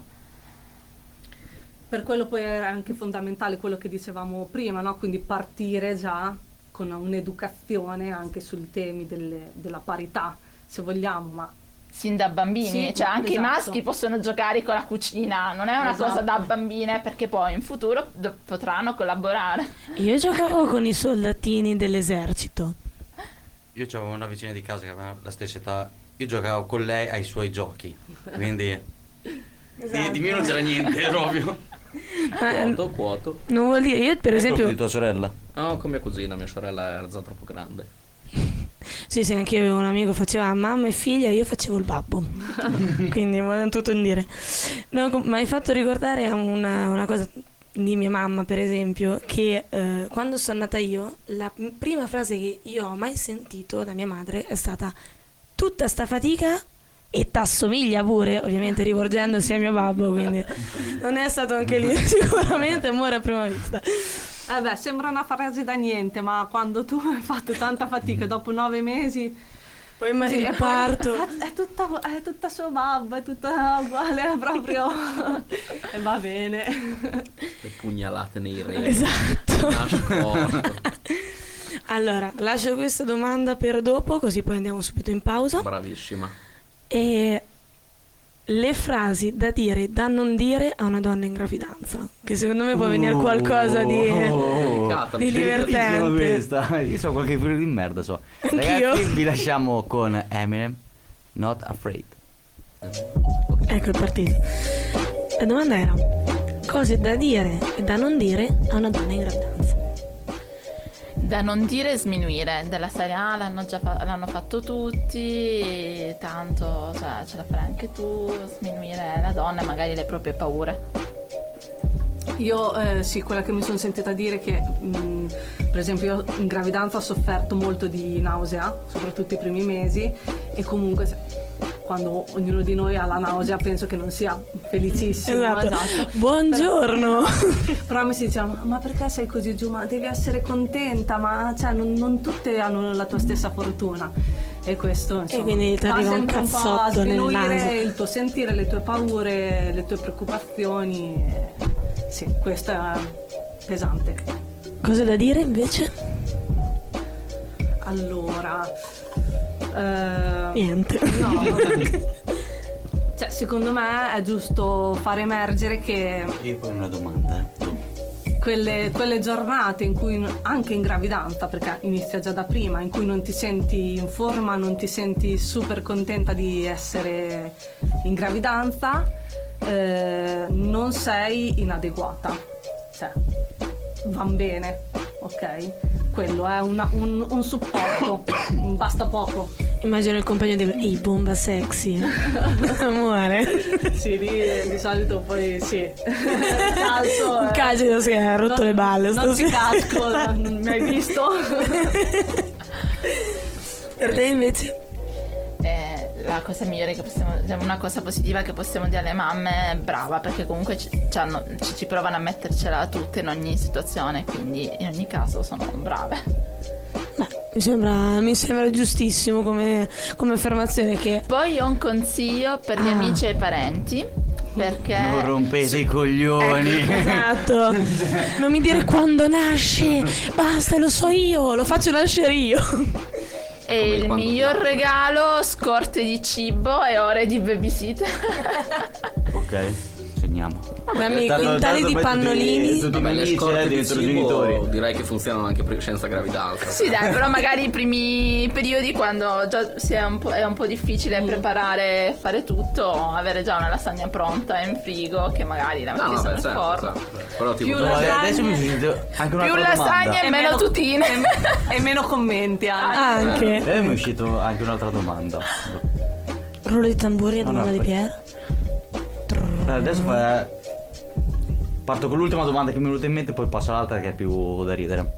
Per quello poi era anche fondamentale quello che dicevamo prima, no? Quindi partire già con un'educazione anche sui temi delle- della parità, se vogliamo, ma Sin da bambini, Sì, cioè anche esatto. i maschi possono giocare con la cucina, non è una Esatto. cosa da bambine, perché poi in futuro do- potranno collaborare. Io giocavo con i soldatini dell'esercito. Io avevo una vicina di casa che aveva la stessa età, io giocavo con lei ai suoi giochi, quindi di, di me non c'era niente proprio. Eh, Quoto, quoto. non vuol dire, io per esempio... di tua sorella. No, con mia cugina, mia sorella era già troppo grande. Sì, sì, anche io avevo un amico che faceva mamma e figlia, io facevo il babbo. Quindi volevo tutto in dire. No, com- mi hai fatto ricordare a una, una cosa di mia mamma, per esempio, che eh, quando sono nata io, la p- prima frase che io ho mai sentito da mia madre è stata tutta sta fatica e t'assomiglia pure, ovviamente rivolgendosi a mio babbo, quindi non è stato anche lì sicuramente amore a prima vista. Eh beh, sembra una frase da niente, ma quando tu hai fatto tanta fatica dopo nove mesi, Poi immagini sì, il e poi parto. È, è tutta, è tutta suo babbo, è tutta uguale, è proprio... E va bene. Le pugnalate nei reni. Esatto. Nascosto. Allora, lascio questa domanda per dopo, così poi andiamo subito in pausa. Bravissima. E le frasi da dire e da non dire a una donna in gravidanza, che secondo me può venire qualcosa di, Delicata, di mi sembra divertente. Questa. Io so qualche film di merda, so. Anch'io. Ragazzi, vi lasciamo con Eminem, Not Afraid. Ecco il partito. La domanda era: cose da dire e da non dire a una donna in gravidanza. Da non dire sminuire, della serie A l'hanno già fa- l'hanno fatto tutti, tanto cioè, ce la farai anche tu, sminuire la donna e magari le proprie paure. Io eh, sì, quella che mi sono sentita dire che mh, per esempio io in gravidanza ho sofferto molto di nausea, soprattutto i primi mesi, e comunque se, quando ognuno di noi ha la nausea penso che non sia felicissimo. Esatto. Esatto. Buongiorno. Però, però mi si diceva, ma perché sei così giù? Ma devi essere contenta, ma cioè, non, non tutte hanno la tua stessa fortuna. E questo insomma, E quindi ti va arriva un sempre po' a cazzotto nel sminuire naso. il tuo sentire, le tue paure, le tue preoccupazioni. e- Sì, questo è pesante. Cosa da dire invece? Allora, eh, Niente. no, cioè, secondo me è giusto far emergere che Io poi una domanda. eh. quelle, quelle giornate in cui, anche in gravidanza, perché inizia già da prima, in cui non ti senti in forma, non ti senti super contenta di essere in gravidanza, eh, non sei inadeguata, cioè van bene, ok? Quello è una- un, un supporto, basta poco. Immagino il compagno di ehi, bomba sexy. Amore. Sì, lì di solito poi sì. Calcio, Un eh. cagito si è rotto Non- le balle Non ti stasera. casco, non mi hai visto? Per te invece? Eh, la cosa migliore che possiamo, cioè una cosa positiva che possiamo dire alle mamme è brava, perché comunque ci, ci hanno- ci- ci provano a mettercela tutte in ogni situazione, quindi in ogni caso sono brave. Beh, mi sembra, mi sembra giustissimo come, come affermazione che Poi ho un consiglio per gli Ah. amici e i parenti, perché Non rompete i coglioni. esatto. Non mi dire quando nasce, basta, lo so io, lo faccio nascere io. è Come il quando miglior ti- regalo scorte di cibo e ore di babysitter. Ok, segniamo. Vabbè, amico, Tanto- in tali tanto di poi tutti- pannolini. tutti i Vabbè, le amici, scorte eh, di dentro i cibo genitori. direi che funzionano anche pre- senza gravidanza. Sì dai, però magari i primi periodi, quando già si è un po', è un po' difficile preparare, fare tutto, avere già una lasagna pronta in frigo che magari la No, metti vabbè, nel certo, forno. certo. Però tipo Più No, lasagne- adesso mi sento anche un'altra Più lasagne domanda. e meno tutine. E meno commenti anche. Anche. Adesso mi è uscito anche un'altra domanda. Rullo di tamburi a No, no, domanda di poi- Pier. Eh, Adesso fa- parto con l'ultima domanda che mi è venuta in mente, poi passo all'altra che è più da ridere.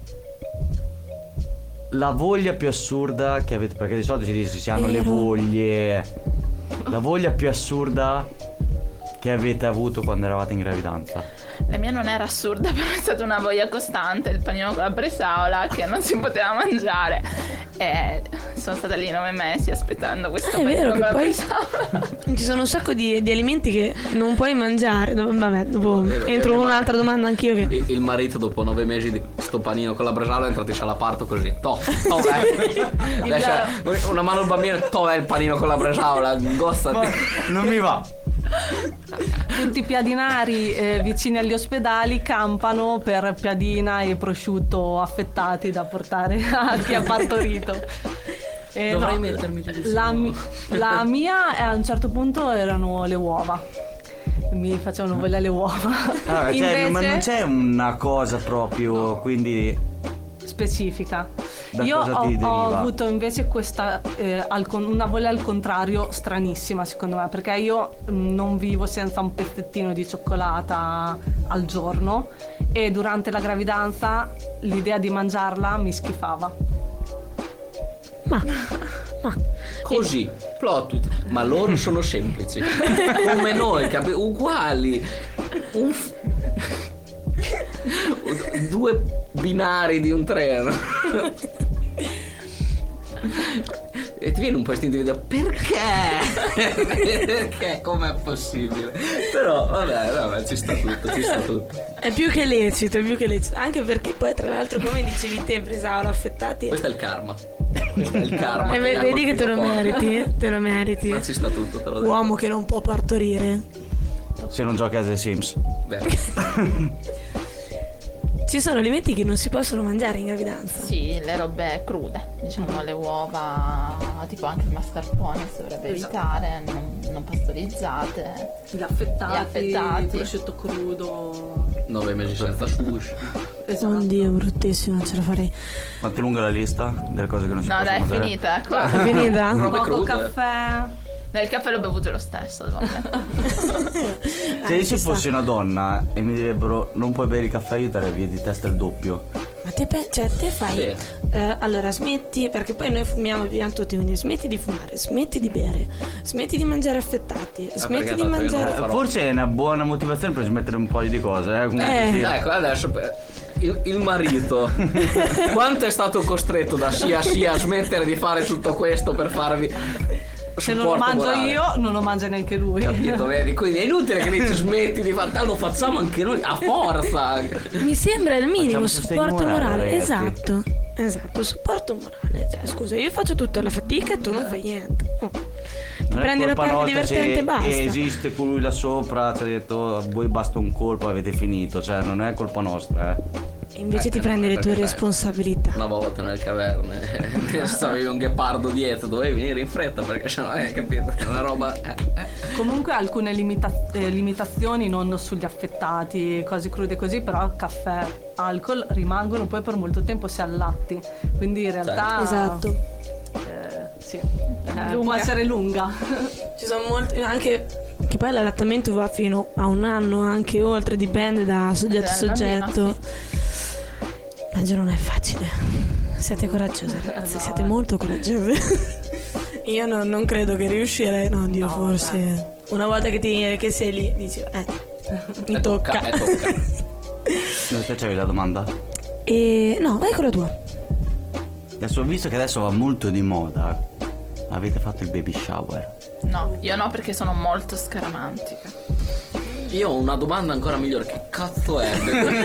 La voglia più assurda che avete, perché di solito si dice si hanno le Vero. voglie. La voglia più assurda che avete avuto quando eravate in gravidanza. La mia non era assurda, però è stata una voglia costante, il panino con la bresaola che non si poteva mangiare. E sono stata lì nove mesi aspettando questo Ah, è panino vero con che la poi bresaola. ci sono un sacco di, di alimenti che non puoi mangiare. No, vabbè, dopo Vero, entro vero. in un'altra domanda anch'io che. Il, il marito dopo nove mesi di sto panino con la bresaola è entrato in sala parto così. To, to, eh. Lascia una mano al bambino, to è il panino con la bresaola, gossati. Non mi va. Tutti i piadinari eh, vicini agli ospedali campano per piadina e prosciutto affettati da portare a chi ha partorito. Eh, Dovrei no, mettermi giù di la, sicuro. mi- la mia eh, a un certo punto erano le uova. Mi facevano voglia le uova. Ah, cioè, ma non Invece, c'è una cosa proprio, quindi specifica. Da Io cosa ho, ti ho deriva? avuto invece questa eh, al con- una voglia al contrario stranissima secondo me, perché io mh, non vivo senza un pezzettino di cioccolata al giorno e durante la gravidanza l'idea di mangiarla mi schifava. Ma, ma Così, plot twist. Ma loro sono semplici. Come noi, capi- uguali. Un f- Due binari di un treno. E ti viene un po' istinto di dire perché? Perché? Com'è possibile? Però vabbè, vabbè, ci sta tutto, ci sta tutto. è più che lecito, è più che lecito. Anche perché poi, tra l'altro, come dicevi te, Bresaola, affettati. Questo è il karma. Questo è il karma. E mi ha Eh, vedi che te lo colpito forte. meriti, eh? Te lo meriti. Ma ci sta tutto, te lo dico. Uomo che non può partorire. se non giochi a The Sims. Beh, Ci sono alimenti che non si possono mangiare in gravidanza. Sì, le robe crude, diciamo le uova, tipo anche il mascarpone si dovrebbe Esatto. evitare, non, non pastorizzate, Gli affettati, Gli affettati. il prosciutto crudo. Nove mesi senza sushi. Esatto. Oddio, bruttissimo, non ce la farei. Quanto è lunga la lista delle cose che non si no possono dai, è mangiare? finita, ecco. È finita? Robe Poco crude. caffè. Nel caffè l'ho bevuto lo stesso, vabbè. Se io ci ci sta. fossi una donna e mi direbbero non puoi bere il caffè, io darei via di testa il doppio. Ma te, pe- cioè, te fai. Sì. eh, allora, smetti, perché poi noi fumiamo e beviamo tutti, quindi smetti di fumare, smetti di bere, smetti di mangiare affettati, smetti perché di tanto io non mangiare. lo farò. Forse è una buona motivazione per smettere un po' di cose, eh. Comunque Eh. sia. Ecco, adesso per- il, il marito quanto è stato costretto da sia sia a smettere di fare tutto questo per farvi Se non lo supporto mangio morale? io, non lo mangia neanche lui. Capito, vedi? Quindi è inutile che dici smetti di fare, lo facciamo anche noi a forza. Mi sembra il minimo Facciamo sostegno supporto morale, morale, ragazzi. esatto. Esatto, supporto morale. Cioè, scusa, io faccio tutta la fatica e tu non fai niente. Oh. Non è Prendi la colpa parte nostra divertente e se basta. esiste colui là sopra, ti ha detto a voi basta un colpo, avete finito, cioè non è colpa nostra, eh. E invece ti Eh, prendi le tue perché- responsabilità. Una volta nel caverne stavi un ghepardo dietro, dovevi venire in fretta perché sennò, eh, capito? È una roba. Eh, eh. Comunque alcune limita- eh, limitazioni non sugli affettati, cose crude così, però caffè, alcol rimangono poi per molto tempo se allatti. Quindi in realtà Esatto. eh, sì, eh, può essere lunga. Ci sono molti, anche che poi l'allattamento va fino a un anno, anche oltre, dipende da soggetto a Dal bambino, soggetto. Ma già non è facile. Siete coraggiose, ragazzi, siete molto coraggiose. Io non, non credo che riuscirei, no, Dio, forse. Una volta che, ti, che sei lì, dici, eh, mi Eh, tocca. eh, tocca. Non te c'avevi la domanda? E no, vai con la tua. Adesso, visto che adesso va molto di moda, avete fatto il baby shower? No, io no perché sono molto scaramantica. Io ho una domanda ancora migliore, che cazzo è?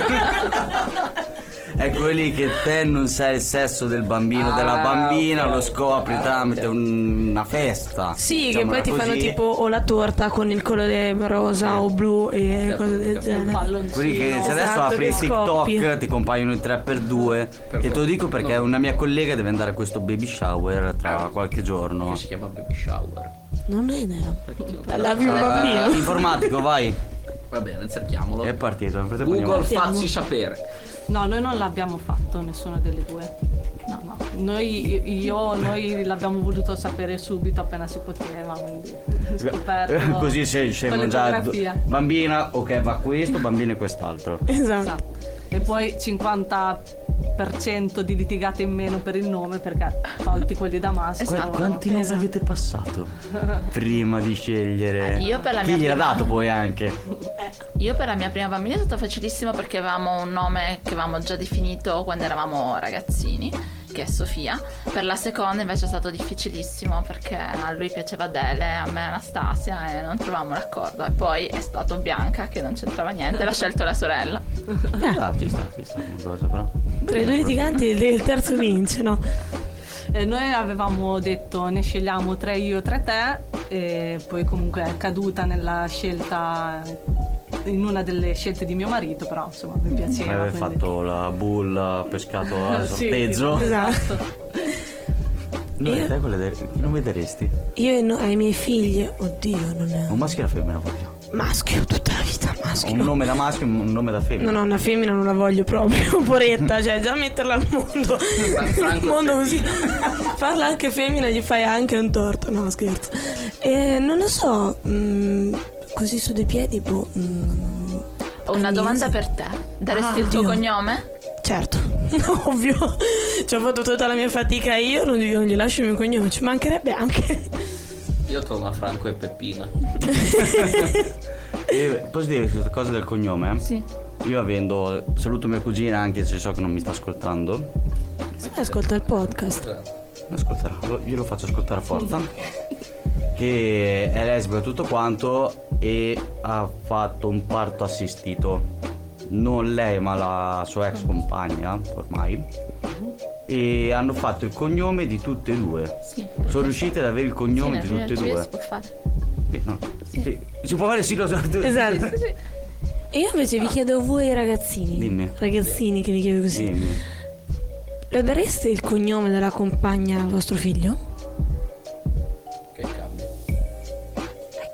Ecco lì che te non sai il sesso del bambino, Ah, della bambina, ok. lo scopri tramite un- una festa. Sì, che diciamola poi ti fanno così. tipo o la torta con il colore rosa o blu e cose del Un genere. palloncino. Quelli che se adesso Esatto, apri che scoppi. TikTok ti compaiono in tre per due. E te lo dico perché una mia collega deve andare a questo baby shower tra qualche giorno. Che si chiama baby shower. Non ho idea. La più bambino. Eh, informatico, vai. Va bene, cerchiamolo. È partito. nel frattempo Google, andiamo- facci sapere. No, noi non l'abbiamo fatto, nessuna delle due. No, no. Noi, io, noi l'abbiamo voluto sapere subito appena si poteva, quindi scoperto. Così se scegliono con già l'ecografia. bambina, ok, va questo, bambino e quest'altro. Esatto. Esatto. E poi cinquanta per cento di litigate in meno per il nome perché tolti quelli da maschio. Qu- quanti nomi avete passato prima di scegliere? Io per la Chi mia gliel'ha prima- dato poi anche? Io per la mia prima bambina è stato facilissimo perché avevamo un nome che avevamo già definito quando eravamo ragazzini, che è Sofia. Per la seconda invece è stato difficilissimo perché a lui piaceva Adele, a me Anastasia e non trovavamo l'accordo. E poi è stato Bianca che non c'entrava niente, l'ha scelto la sorella. Ah, ci sta, ci sta come cosa però. Tra i due litiganti il terzo vince, no? E noi avevamo detto ne scegliamo tre io, tre te, e poi comunque è caduta nella scelta, in una delle scelte di mio marito, però insomma mi piaceva. Aveva quindi- fatto la bulla, pescato al Sì, sorteggio. Esatto. No, Io- te quelle de- chi non vedresti? Io e no- ai miei figli, oddio, non è. Un maschio e una femmina proprio. Maschio, tutta la vita Un maschio. nome da maschio e un nome da femmina. No, no, una femmina non la voglio proprio, poretta, cioè già metterla al mondo, il mondo così, farla anche femmina gli fai anche un torto, no scherzo. E non lo so, mm, così su dei piedi, boh. mm, Ho una Agnese. domanda per te. Daresti Ah, il tuo Dio. cognome? Certo, ovvio, ci ho fatto tutta la mia fatica io, non gli, non gli lascio il mio cognome, ci mancherebbe anche. Io torno a Franco e Peppina. E posso dire questa cosa del cognome? Sì. Io avendo, saluto mia cugina anche se so che non mi sta ascoltando. Ascolta il podcast. Ascolterà, lo- io lo faccio ascoltare a forza. Che è lesbica e tutto quanto e ha fatto un parto assistito. Non lei ma la sua ex compagna ormai. E hanno fatto il cognome di tutte e due. Sì. Sono riuscite ad avere il cognome Sì, di nella tutte e prima due. si può fare. Sì, no. Sì. Si può fare sì, lo so. Esatto. E io invece vi chiedo voi ragazzini, Dimmi. ragazzini che vi chiedo così, Dimmi. lo dareste il cognome della compagna al vostro figlio? Che cambio. Eh,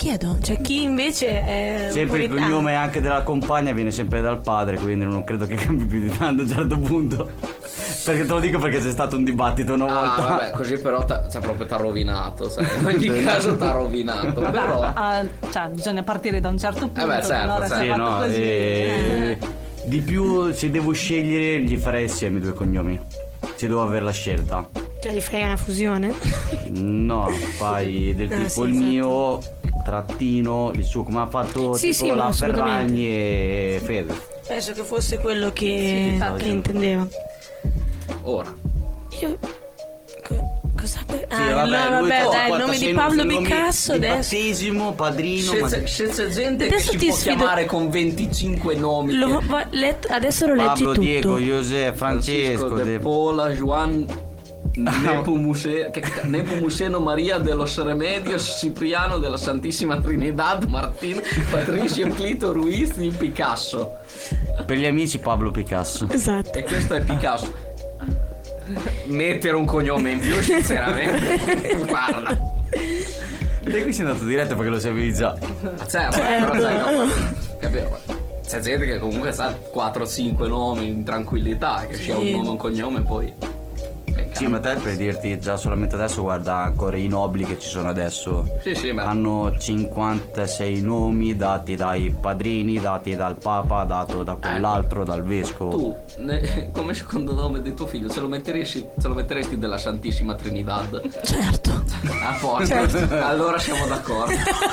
chiedo, cioè chi invece è Sempre il puritano? cognome anche della compagna viene sempre dal padre, quindi non credo che cambi più di tanto a un certo punto. Perché te lo dico perché c'è stato un dibattito una Ah, volta. vabbè, così però t'ha, cioè, proprio t'ha rovinato, sai. In ogni caso t'ha rovinato. Vabbè, Però. ah, cioè, bisogna partire da un certo punto. beh, certo, allora, certo. se Sì, è fatto no, così, eh, di più se devo scegliere gli farei assieme i due cognomi. Se devo avere la scelta. Cioè gli fai una fusione? No, fai del Ah, tipo sì, il esatto. mio trattino, il suo come ha fatto Sì, tipo sì, ma la assolutamente. Ferragni e Fede. Penso che fosse quello che, infatti. che intendeva. Ora. Io... co- Cosa per... Sì, ah, no, lui vabbè, fa dai, il quattro, nome sei di no- Pablo sei nomi Picasso di adesso. battesimo, padrino, ma- C'è, c'è gente Adesso che ti si può sfido- chiamare con venticinque nomi. Lo- che- va- let- adesso lo leggi Pablo, tutto. Diego, José, Francesco, De De- Paula, Juan, Nepomuceno, che- Nepomuceno Maria de los Remedios, Cipriano della Santissima Trinidad, Martín, Patricio Clito Ruiz di Picasso. per gli amici Pablo Picasso. Esatto. E questo è Picasso. Mettere un cognome in più, sinceramente, guarda. E qui sei andato diretto perché lo sapevi già. Ma certo, però sai, no, capito? C'è gente che comunque sa quattro cinque nomi in tranquillità, che sia un nome e un cognome poi. Sì, ma te per dirti già solamente adesso guarda ancora i nobili che ci sono adesso. Sì, sì, ma Hanno cinquantasei nomi dati dai padrini, dati dal papa, dato da quell'altro, dal vescovo. tu ne- come secondo nome di tuo figlio se lo metteresti, se lo metteresti della Santissima Trinidad? Certo. A posto, allora siamo d'accordo.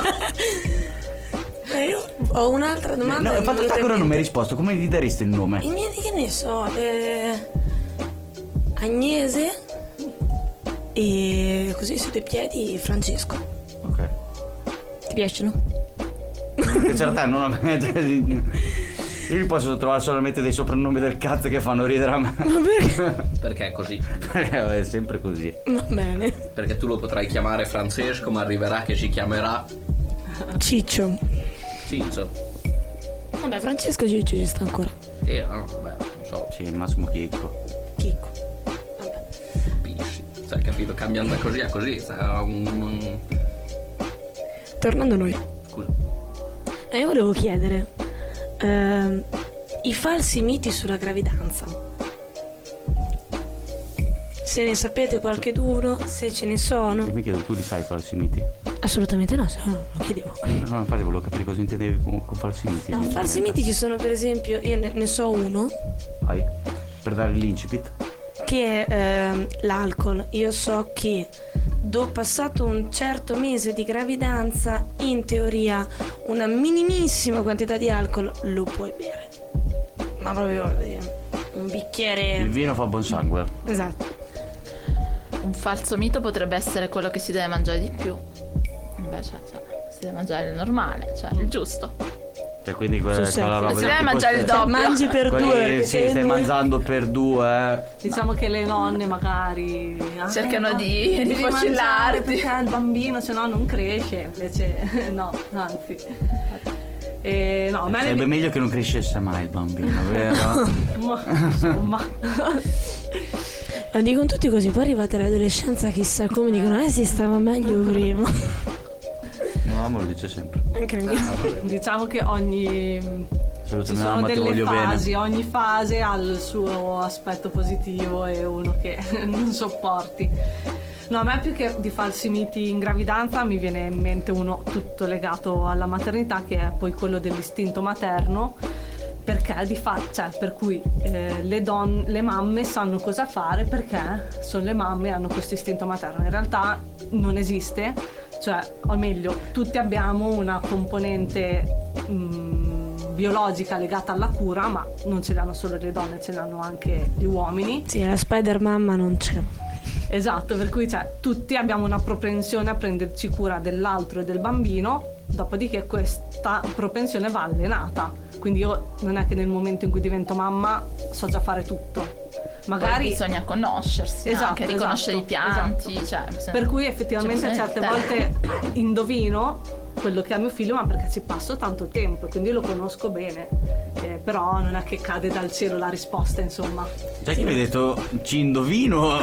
Eh, io ho un'altra domanda. No, che infatti mi ancora non mi hai viene risposto, come gli daresti il nome? in mente. Che ne so, eh, Agnese e così su due piedi Francesco. Ok. Ti piacciono? Perché c'era te, non a me. Io gli posso trovare solamente dei soprannomi del cazzo che fanno ridere a me. Perché è così? Perché è sempre così. Va bene. Perché tu lo potrai chiamare Francesco, ma arriverà che si chiamerà Ciccio. Ciccio. Vabbè, Francesco Ciccio ci sta ancora. E no, vabbè, non so, Sì, Massimo Chicco. Chicco. Vabbè. pisci. Cioè, capito? Cambiando da così a così. Sarà un, un... Tornando a noi. Scusa. Eh, io volevo chiedere ehm, i falsi miti sulla gravidanza. Se ne sapete qualcheduno, se ce ne sono. E mi chiedo, tu li sai falsi miti? Assolutamente no, se no lo chiedevo. No, infatti volevo capire cosa intendevi con, con falsi miti. No, falsi miti ci sono per esempio, io ne, ne so uno, Vai, per dare l'incipit. che è ehm, l'alcol. Io so che dopo passato un certo mese di gravidanza, in teoria una minimissima quantità di alcol lo puoi bere. Ma proprio eh, un Il bicchiere. vino fa buon sangue. Esatto. Un falso mito potrebbe essere quello che si deve mangiare di più. Invece, cioè, si deve mangiare il normale, cioè il giusto. Cioè quindi quella, Sul quella serio. roba Si del deve tipo mangiare il stai- doppio. Mangi per quelli- due. perché sì, sei stai due. mangiando per due. eh. Diciamo che le nonne magari ah, Cercano no, di- di devi mangiare focillarti. perché il bambino se no non cresce, invece no, anzi. E, no, a me Sarebbe le- meglio che non crescesse mai il bambino, vero? ma, insomma. Lo dicono tutti così, poi arrivate all'adolescenza chissà come dicono, eh si stava meglio prima. No, ma lo dice sempre. Incredibile. Diciamo che ogni Saluto ci mia sono mamma, te delle voglio fasi, bene. ogni fase ha il suo aspetto positivo e uno che non sopporti. No, a me più che di falsi miti in gravidanza mi viene in mente uno tutto legato alla maternità, che è poi quello dell'istinto materno, perché di fatto, cioè, per cui eh, le donne, le mamme sanno cosa fare perché sono le mamme e hanno questo istinto materno. In realtà non esiste, cioè, o meglio, tutti abbiamo una componente mh, biologica legata alla cura, ma non ce l'hanno solo le donne, ce l'hanno anche gli uomini. Sì, la Spider Mamma non c'è. Esatto, per cui cioè, tutti abbiamo una propensione a prenderci cura dell'altro e del bambino, dopodiché questa propensione va allenata. Quindi io non è che nel momento in cui divento mamma so già fare tutto. Magari Poi bisogna conoscersi, Esatto, anche riconoscere esatto, i pianti, esatto. cioè, bisogna- Per cui effettivamente c'è certe bisogno di volte indovino quello che ha mio figlio, ma perché ci passo tanto tempo, quindi lo conosco bene, eh, però non è che cade dal cielo la risposta, insomma. Già che mi hai detto ci indovino.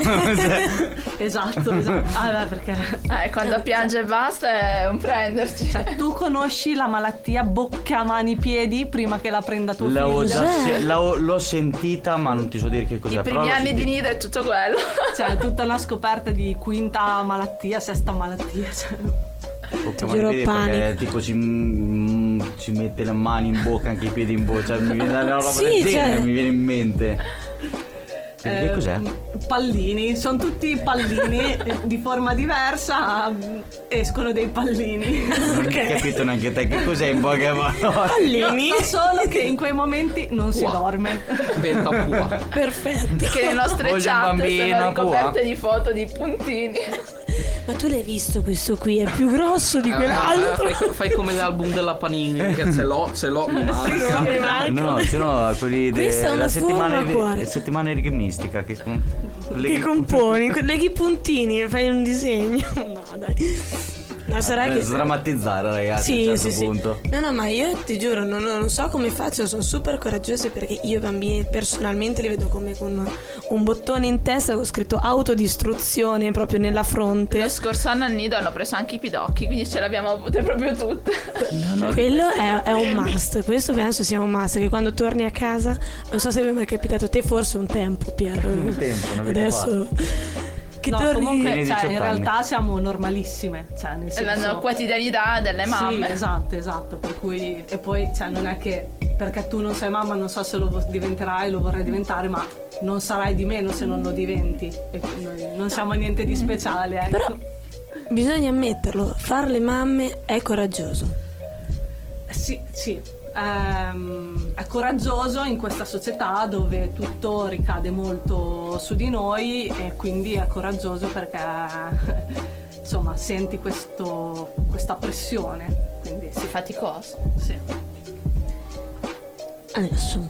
Esatto, esatto. Ah, beh, perché Eh, quando piange e basta è un prenderci. cioè, tu conosci la malattia bocca, mani, piedi prima che la prenda tuo L'ho, figlio? già se- l'ho, l'ho sentita, ma non ti so dire che cos'è. I però primi l'ho anni di sentita. nido è tutto quello. Cioè, è tutta una scoperta di quinta malattia, sesta malattia, cioè. Bocca, giuro, mani, piedi, perché panico. tipo ci, mm, ci mette le mani in bocca, anche i piedi in bocca, cioè mi viene una roba Sì, del genere, cioè- mi viene in mente. E che Eh, cos'è? Pallini, sono tutti pallini eh, di forma diversa, mm, escono dei pallini. Non hai capito neanche te che cos'è in poche parole. Pallini? So solo che in quei momenti non si dorme. Diventa pua. Perfetto. Che le nostre Voglio un chat bambino, sono ricoperte qua. di foto di puntini. Ma tu l'hai visto questo qui? È più grosso di Eh, quell'altro. eh, fai, fai come l'album della Panini, che ce l'ho, ce l'ho, mi manca. Mi manca. No, ci sono quelli Questa è una della settimana, forma, cuore. settimana enigmistica che sono quelli Che componi? Quelli che puntini, fai un disegno. No, dai. No, sarà che... sdrammatizzare, ragazzi, Sì, a un certo sì, punto. sì. No, no, ma io ti giuro, non, non so come faccio, sono super coraggiosa perché io i bambini personalmente li vedo come con un bottone in testa con scritto autodistruzione proprio nella fronte. Lo scorso anno al nido hanno preso anche i pidocchi, quindi ce l'abbiamo avute proprio tutte. Quello è, è un must, questo penso sia un must, che quando torni a casa, non so se vi è mai capitato a te, forse un tempo, Pier. Un tempo, una vita Adesso... Che No, torni... comunque, Tieni cioè, in diciotto anni. realtà siamo normalissime, cioè nel È la senso... quotidianità delle mamme. Sì, esatto, esatto, per cui e poi cioè non è che perché tu non sei mamma, non so se lo vo- diventerai, lo vorrai diventare, ma non sarai di meno se non lo diventi. E noi non siamo niente di speciale, ecco. Però bisogna ammetterlo, far le mamme è coraggioso. Sì, sì. Ehm, è coraggioso in questa società dove tutto ricade molto su di noi e quindi è coraggioso perché insomma senti questo, questa pressione, quindi sì, Faticoso. sì. Adesso.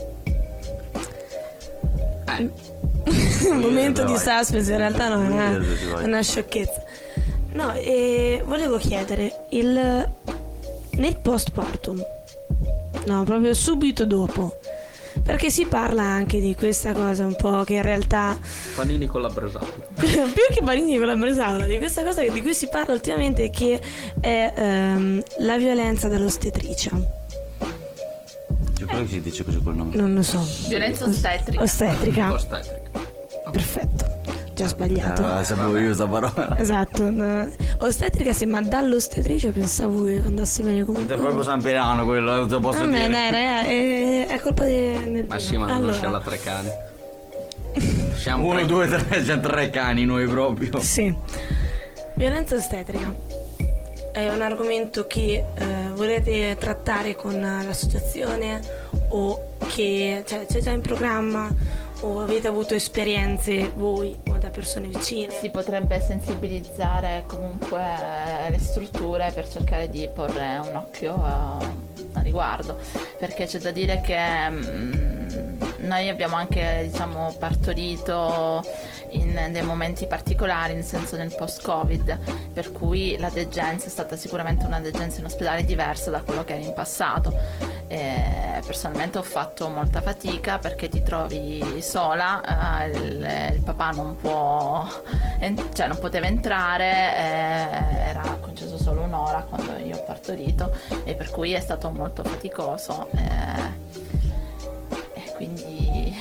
Eh, Un momento di vai. suspense, in realtà non è una, Vai. è una sciocchezza. No, e volevo chiedere, il, nel postpartum, no, proprio subito dopo, perché si parla anche di questa cosa un po' che in realtà, Panini con la bresaola. più che Panini con la bresaola, di questa cosa di cui si parla ultimamente, che è ehm, la violenza dall'ostetricia. Io credo che si dice così col nome. Non lo so. Violenza ostetrica. Ostetrica. Ostetrica. Perfetto. Già sbagliato. Ah, sapevo io sta parola. Esatto, no. Ostetrica sì, ma dall'ostetrice pensavo che andasse bene È comunque. proprio San Pirano quello, non te lo posso A me, dire. dai, ragazzi, è, è colpa di... Ma sì, ma non allora, siamo la tre cani. Siamo Uno, tre- due, tre, c'è tre cani noi proprio. Sì. Violenza ostetrica. È un argomento che eh, volete trattare con l'associazione o che cioè, c'è già in programma o avete avuto esperienze voi o da persone vicine? Si potrebbe sensibilizzare comunque le strutture per cercare di porre un occhio a, a riguardo, perché c'è da dire che mm, noi abbiamo anche diciamo partorito in dei momenti particolari, nel senso nel post-Covid, per cui la degenza è stata sicuramente una degenza in ospedale diversa da quello che era in passato. E personalmente ho fatto molta fatica perché ti trovi sola, eh, il, il papà non può, en- cioè non poteva entrare, eh, era conceso solo un'ora quando io ho partorito e per cui è stato molto faticoso. eh, e quindi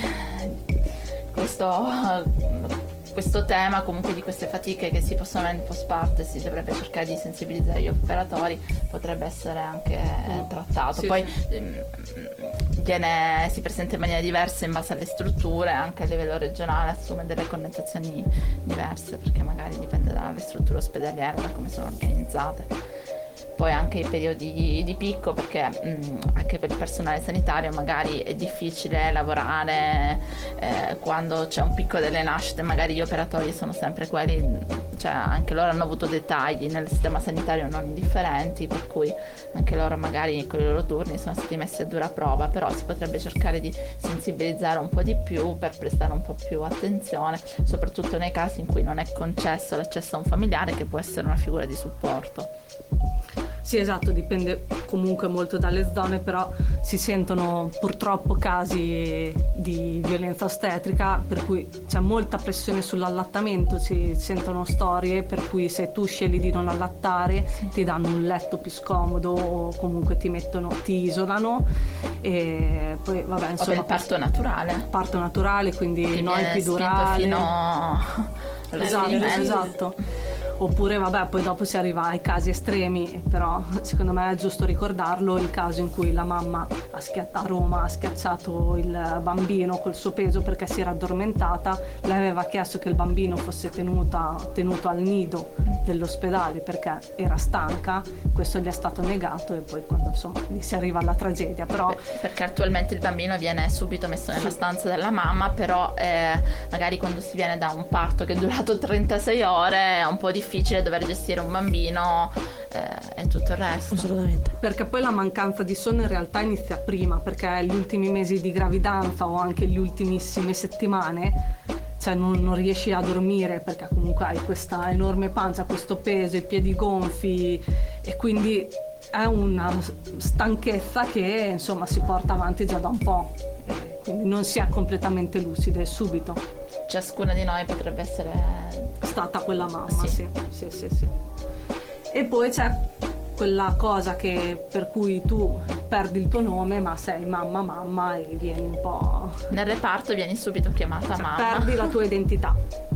questo questo tema comunque di queste fatiche che si possono avere in postparto e si dovrebbe cercare di sensibilizzare gli operatori, potrebbe essere anche eh, trattato. Sì, Poi sì. ehm, viene, si presenta in maniera diversa in base alle strutture, anche a livello regionale assume delle connotazioni diverse perché magari dipende dalle strutture ospedaliere, da come sono organizzate. Poi anche i periodi di, di picco, perché mh, anche per il personale sanitario magari è difficile lavorare eh, quando c'è un picco delle nascite, magari gli operatori sono sempre quelli, cioè anche loro hanno avuto dei tagli nel sistema sanitario non indifferenti, per cui anche loro magari con i loro turni sono stati messi a dura prova, però si potrebbe cercare di sensibilizzare un po' di più per prestare un po' più attenzione, soprattutto nei casi in cui non è concesso l'accesso a un familiare che può essere una figura di supporto. Sì, esatto, dipende comunque molto dalle zone, però si sentono purtroppo casi di violenza ostetrica, per cui c'è molta pressione sull'allattamento, si sentono storie per cui se tu scegli di non allattare ti danno un letto più scomodo o comunque ti mettono, ti isolano e poi vabbè insomma... Vabbè, il parto naturale. Parto naturale, quindi Che no viene epidurale. spinto fino Esatto, all'esperimento. esatto. Oppure vabbè, poi dopo si arriva ai casi estremi, però secondo me è giusto ricordarlo, il caso in cui la mamma a, schia- a Roma ha schiacciato il bambino col suo peso perché si era addormentata, lei aveva chiesto che il bambino fosse tenuta, tenuto al nido dell'ospedale perché era stanca, questo gli è stato negato e poi quando insomma si arriva alla tragedia, però... Per- perché attualmente il bambino viene subito messo nella stanza della mamma, però eh, magari quando si viene da un parto che è durato trentasei ore è un po' difficile difficile dover gestire un bambino eh, e tutto il resto. Assolutamente. Perché poi la mancanza di sonno in realtà inizia prima, perché gli ultimi mesi di gravidanza o anche le ultimissime settimane, cioè non, non riesci a dormire perché comunque hai questa enorme pancia, questo peso, i piedi gonfi e quindi è una stanchezza che insomma si porta avanti già da un po', e quindi non si è completamente lucide subito. Ciascuna di noi potrebbe essere Stata quella mamma, Sì. sì, sì, sì, sì. E poi c'è quella cosa che per cui tu perdi il tuo nome ma sei mamma mamma e vieni un po'... nel reparto, vieni subito chiamata cioè, mamma. perdi la tua identità.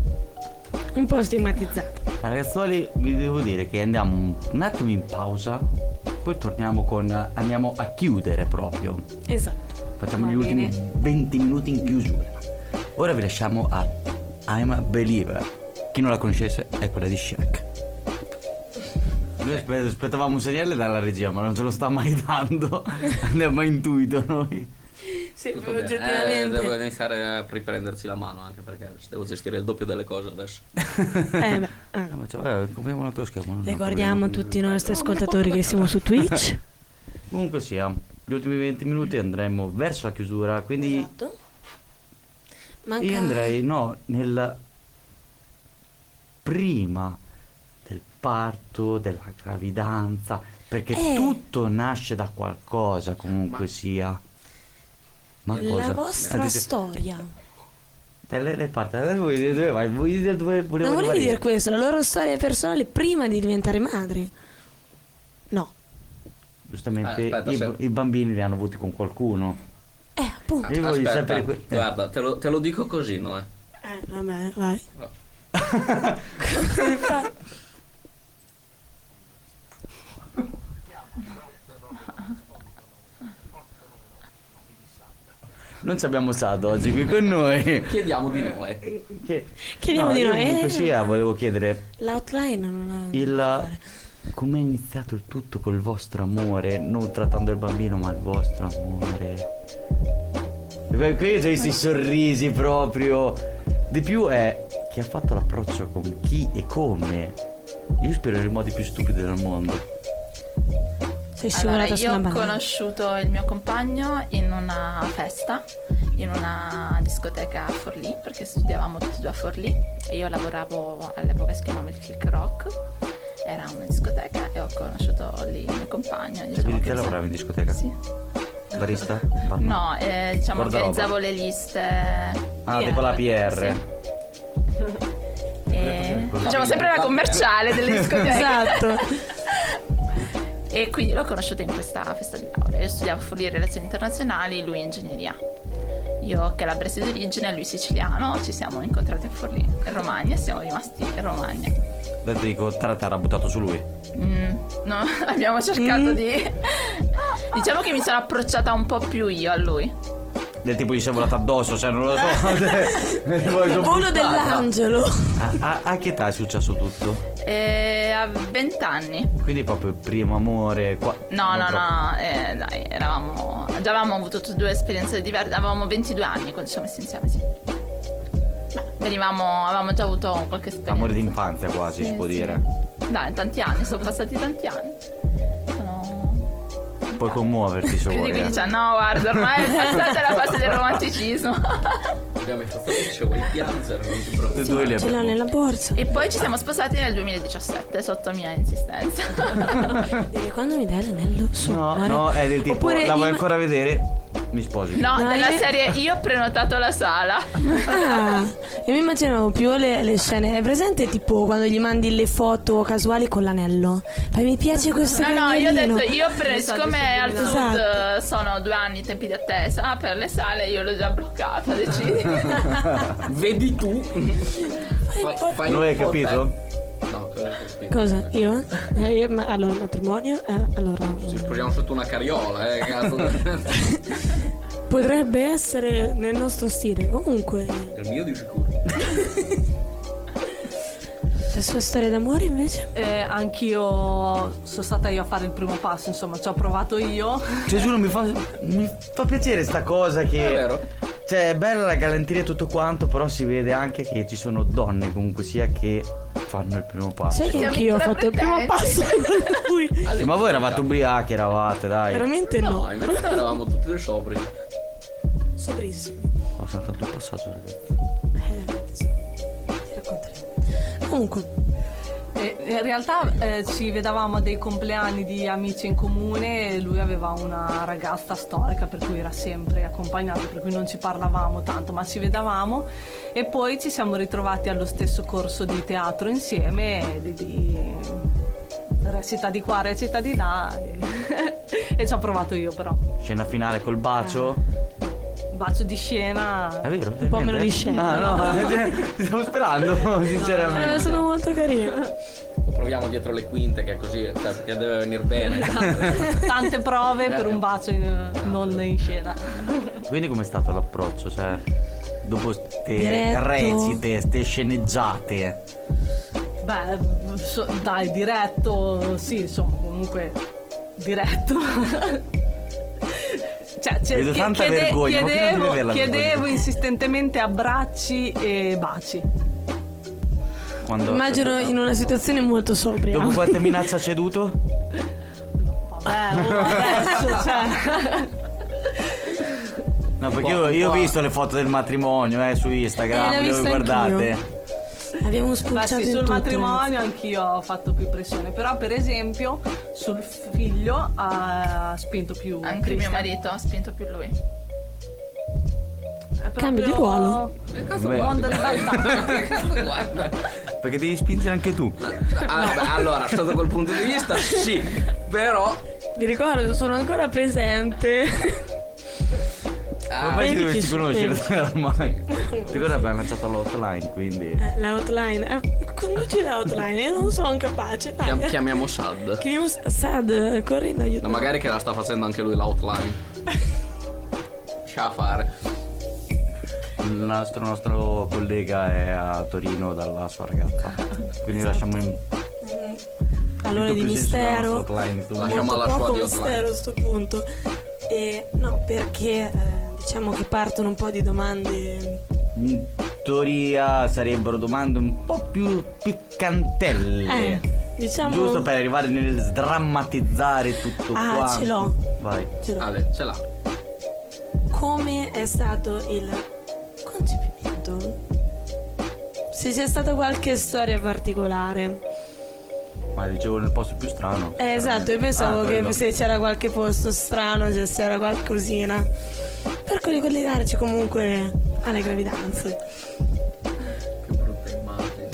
Un po' stigmatizzato. Ragazzuoli, vi devo dire che andiamo un- un attimo in pausa, poi torniamo con... andiamo a chiudere proprio. Esatto. Facciamo Va gli ultimi bene. venti minuti in chiusura. Ora vi lasciamo a I'm a Believer. Chi non la conoscesse è quella di Shaq. Noi aspe- aspettavamo un segnale dalla regia, ma non ce lo sta mai dando. Andiamo a intuito noi. Sì, Tutto bene. Eh, oggettivamente. devo iniziare a riprendersi la mano anche perché devo gestire il doppio delle cose adesso. Eh, beh, eh. Ah, ma cioè, eh, compriamo un altro schermo. non ho Ricordiamo a problema. tutti i nostri ascoltatori che siamo su Twitch. Comunque sia, gli ultimi venti minuti andremo verso la chiusura, quindi Esatto. Manca... io andrei, no, nel prima del parto, della gravidanza, perché Eh. tutto nasce da qualcosa, comunque sia. Ma cosa? La vostra Anzi, storia. te le, le parti, eh, voi dove vai? Voi dove dove volevo Non volevi arrivare dire io? questo, la loro storia personale prima di diventare madri. No. Giustamente Eh, aspetta, i, se- i bambini li hanno avuti con qualcuno. Eh, appunto. Io voglio Aspetta, sapere que- eh. guarda, te lo, te lo dico così, no? Eh. Eh, vabbè, vai. Non ci abbiamo Sado oggi qui con noi. Chiediamo di noi. Che... Chiediamo no, di io noi. comunque eh, sia, volevo chiedere L'outline non ha... il come è iniziato il tutto col vostro amore, non trattando il bambino ma il vostro amore. E poi qui c'è questi sorrisi proprio. Di più è chi ha fatto l'approccio con chi e come. Io spero nei modi più stupidi del mondo. Sei Allora, scivolata io sulla ho banana. conosciuto il mio compagno in una festa, in una discoteca a Forlì, perché studiavamo tutti e due a Forlì e io lavoravo all'epoca, si chiamava il Click Rock, era una discoteca e ho conosciuto lì il mio compagno. E Diciamo quindi che te lavoravi in discoteca? Sì. Barista? No, eh, diciamo Guardaroba. organizzavo le liste. Ah, tipo la P R. E facciamo sempre la commerciale delle discoteche. Esatto. E quindi l'ho conosciuta in questa festa di laurea. Io studiavo fuori relazioni internazionali, lui ingegneria. Io calabrese di origine, lui siciliano, ci siamo incontrati a Forlì, in Romagna, e siamo rimasti in Romagna. Adesso dico, te l'ha buttato su lui. Mm, no, abbiamo cercato di... Diciamo che mi sono approcciata un po' più io a lui. Del tipo gli sei volata addosso, cioè non lo so. Il volo dell'angelo. a, a, a che età è successo tutto? E a vent'anni. Quindi proprio il primo amore qua. No, non no, troppo. no, eh, dai, eravamo... Già avevamo avuto tutte e due esperienze diverse, avevamo ventidue anni quando ci siamo messi insieme, sì. Venivamo, avevamo già avuto qualche esperienza. Amore d'infanzia quasi, Sì, si può sì. dire. Dai, tanti anni, sono passati tanti anni. Sono... Puoi commuoverti se Più di vuoi. quindici eh. anni. No, guarda, ormai è passata la fase del romanticismo. abbiamo i fazzoletti, vuoi piangere, non ti Tutti e preoccupare. due li Ce l'ho abbiamo. nella borsa. E poi ci siamo sposati nel duemiladiciassette sotto mia insistenza. E quando mi dai l'anello su No, amore? no, è del tipo, Oppure la vuoi imma- ancora vedere? Mi sposi. No, Dai. della serie io ho prenotato la sala. Ah, io mi immaginavo più le, le scene. È presente tipo quando gli mandi le foto casuali con l'anello? Poi mi piace questo No, no, io ho cagnolino. detto, io ho preso, siccome al sud Esatto. eh, sono due anni i tempi di attesa per le sale, io l'ho già bloccata, decidi. Vedi tu. Fai, fai Non un hai po' capito? te. No, cosa hai capito? Cosa? Io? Eh, io ma, allora, matrimonio? Eh, allora. Ci sposiamo sotto una carriola, eh, cazzo. Potrebbe essere nel nostro stile. Comunque, Il mio di sicuro. la sua storia d'amore invece? Eh, anch'io sono stata io a fare il primo passo, insomma, ci ho provato io. Cioè, giuro, mi fa, mi fa piacere sta cosa che... È vero? Cioè, è bella la galanteria e tutto quanto, però si vede anche che ci sono donne comunque sia che fanno il primo passo. Sai che Siamo anch'io ho fatto il primo intraprendenti. passo con lui? Sì, ma voi eravate ubriachi, eravate, dai. Veramente no. No, in verità eravamo tutti due sobri. Sobrissimo. Ho fatto il passaggio, ragazzi. Eh, sì. Ti racconteremo. Comunque, E in realtà eh, ci vedevamo a dei compleanni di amici in comune e lui aveva una ragazza storica per cui era sempre accompagnato, per cui non ci parlavamo tanto, ma ci vedevamo e poi ci siamo ritrovati allo stesso corso di teatro insieme, di, di recita di qua, recita di là e, e ci ho provato io però. Scena finale col bacio. Bacio di scena. È vero? Un po' meno di scena. Ah, no, ti stavo sperando, eh, sinceramente. sono molto carino. Lo proviamo dietro le quinte, che è così, cioè, perché deve venire bene. Tante prove per un bacio in- non in scena. Quindi com'è stato l'approccio? Cioè, dopo ste Diretto. recite, ste sceneggiate. Beh, so- dai, diretto, sì, insomma, comunque diretto. Cioè, cioè, Vedo chie- tanta chiede- vergogna, ma prima devi chiedevo, averla chiedevo vergogna. insistentemente abbracci e baci. Quando... Immagino in una situazione molto sobria. Dopo quante minacce ha ceduto? Vabbè, oh, adesso, cioè. No, perché io, io ho visto le foto del matrimonio eh, su Eh, Instagram, l'ho le vista guardate. anch'io. Abbiamo Beh, spulciato sì, in sul tutto. matrimonio anch'io ho fatto più pressione, però per esempio sul figlio ha spinto più Anche mio Christian. marito ha spinto più lui. È Cambio di proprio ruolo. Beh, mondo di battaglia. Guarda. perché devi spingere anche tu. Ah, beh, allora, sotto quel punto di vista, sì, però. Vi ricordo, sono ancora presente. Ah, Ormai ci vedi dovresti che conoscere succede? ormai. Ti ricordi abbiamo lanciato l'hotline, quindi. Eh, la hotline. Eh, conduci la hotline, io non sono capace. Dai. chiam- chiamiamo Sad. Chiamiamo Sad, corri in aiuto. No, magari che la sta facendo anche lui l'outline. Lascia fare. Il nostro, nostro collega è a Torino dalla sua ragazza. Quindi lasciamo in. Allora in di doppio senso la mistero. nostra hotline, tu. Lasciamo Molto alla sua poco di hotline. mistero a sto punto. E no, perché eh, diciamo che partono un po' di domande. In teoria sarebbero domande un po' più piccantelle. Eh, diciamo. Giusto per arrivare nel sdrammatizzare tutto Ah, quanto. ce l'ho. Vai. ce l'ho. Ale, ce l'ha. Come è stato il concepimento? Se c'è stata qualche storia particolare. Ma dicevo nel posto più strano. Eh, esatto, io pensavo Ah, che quello. se c'era qualche posto strano, se c'era qualcosina. Per ricollegarci comunque alle gravidanze. Che brutta immagine.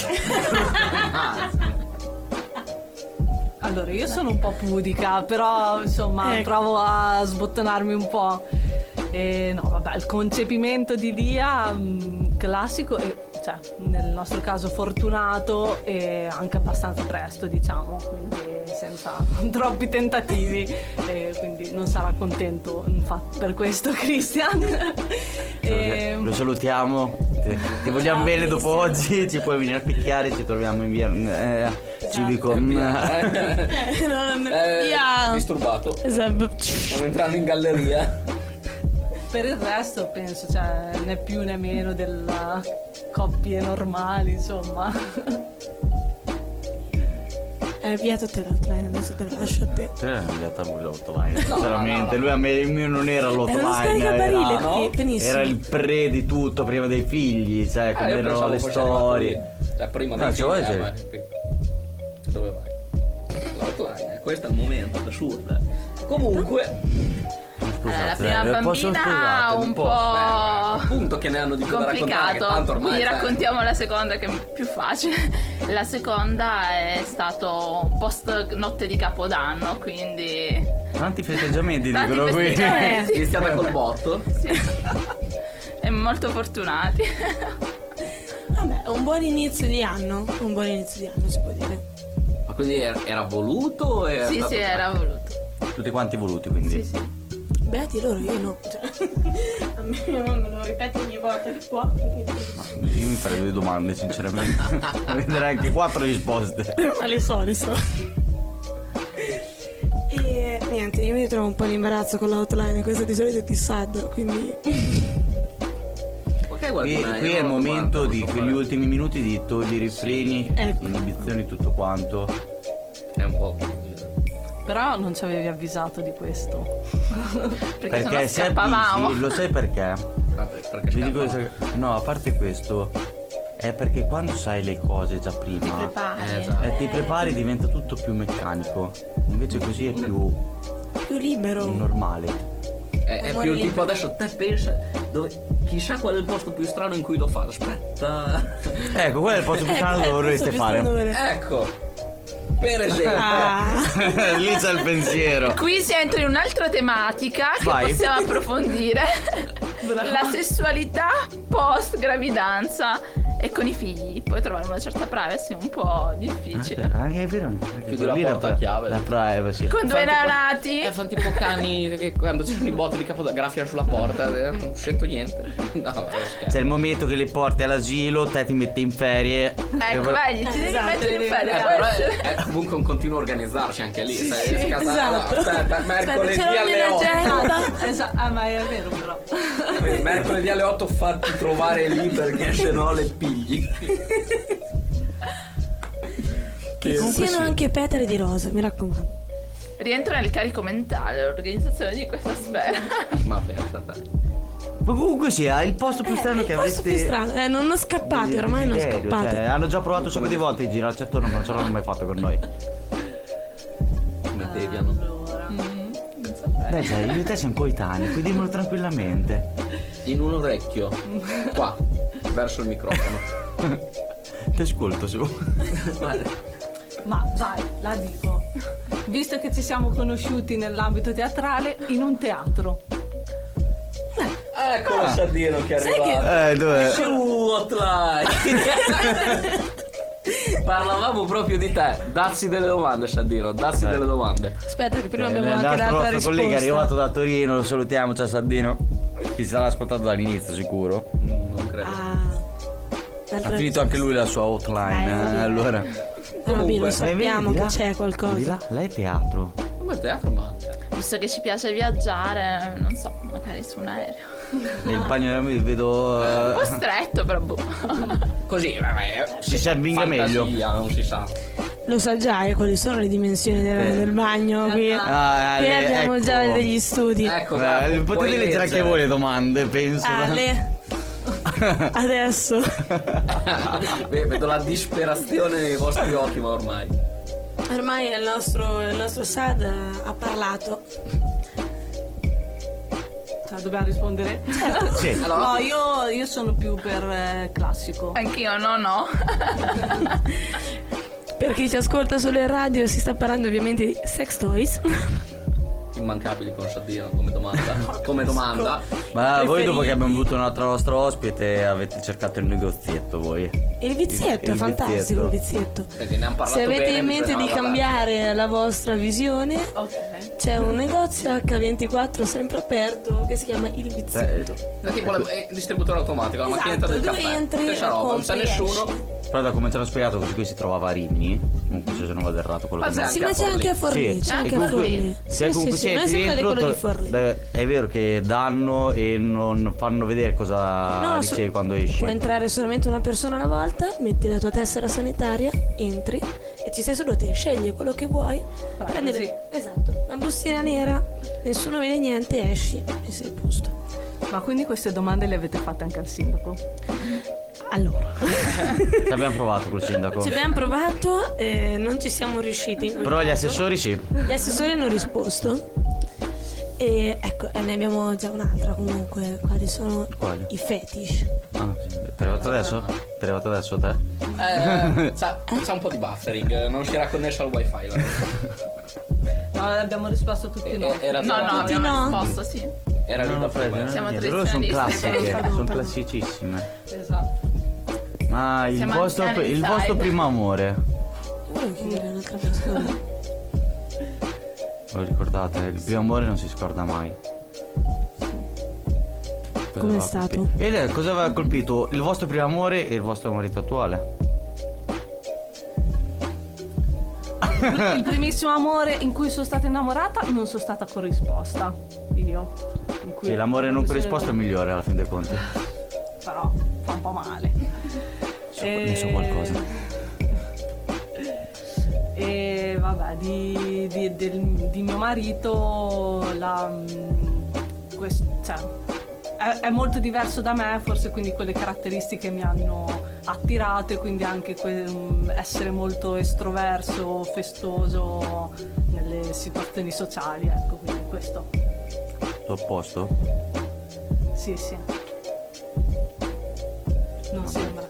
Allora, io sono un po' pudica, però insomma Ecco. provo a sbottonarmi un po'. E no, vabbè, il concepimento di Lia, mh, classico, e, cioè nel nostro caso fortunato e anche abbastanza presto, diciamo, quindi senza troppi tentativi, e quindi non sarà contento infatti per questo Christian. E, Lo salutiamo. Ti, ti vogliamo bene dopo oggi. Ci puoi venire a picchiare. Ci troviamo in via eh, civico. Eh, non- Eh, via. disturbato. Esatto. Stiamo entrando in galleria. per il resto penso, cioè, né più né meno delle coppie normali, insomma. È È vietato te l'outline, adesso te lo lascio a te. Cioè, è andata pure l'outline. Sinceramente, lui a me il mio non era l'outline. Era uno scaricabarile, era, qui, benissimo. era il pre di tutto prima dei figli, sai, come Eh, io erano pensavo le fosse storie. arrivato lì. Cioè, prima No, dei ci figli, vuole eh, sì. ma- Dove vai? L'outline, eh, questo è il momento, assurdo. Comunque, Allora, la Scusate, prima eh, posso- bambina scusate, un un po' po'. appunto che ne hanno di più da raccontare, che complicato, tanto ormai quindi cioè, raccontiamo la seconda che è più facile. La seconda è stato post notte di Capodanno, quindi Tanti festeggiamenti Tanti dicono qui. festeggiamenti. è iniziata col botto. sì. E molto fortunati. Vabbè, un buon inizio di anno, un buon inizio di anno si può dire. Ma quindi era, era voluto o era Sì, stato- sì, era voluto. Tutti quanti voluti, quindi. Sì, sì. Beati loro, io no. Cioè, a me mia mamma me lo ripete ogni volta che può. Io mi farei due domande, sinceramente. Prenderei anche quattro risposte. Ma le so, le so. E niente, io mi trovo un po' in imbarazzo con l'outline, questo di solito ti sad, quindi... Ok, guarda, Qui, ma qui io è il non lo momento guardo, di non so quegli fare. ultimi minuti di togliere i freni, ecco. inibizioni, tutto quanto. È un po'. Però non ci avevi avvisato di questo. Perché, se no Perché se scappavamo. avvisi, lo sai perché? Vabbè, perché Vi dico, scappa. no, a parte questo, è perché quando sai le cose già prima, Prepari. Eh, esatto. e ti prepari diventa tutto più meccanico. Invece così è più Più libero. normale. È, è più tipo adesso te pensa dove, chissà qual è il posto più strano in cui lo fa. Aspetta. Ecco, quello è il posto più strano Eh, dove vorreste questo fare. mi stanno bene. Ecco. Per esempio. Ah, Lì c'è il pensiero. Qui si entra in un'altra tematica che Vai. possiamo approfondire. La sessualità post gravidanza e con i figli. Puoi trovare una certa privacy un po' difficile. Anche è vero. anche Chiudi la lì porta a chiave. La privacy. Con due neonati. Eh, fanno tipo cani che quando ci sono i botti di capo graffiano sulla porta. eh, Non sento niente. No, vabbè, scherzo. C'è il momento che li porti all'asilo, te ti metti in ferie. Ecco, vedi, ti devi Esatto, mettere in devi- ferie. Eh, può però essere. è, è comunque un continuo organizzarci anche lì. sai, sì, scasa- esatto. no, aspetta, mercoledì ce l'ho alle nell'agenda. Esatto, ah, ma è vero però. otto. Mercoledì alle otto fatti trovare lì perché se no le pigli. che ci siano anche petali di rosa, mi raccomando. Rientra nel carico mentale l'organizzazione di questa sfera. Ma pensa te. Ma comunque sia, il posto più strano che Il posto avreste. più strano, eh, non, non scappate, ormai non desiderio, scappate. cioè, hanno già provato un sacco di volte di girarci attorno, ma non ce l'hanno mai fatto con noi. Come deviano. Beh, cioè, io e te siamo coetanei, quindi dimmelo tranquillamente. In un orecchio. Qua. Verso il microfono. Ti ascolto su. Ma dai, la dico. Visto che ci siamo conosciuti nell'ambito teatrale, in un teatro. Ecco lo Sciadino che è Sai che- arrivato. Eh, dove? Su hotline. Parlavamo proprio di te. Dazzi delle domande, Sciadino. Dazzi delle domande. Aspetta che prima Eh, abbiamo il anche nostro l'altra nostro collega è arrivato risposta. da Torino, lo salutiamo, ciao Sardino. Chi sarà ascoltato dall'inizio sicuro. Non credo. Ah, Ha l'altra finito anche lui la sua hotline, Eh, eh, sì. allora. Vabbè, lo Eh, sappiamo vedi, che là- c'è Di qualcosa. là, là è teatro. Come teatro, ma. Visto che ci piace viaggiare, non so, magari su un aereo. Nel bagno mi vedo. eh, Un po' stretto, però boh. Così, vabbè. Si servinga meglio. Fantasia, non si sa. Lo sa già eh, quali sono le dimensioni del, Eh. del bagno qui. Ah, Qui Ale, abbiamo ecco. già degli studi. Ecco, Eh, dai, potete puoi leggere anche leggere. voi le domande, penso. Ale, adesso. Beh, vedo la disperazione nei vostri occhi, ma ormai. Ormai il nostro, il nostro Sad ha parlato. Cioè, dobbiamo rispondere? Sì. Allora, No, io, io sono più per eh, classico. Anch'io no, no. Per chi ci ascolta sulle radio si sta parlando ovviamente di sex toys. immancabili con Sciadino come domanda. Come domanda. Ma voi dopo che abbiamo avuto un altro nostro ospite avete cercato il negozietto voi? Il vizietto Il- è il fantastico, il vizietto. vizietto. Perché ne hanno parlato Se avete bene, in mente bisognava di parlare. cambiare la vostra visione, Ok. c'è un negozio acca ventiquattro sempre aperto che si chiama Il Vizietto. È tipo la- è il distributore automatico, la Esatto, macchinetta del dove caffè. entri, Stessa roba, non c'è compri, nessuno. esci. Però da come ci hanno spiegato così qui si trovava a Rimini, comunque se non vado errato quello Ma che c'è mi Sì, anche ma a c'è anche a Forlì, Sì, c'è e anche a comunque- Forlì. Se Sì, comunque sì, sì, noi siete siamo quelli dentro, quello di to- Forlì. beh, è vero che danno e non fanno vedere cosa No, su- ricevi quando esci. può entrare solamente una persona alla volta, metti la tua tessera sanitaria, entri e e ci sei solo te, scegli quello che vuoi, Ah, prendi così. le- esatto, una bustina nera, nessuno vede niente, esci e sei a posto. Ma quindi queste domande le avete fatte anche al sindaco? Allora, Ci abbiamo provato col sindaco. ci abbiamo provato e non ci siamo riusciti. in quel Però gli caso. assessori sì. Gli assessori hanno risposto. E ecco, e ne abbiamo già un'altra comunque. Quali sono Quali? i fetish? Ah, sì. Ti è arrivato adesso? Ti è arrivato adesso te? Eh, sa- c'ha un po' di buffering, non si era connesso al wifi. allora. No, abbiamo risposto tutti no. Eh, Era No, no, tutto- abbiamo no. risposto sì. Era lì No, da no, Fred, prima. no, Siamo niente, loro sono tradizionalisti. classiche, Pardon, sono pardon. classicissime. Esatto. Ma il Siamo vostro, anziani il vostro inside. primo amore, Volevo chiedere un'altra persona. lo ricordate? Il primo amore non si scorda mai. Cosa Com'è aveva stato? colpito? E lei, cosa aveva colpito? Il vostro primo amore e il vostro marito attuale? Il primissimo amore in cui sono stata innamorata non sono stata corrisposta. Io. In cui Sì, l'amore non mi sono- corrisposto è il migliore alla fin dei conti. Però fa un po' male. Ne so qualcosa. E vabbè, di, di- del- di mio marito la, mm, quest- cioè, è, è molto diverso da me, forse quindi quelle caratteristiche mi hanno attirato e quindi anche que- mm, essere molto estroverso, festoso nelle situazioni sociali, ecco, quindi questo. L'opposto? Sì, sì. Non sembra.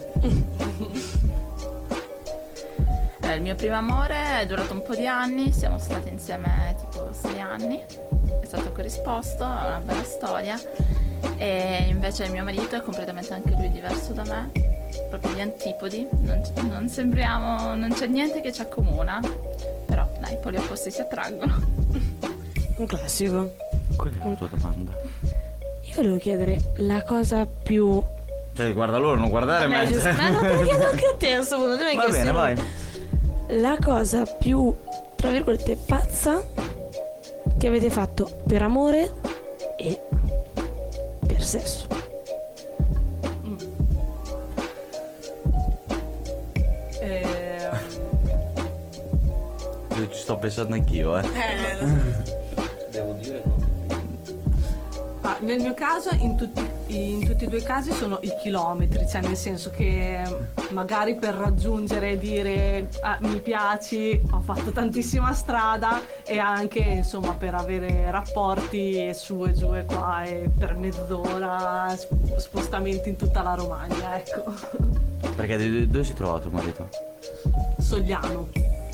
Eh, il mio primo amore è durato un po' di anni, siamo stati insieme tipo sei anni, è stato corrisposto, è una bella storia. E invece il mio marito è completamente anche lui diverso da me, proprio gli antipodi, non, non sembriamo, non c'è niente che ci accomuna, però dai, poi gli opposti si attraggono. Un classico. Qual è la tua domanda? Io volevo chiedere la cosa più. Cioè, guarda loro, non guardare Beh, me. giusto- ma no, te lo chiedo anche a te a questo punto. tu mi hai Va chiesto bene, io. vai. La cosa più, tra virgolette, pazza che avete fatto per amore e per sesso. E, Io ci sto pensando anch'io, eh. Devo dire no. ah, nel mio caso, in tutti, in tutti e due i casi sono i chilometri, cioè nel senso che magari per raggiungere e dire "Ah, mi piaci, ho fatto tantissima strada e anche insomma per avere rapporti e su e giù e qua e per mezz'ora sp- spostamenti in tutta la Romagna, ecco. Perché dove dove si trova tuo marito? Sogliano.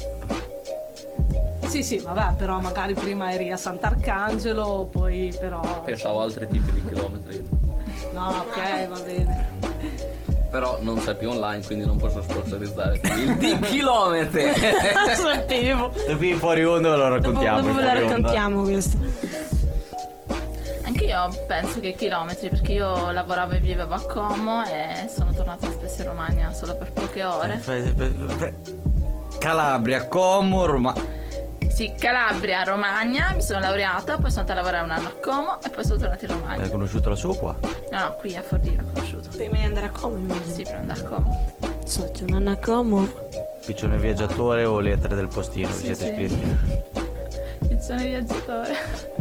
Sì, sì, vabbè, però magari prima eri a Sant'Arcangelo, poi però... Pensavo a altri tipi di chilometri. No, ok, va bene. Però non sei più online, quindi non posso sponsorizzare il di chilometri. Sapevo. Dopo fuori onda ve lo Dopo, raccontiamo. dopo ve fuori la onda. raccontiamo questo. Anche io penso che chilometri, perché io lavoravo e vivevo a Como e sono tornata spesso in Romagna solo per poche ore. Fe- fe- fe- Calabria, Como, Roma. Sì, Calabria, Romagna, mi sono laureata, poi sono andata a lavorare un anno a Como e poi sono tornata in Romagna. Hai conosciuto la sua qua? No, no, qui a Forlì l'ho conosciuto. Prima di andare a Como, immagino. Sì, per andare a Como. So, c'è un anno a Como. Piccione viaggiatore o lettere del postino, vi Sì, siete sì. iscritti? Edizione viaggiatore.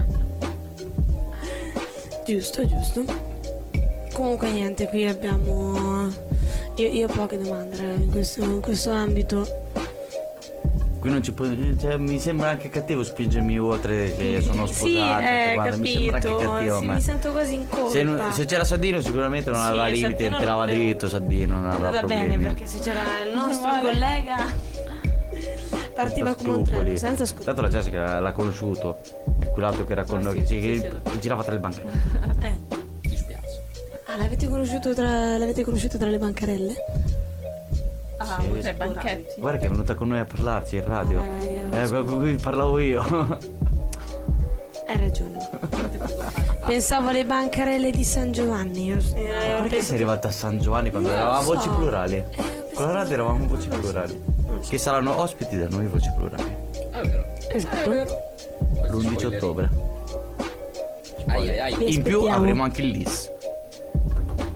Giusto, giusto. Comunque niente, qui abbiamo. Io, io ho poche domande raga, in questo, in questo ambito. Qui non ci può. Cioè, mi sembra anche cattivo spingermi oltre che sono sposato. Sì, cioè, eh, guarda, mi sembra anche capito. cattivo a Sì, me. mi sento quasi in colpa. Se, non- se c'era Saddino sicuramente non Sì, aveva limiti, Saddino tirava non- dritto Saddino, non aveva Va problemi. bene, perché se c'era il nostro Normale. collega partiva Senza come un treno, scrupoli. senza scrupoli. Tanto la Jessica l'ha conosciuto, è quell'altro che era con Ah, noi, sì, che, sì, che sì, girava tra le banche. Eh. Mi dispiace. Ah, l'avete conosciuto tra, l'avete conosciuto tra le bancarelle? Ah, Sì. vuoi Tre sicurare? banchetti. Guarda che è venuta con noi a parlarci in radio. Eh, Eh, con cui parlavo io. Hai ragione. Pensavo alle bancarelle di San Giovanni. Io, eh, ho Perché sei arrivata a San Giovanni quando Non lo eravamo so. voci plurali? Eh, ho Con la radio eravamo voci plurali. Che saranno ospiti da noi voci plurali. È vero. Esatto. L'undici ottobre. Ai ai ai. Li In più aspettiamo. avremo anche il L I S.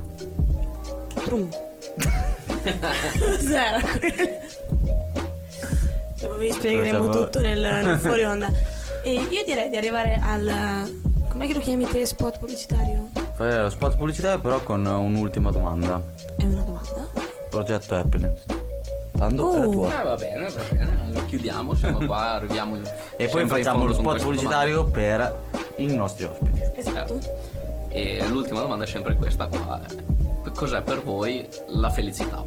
Trum. Cos'era quello? dopo vi spiegheremo tutto nel, nel fuori onda. E io direi di arrivare al... com'è che lo chiami te, spot pubblicitario? Fai lo spot pubblicitario però con un'ultima domanda. È una domanda? Progetto Happiness. Tanto Oh. è tua. Eh, va bene, va bene, lo chiudiamo, siamo qua, arriviamo in- E poi sempre in facciamo fondo lo con spot questa pubblicitario per i nostri ospiti. Esatto. domanda. E l'ultima domanda è sempre questa qua. Cos'è per voi la felicità?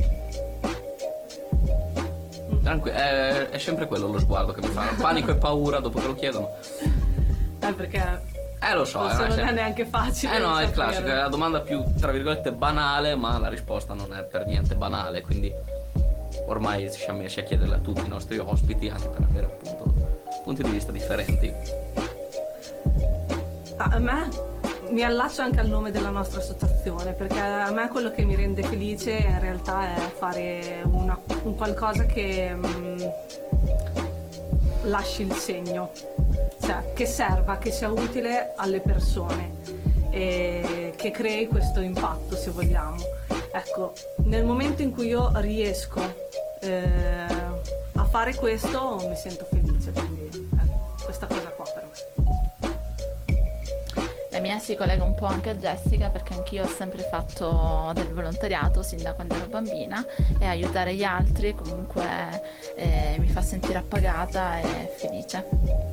Tranqui- è, è sempre quello lo sguardo che mi fa panico e paura dopo che lo chiedono. Eh, perché Eh lo so, forse eh, non se- è neanche facile. Eh no, è il sapere. classico, è la domanda più, tra virgolette, banale, ma la risposta non è per niente banale, quindi ormai ci siamo messi a chiederle a tutti i nostri ospiti, anche per avere appunto punti di vista differenti. Ah, a me mi allaccio anche al nome della nostra associazione, perché a me quello che mi rende felice in realtà è fare una- un qualcosa che mm, lasci il segno, cioè che serva, che sia utile alle persone e che crei questo impatto, se vogliamo. Ecco, nel momento in cui io riesco eh, a fare questo mi sento felice, quindi ecco, questa cosa qua per me. La mia si collega un po' anche a Jessica, perché anch'io ho sempre fatto del volontariato sin da quando ero bambina, e aiutare gli altri comunque eh, mi fa sentire appagata e felice.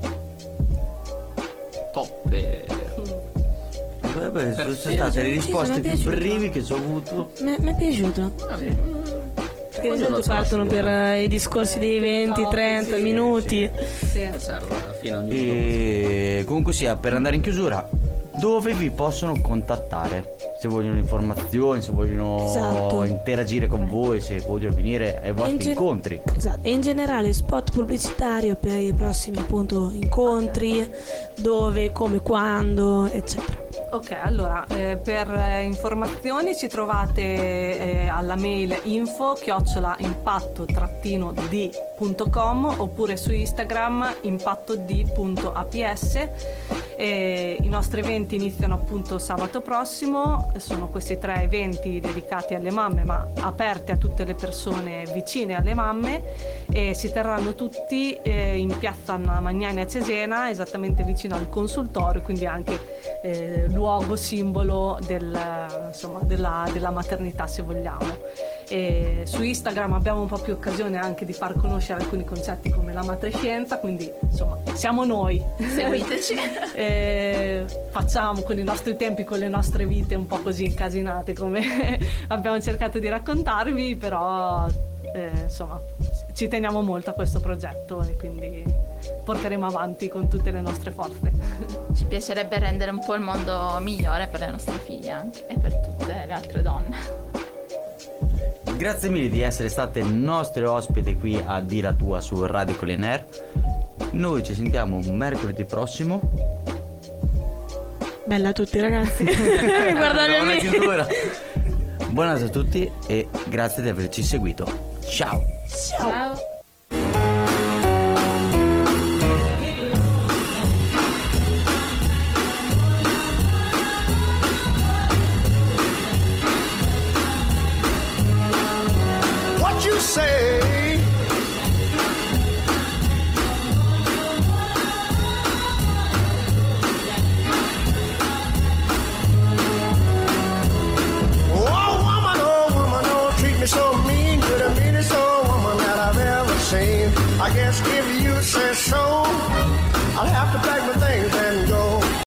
Top. eh, Beh, beh, sono Perfetto. state le Sì, risposte mi è più piaciuto. brevi che ci ho avuto. Mi è piaciuto. Perché di solito partono per eh, i discorsi dei venti trenta minuti. Sì. serve alla fine ognuno. E comunque sia, per andare in chiusura, dove vi possono contattare? Se vogliono informazioni, se vogliono Esatto. interagire con voi, se vogliono venire ai vostri In gen- incontri. Esatto. E in generale spot pubblicitario per i prossimi appunto incontri, dove, come, quando, eccetera. Ok, allora eh, per eh, informazioni ci trovate eh, alla mail info chiocciola impatto trattino d punto com oppure su Instagram impatto d punto a p s. E i nostri eventi iniziano appunto sabato prossimo, sono questi tre eventi dedicati alle mamme ma aperti a tutte le persone vicine alle mamme, e si terranno tutti eh, in piazza Anna Magnani a Cesena, esattamente vicino al consultorio, quindi anche eh, luogo simbolo del, insomma, della, della maternità, se vogliamo. E su Instagram abbiamo un po' più occasione anche di far conoscere alcuni concetti come la matrescienza, quindi insomma siamo noi. Seguiteci. E facciamo con i nostri tempi, con le nostre vite un po' così incasinate come abbiamo cercato di raccontarvi, però eh, insomma ci teniamo molto a questo progetto e quindi porteremo avanti con tutte le nostre forze. Ci piacerebbe rendere un po' il mondo migliore per le nostre figlie anche e per tutte le altre donne. Grazie mille di essere state nostre ospiti qui a Di la tua su Radio Colinaire. Noi ci sentiamo mercoledì prossimo. Bella a tutti ragazzi. Guardate Buona me. chiusura. Buonanotte a tutti e grazie di averci seguito. Ciao. Ciao. What you say? Oh woman, oh woman, don't treat me so mean. You're the meanest old woman that I've ever seen. I guess if you say so, I'll have to pack my things and go.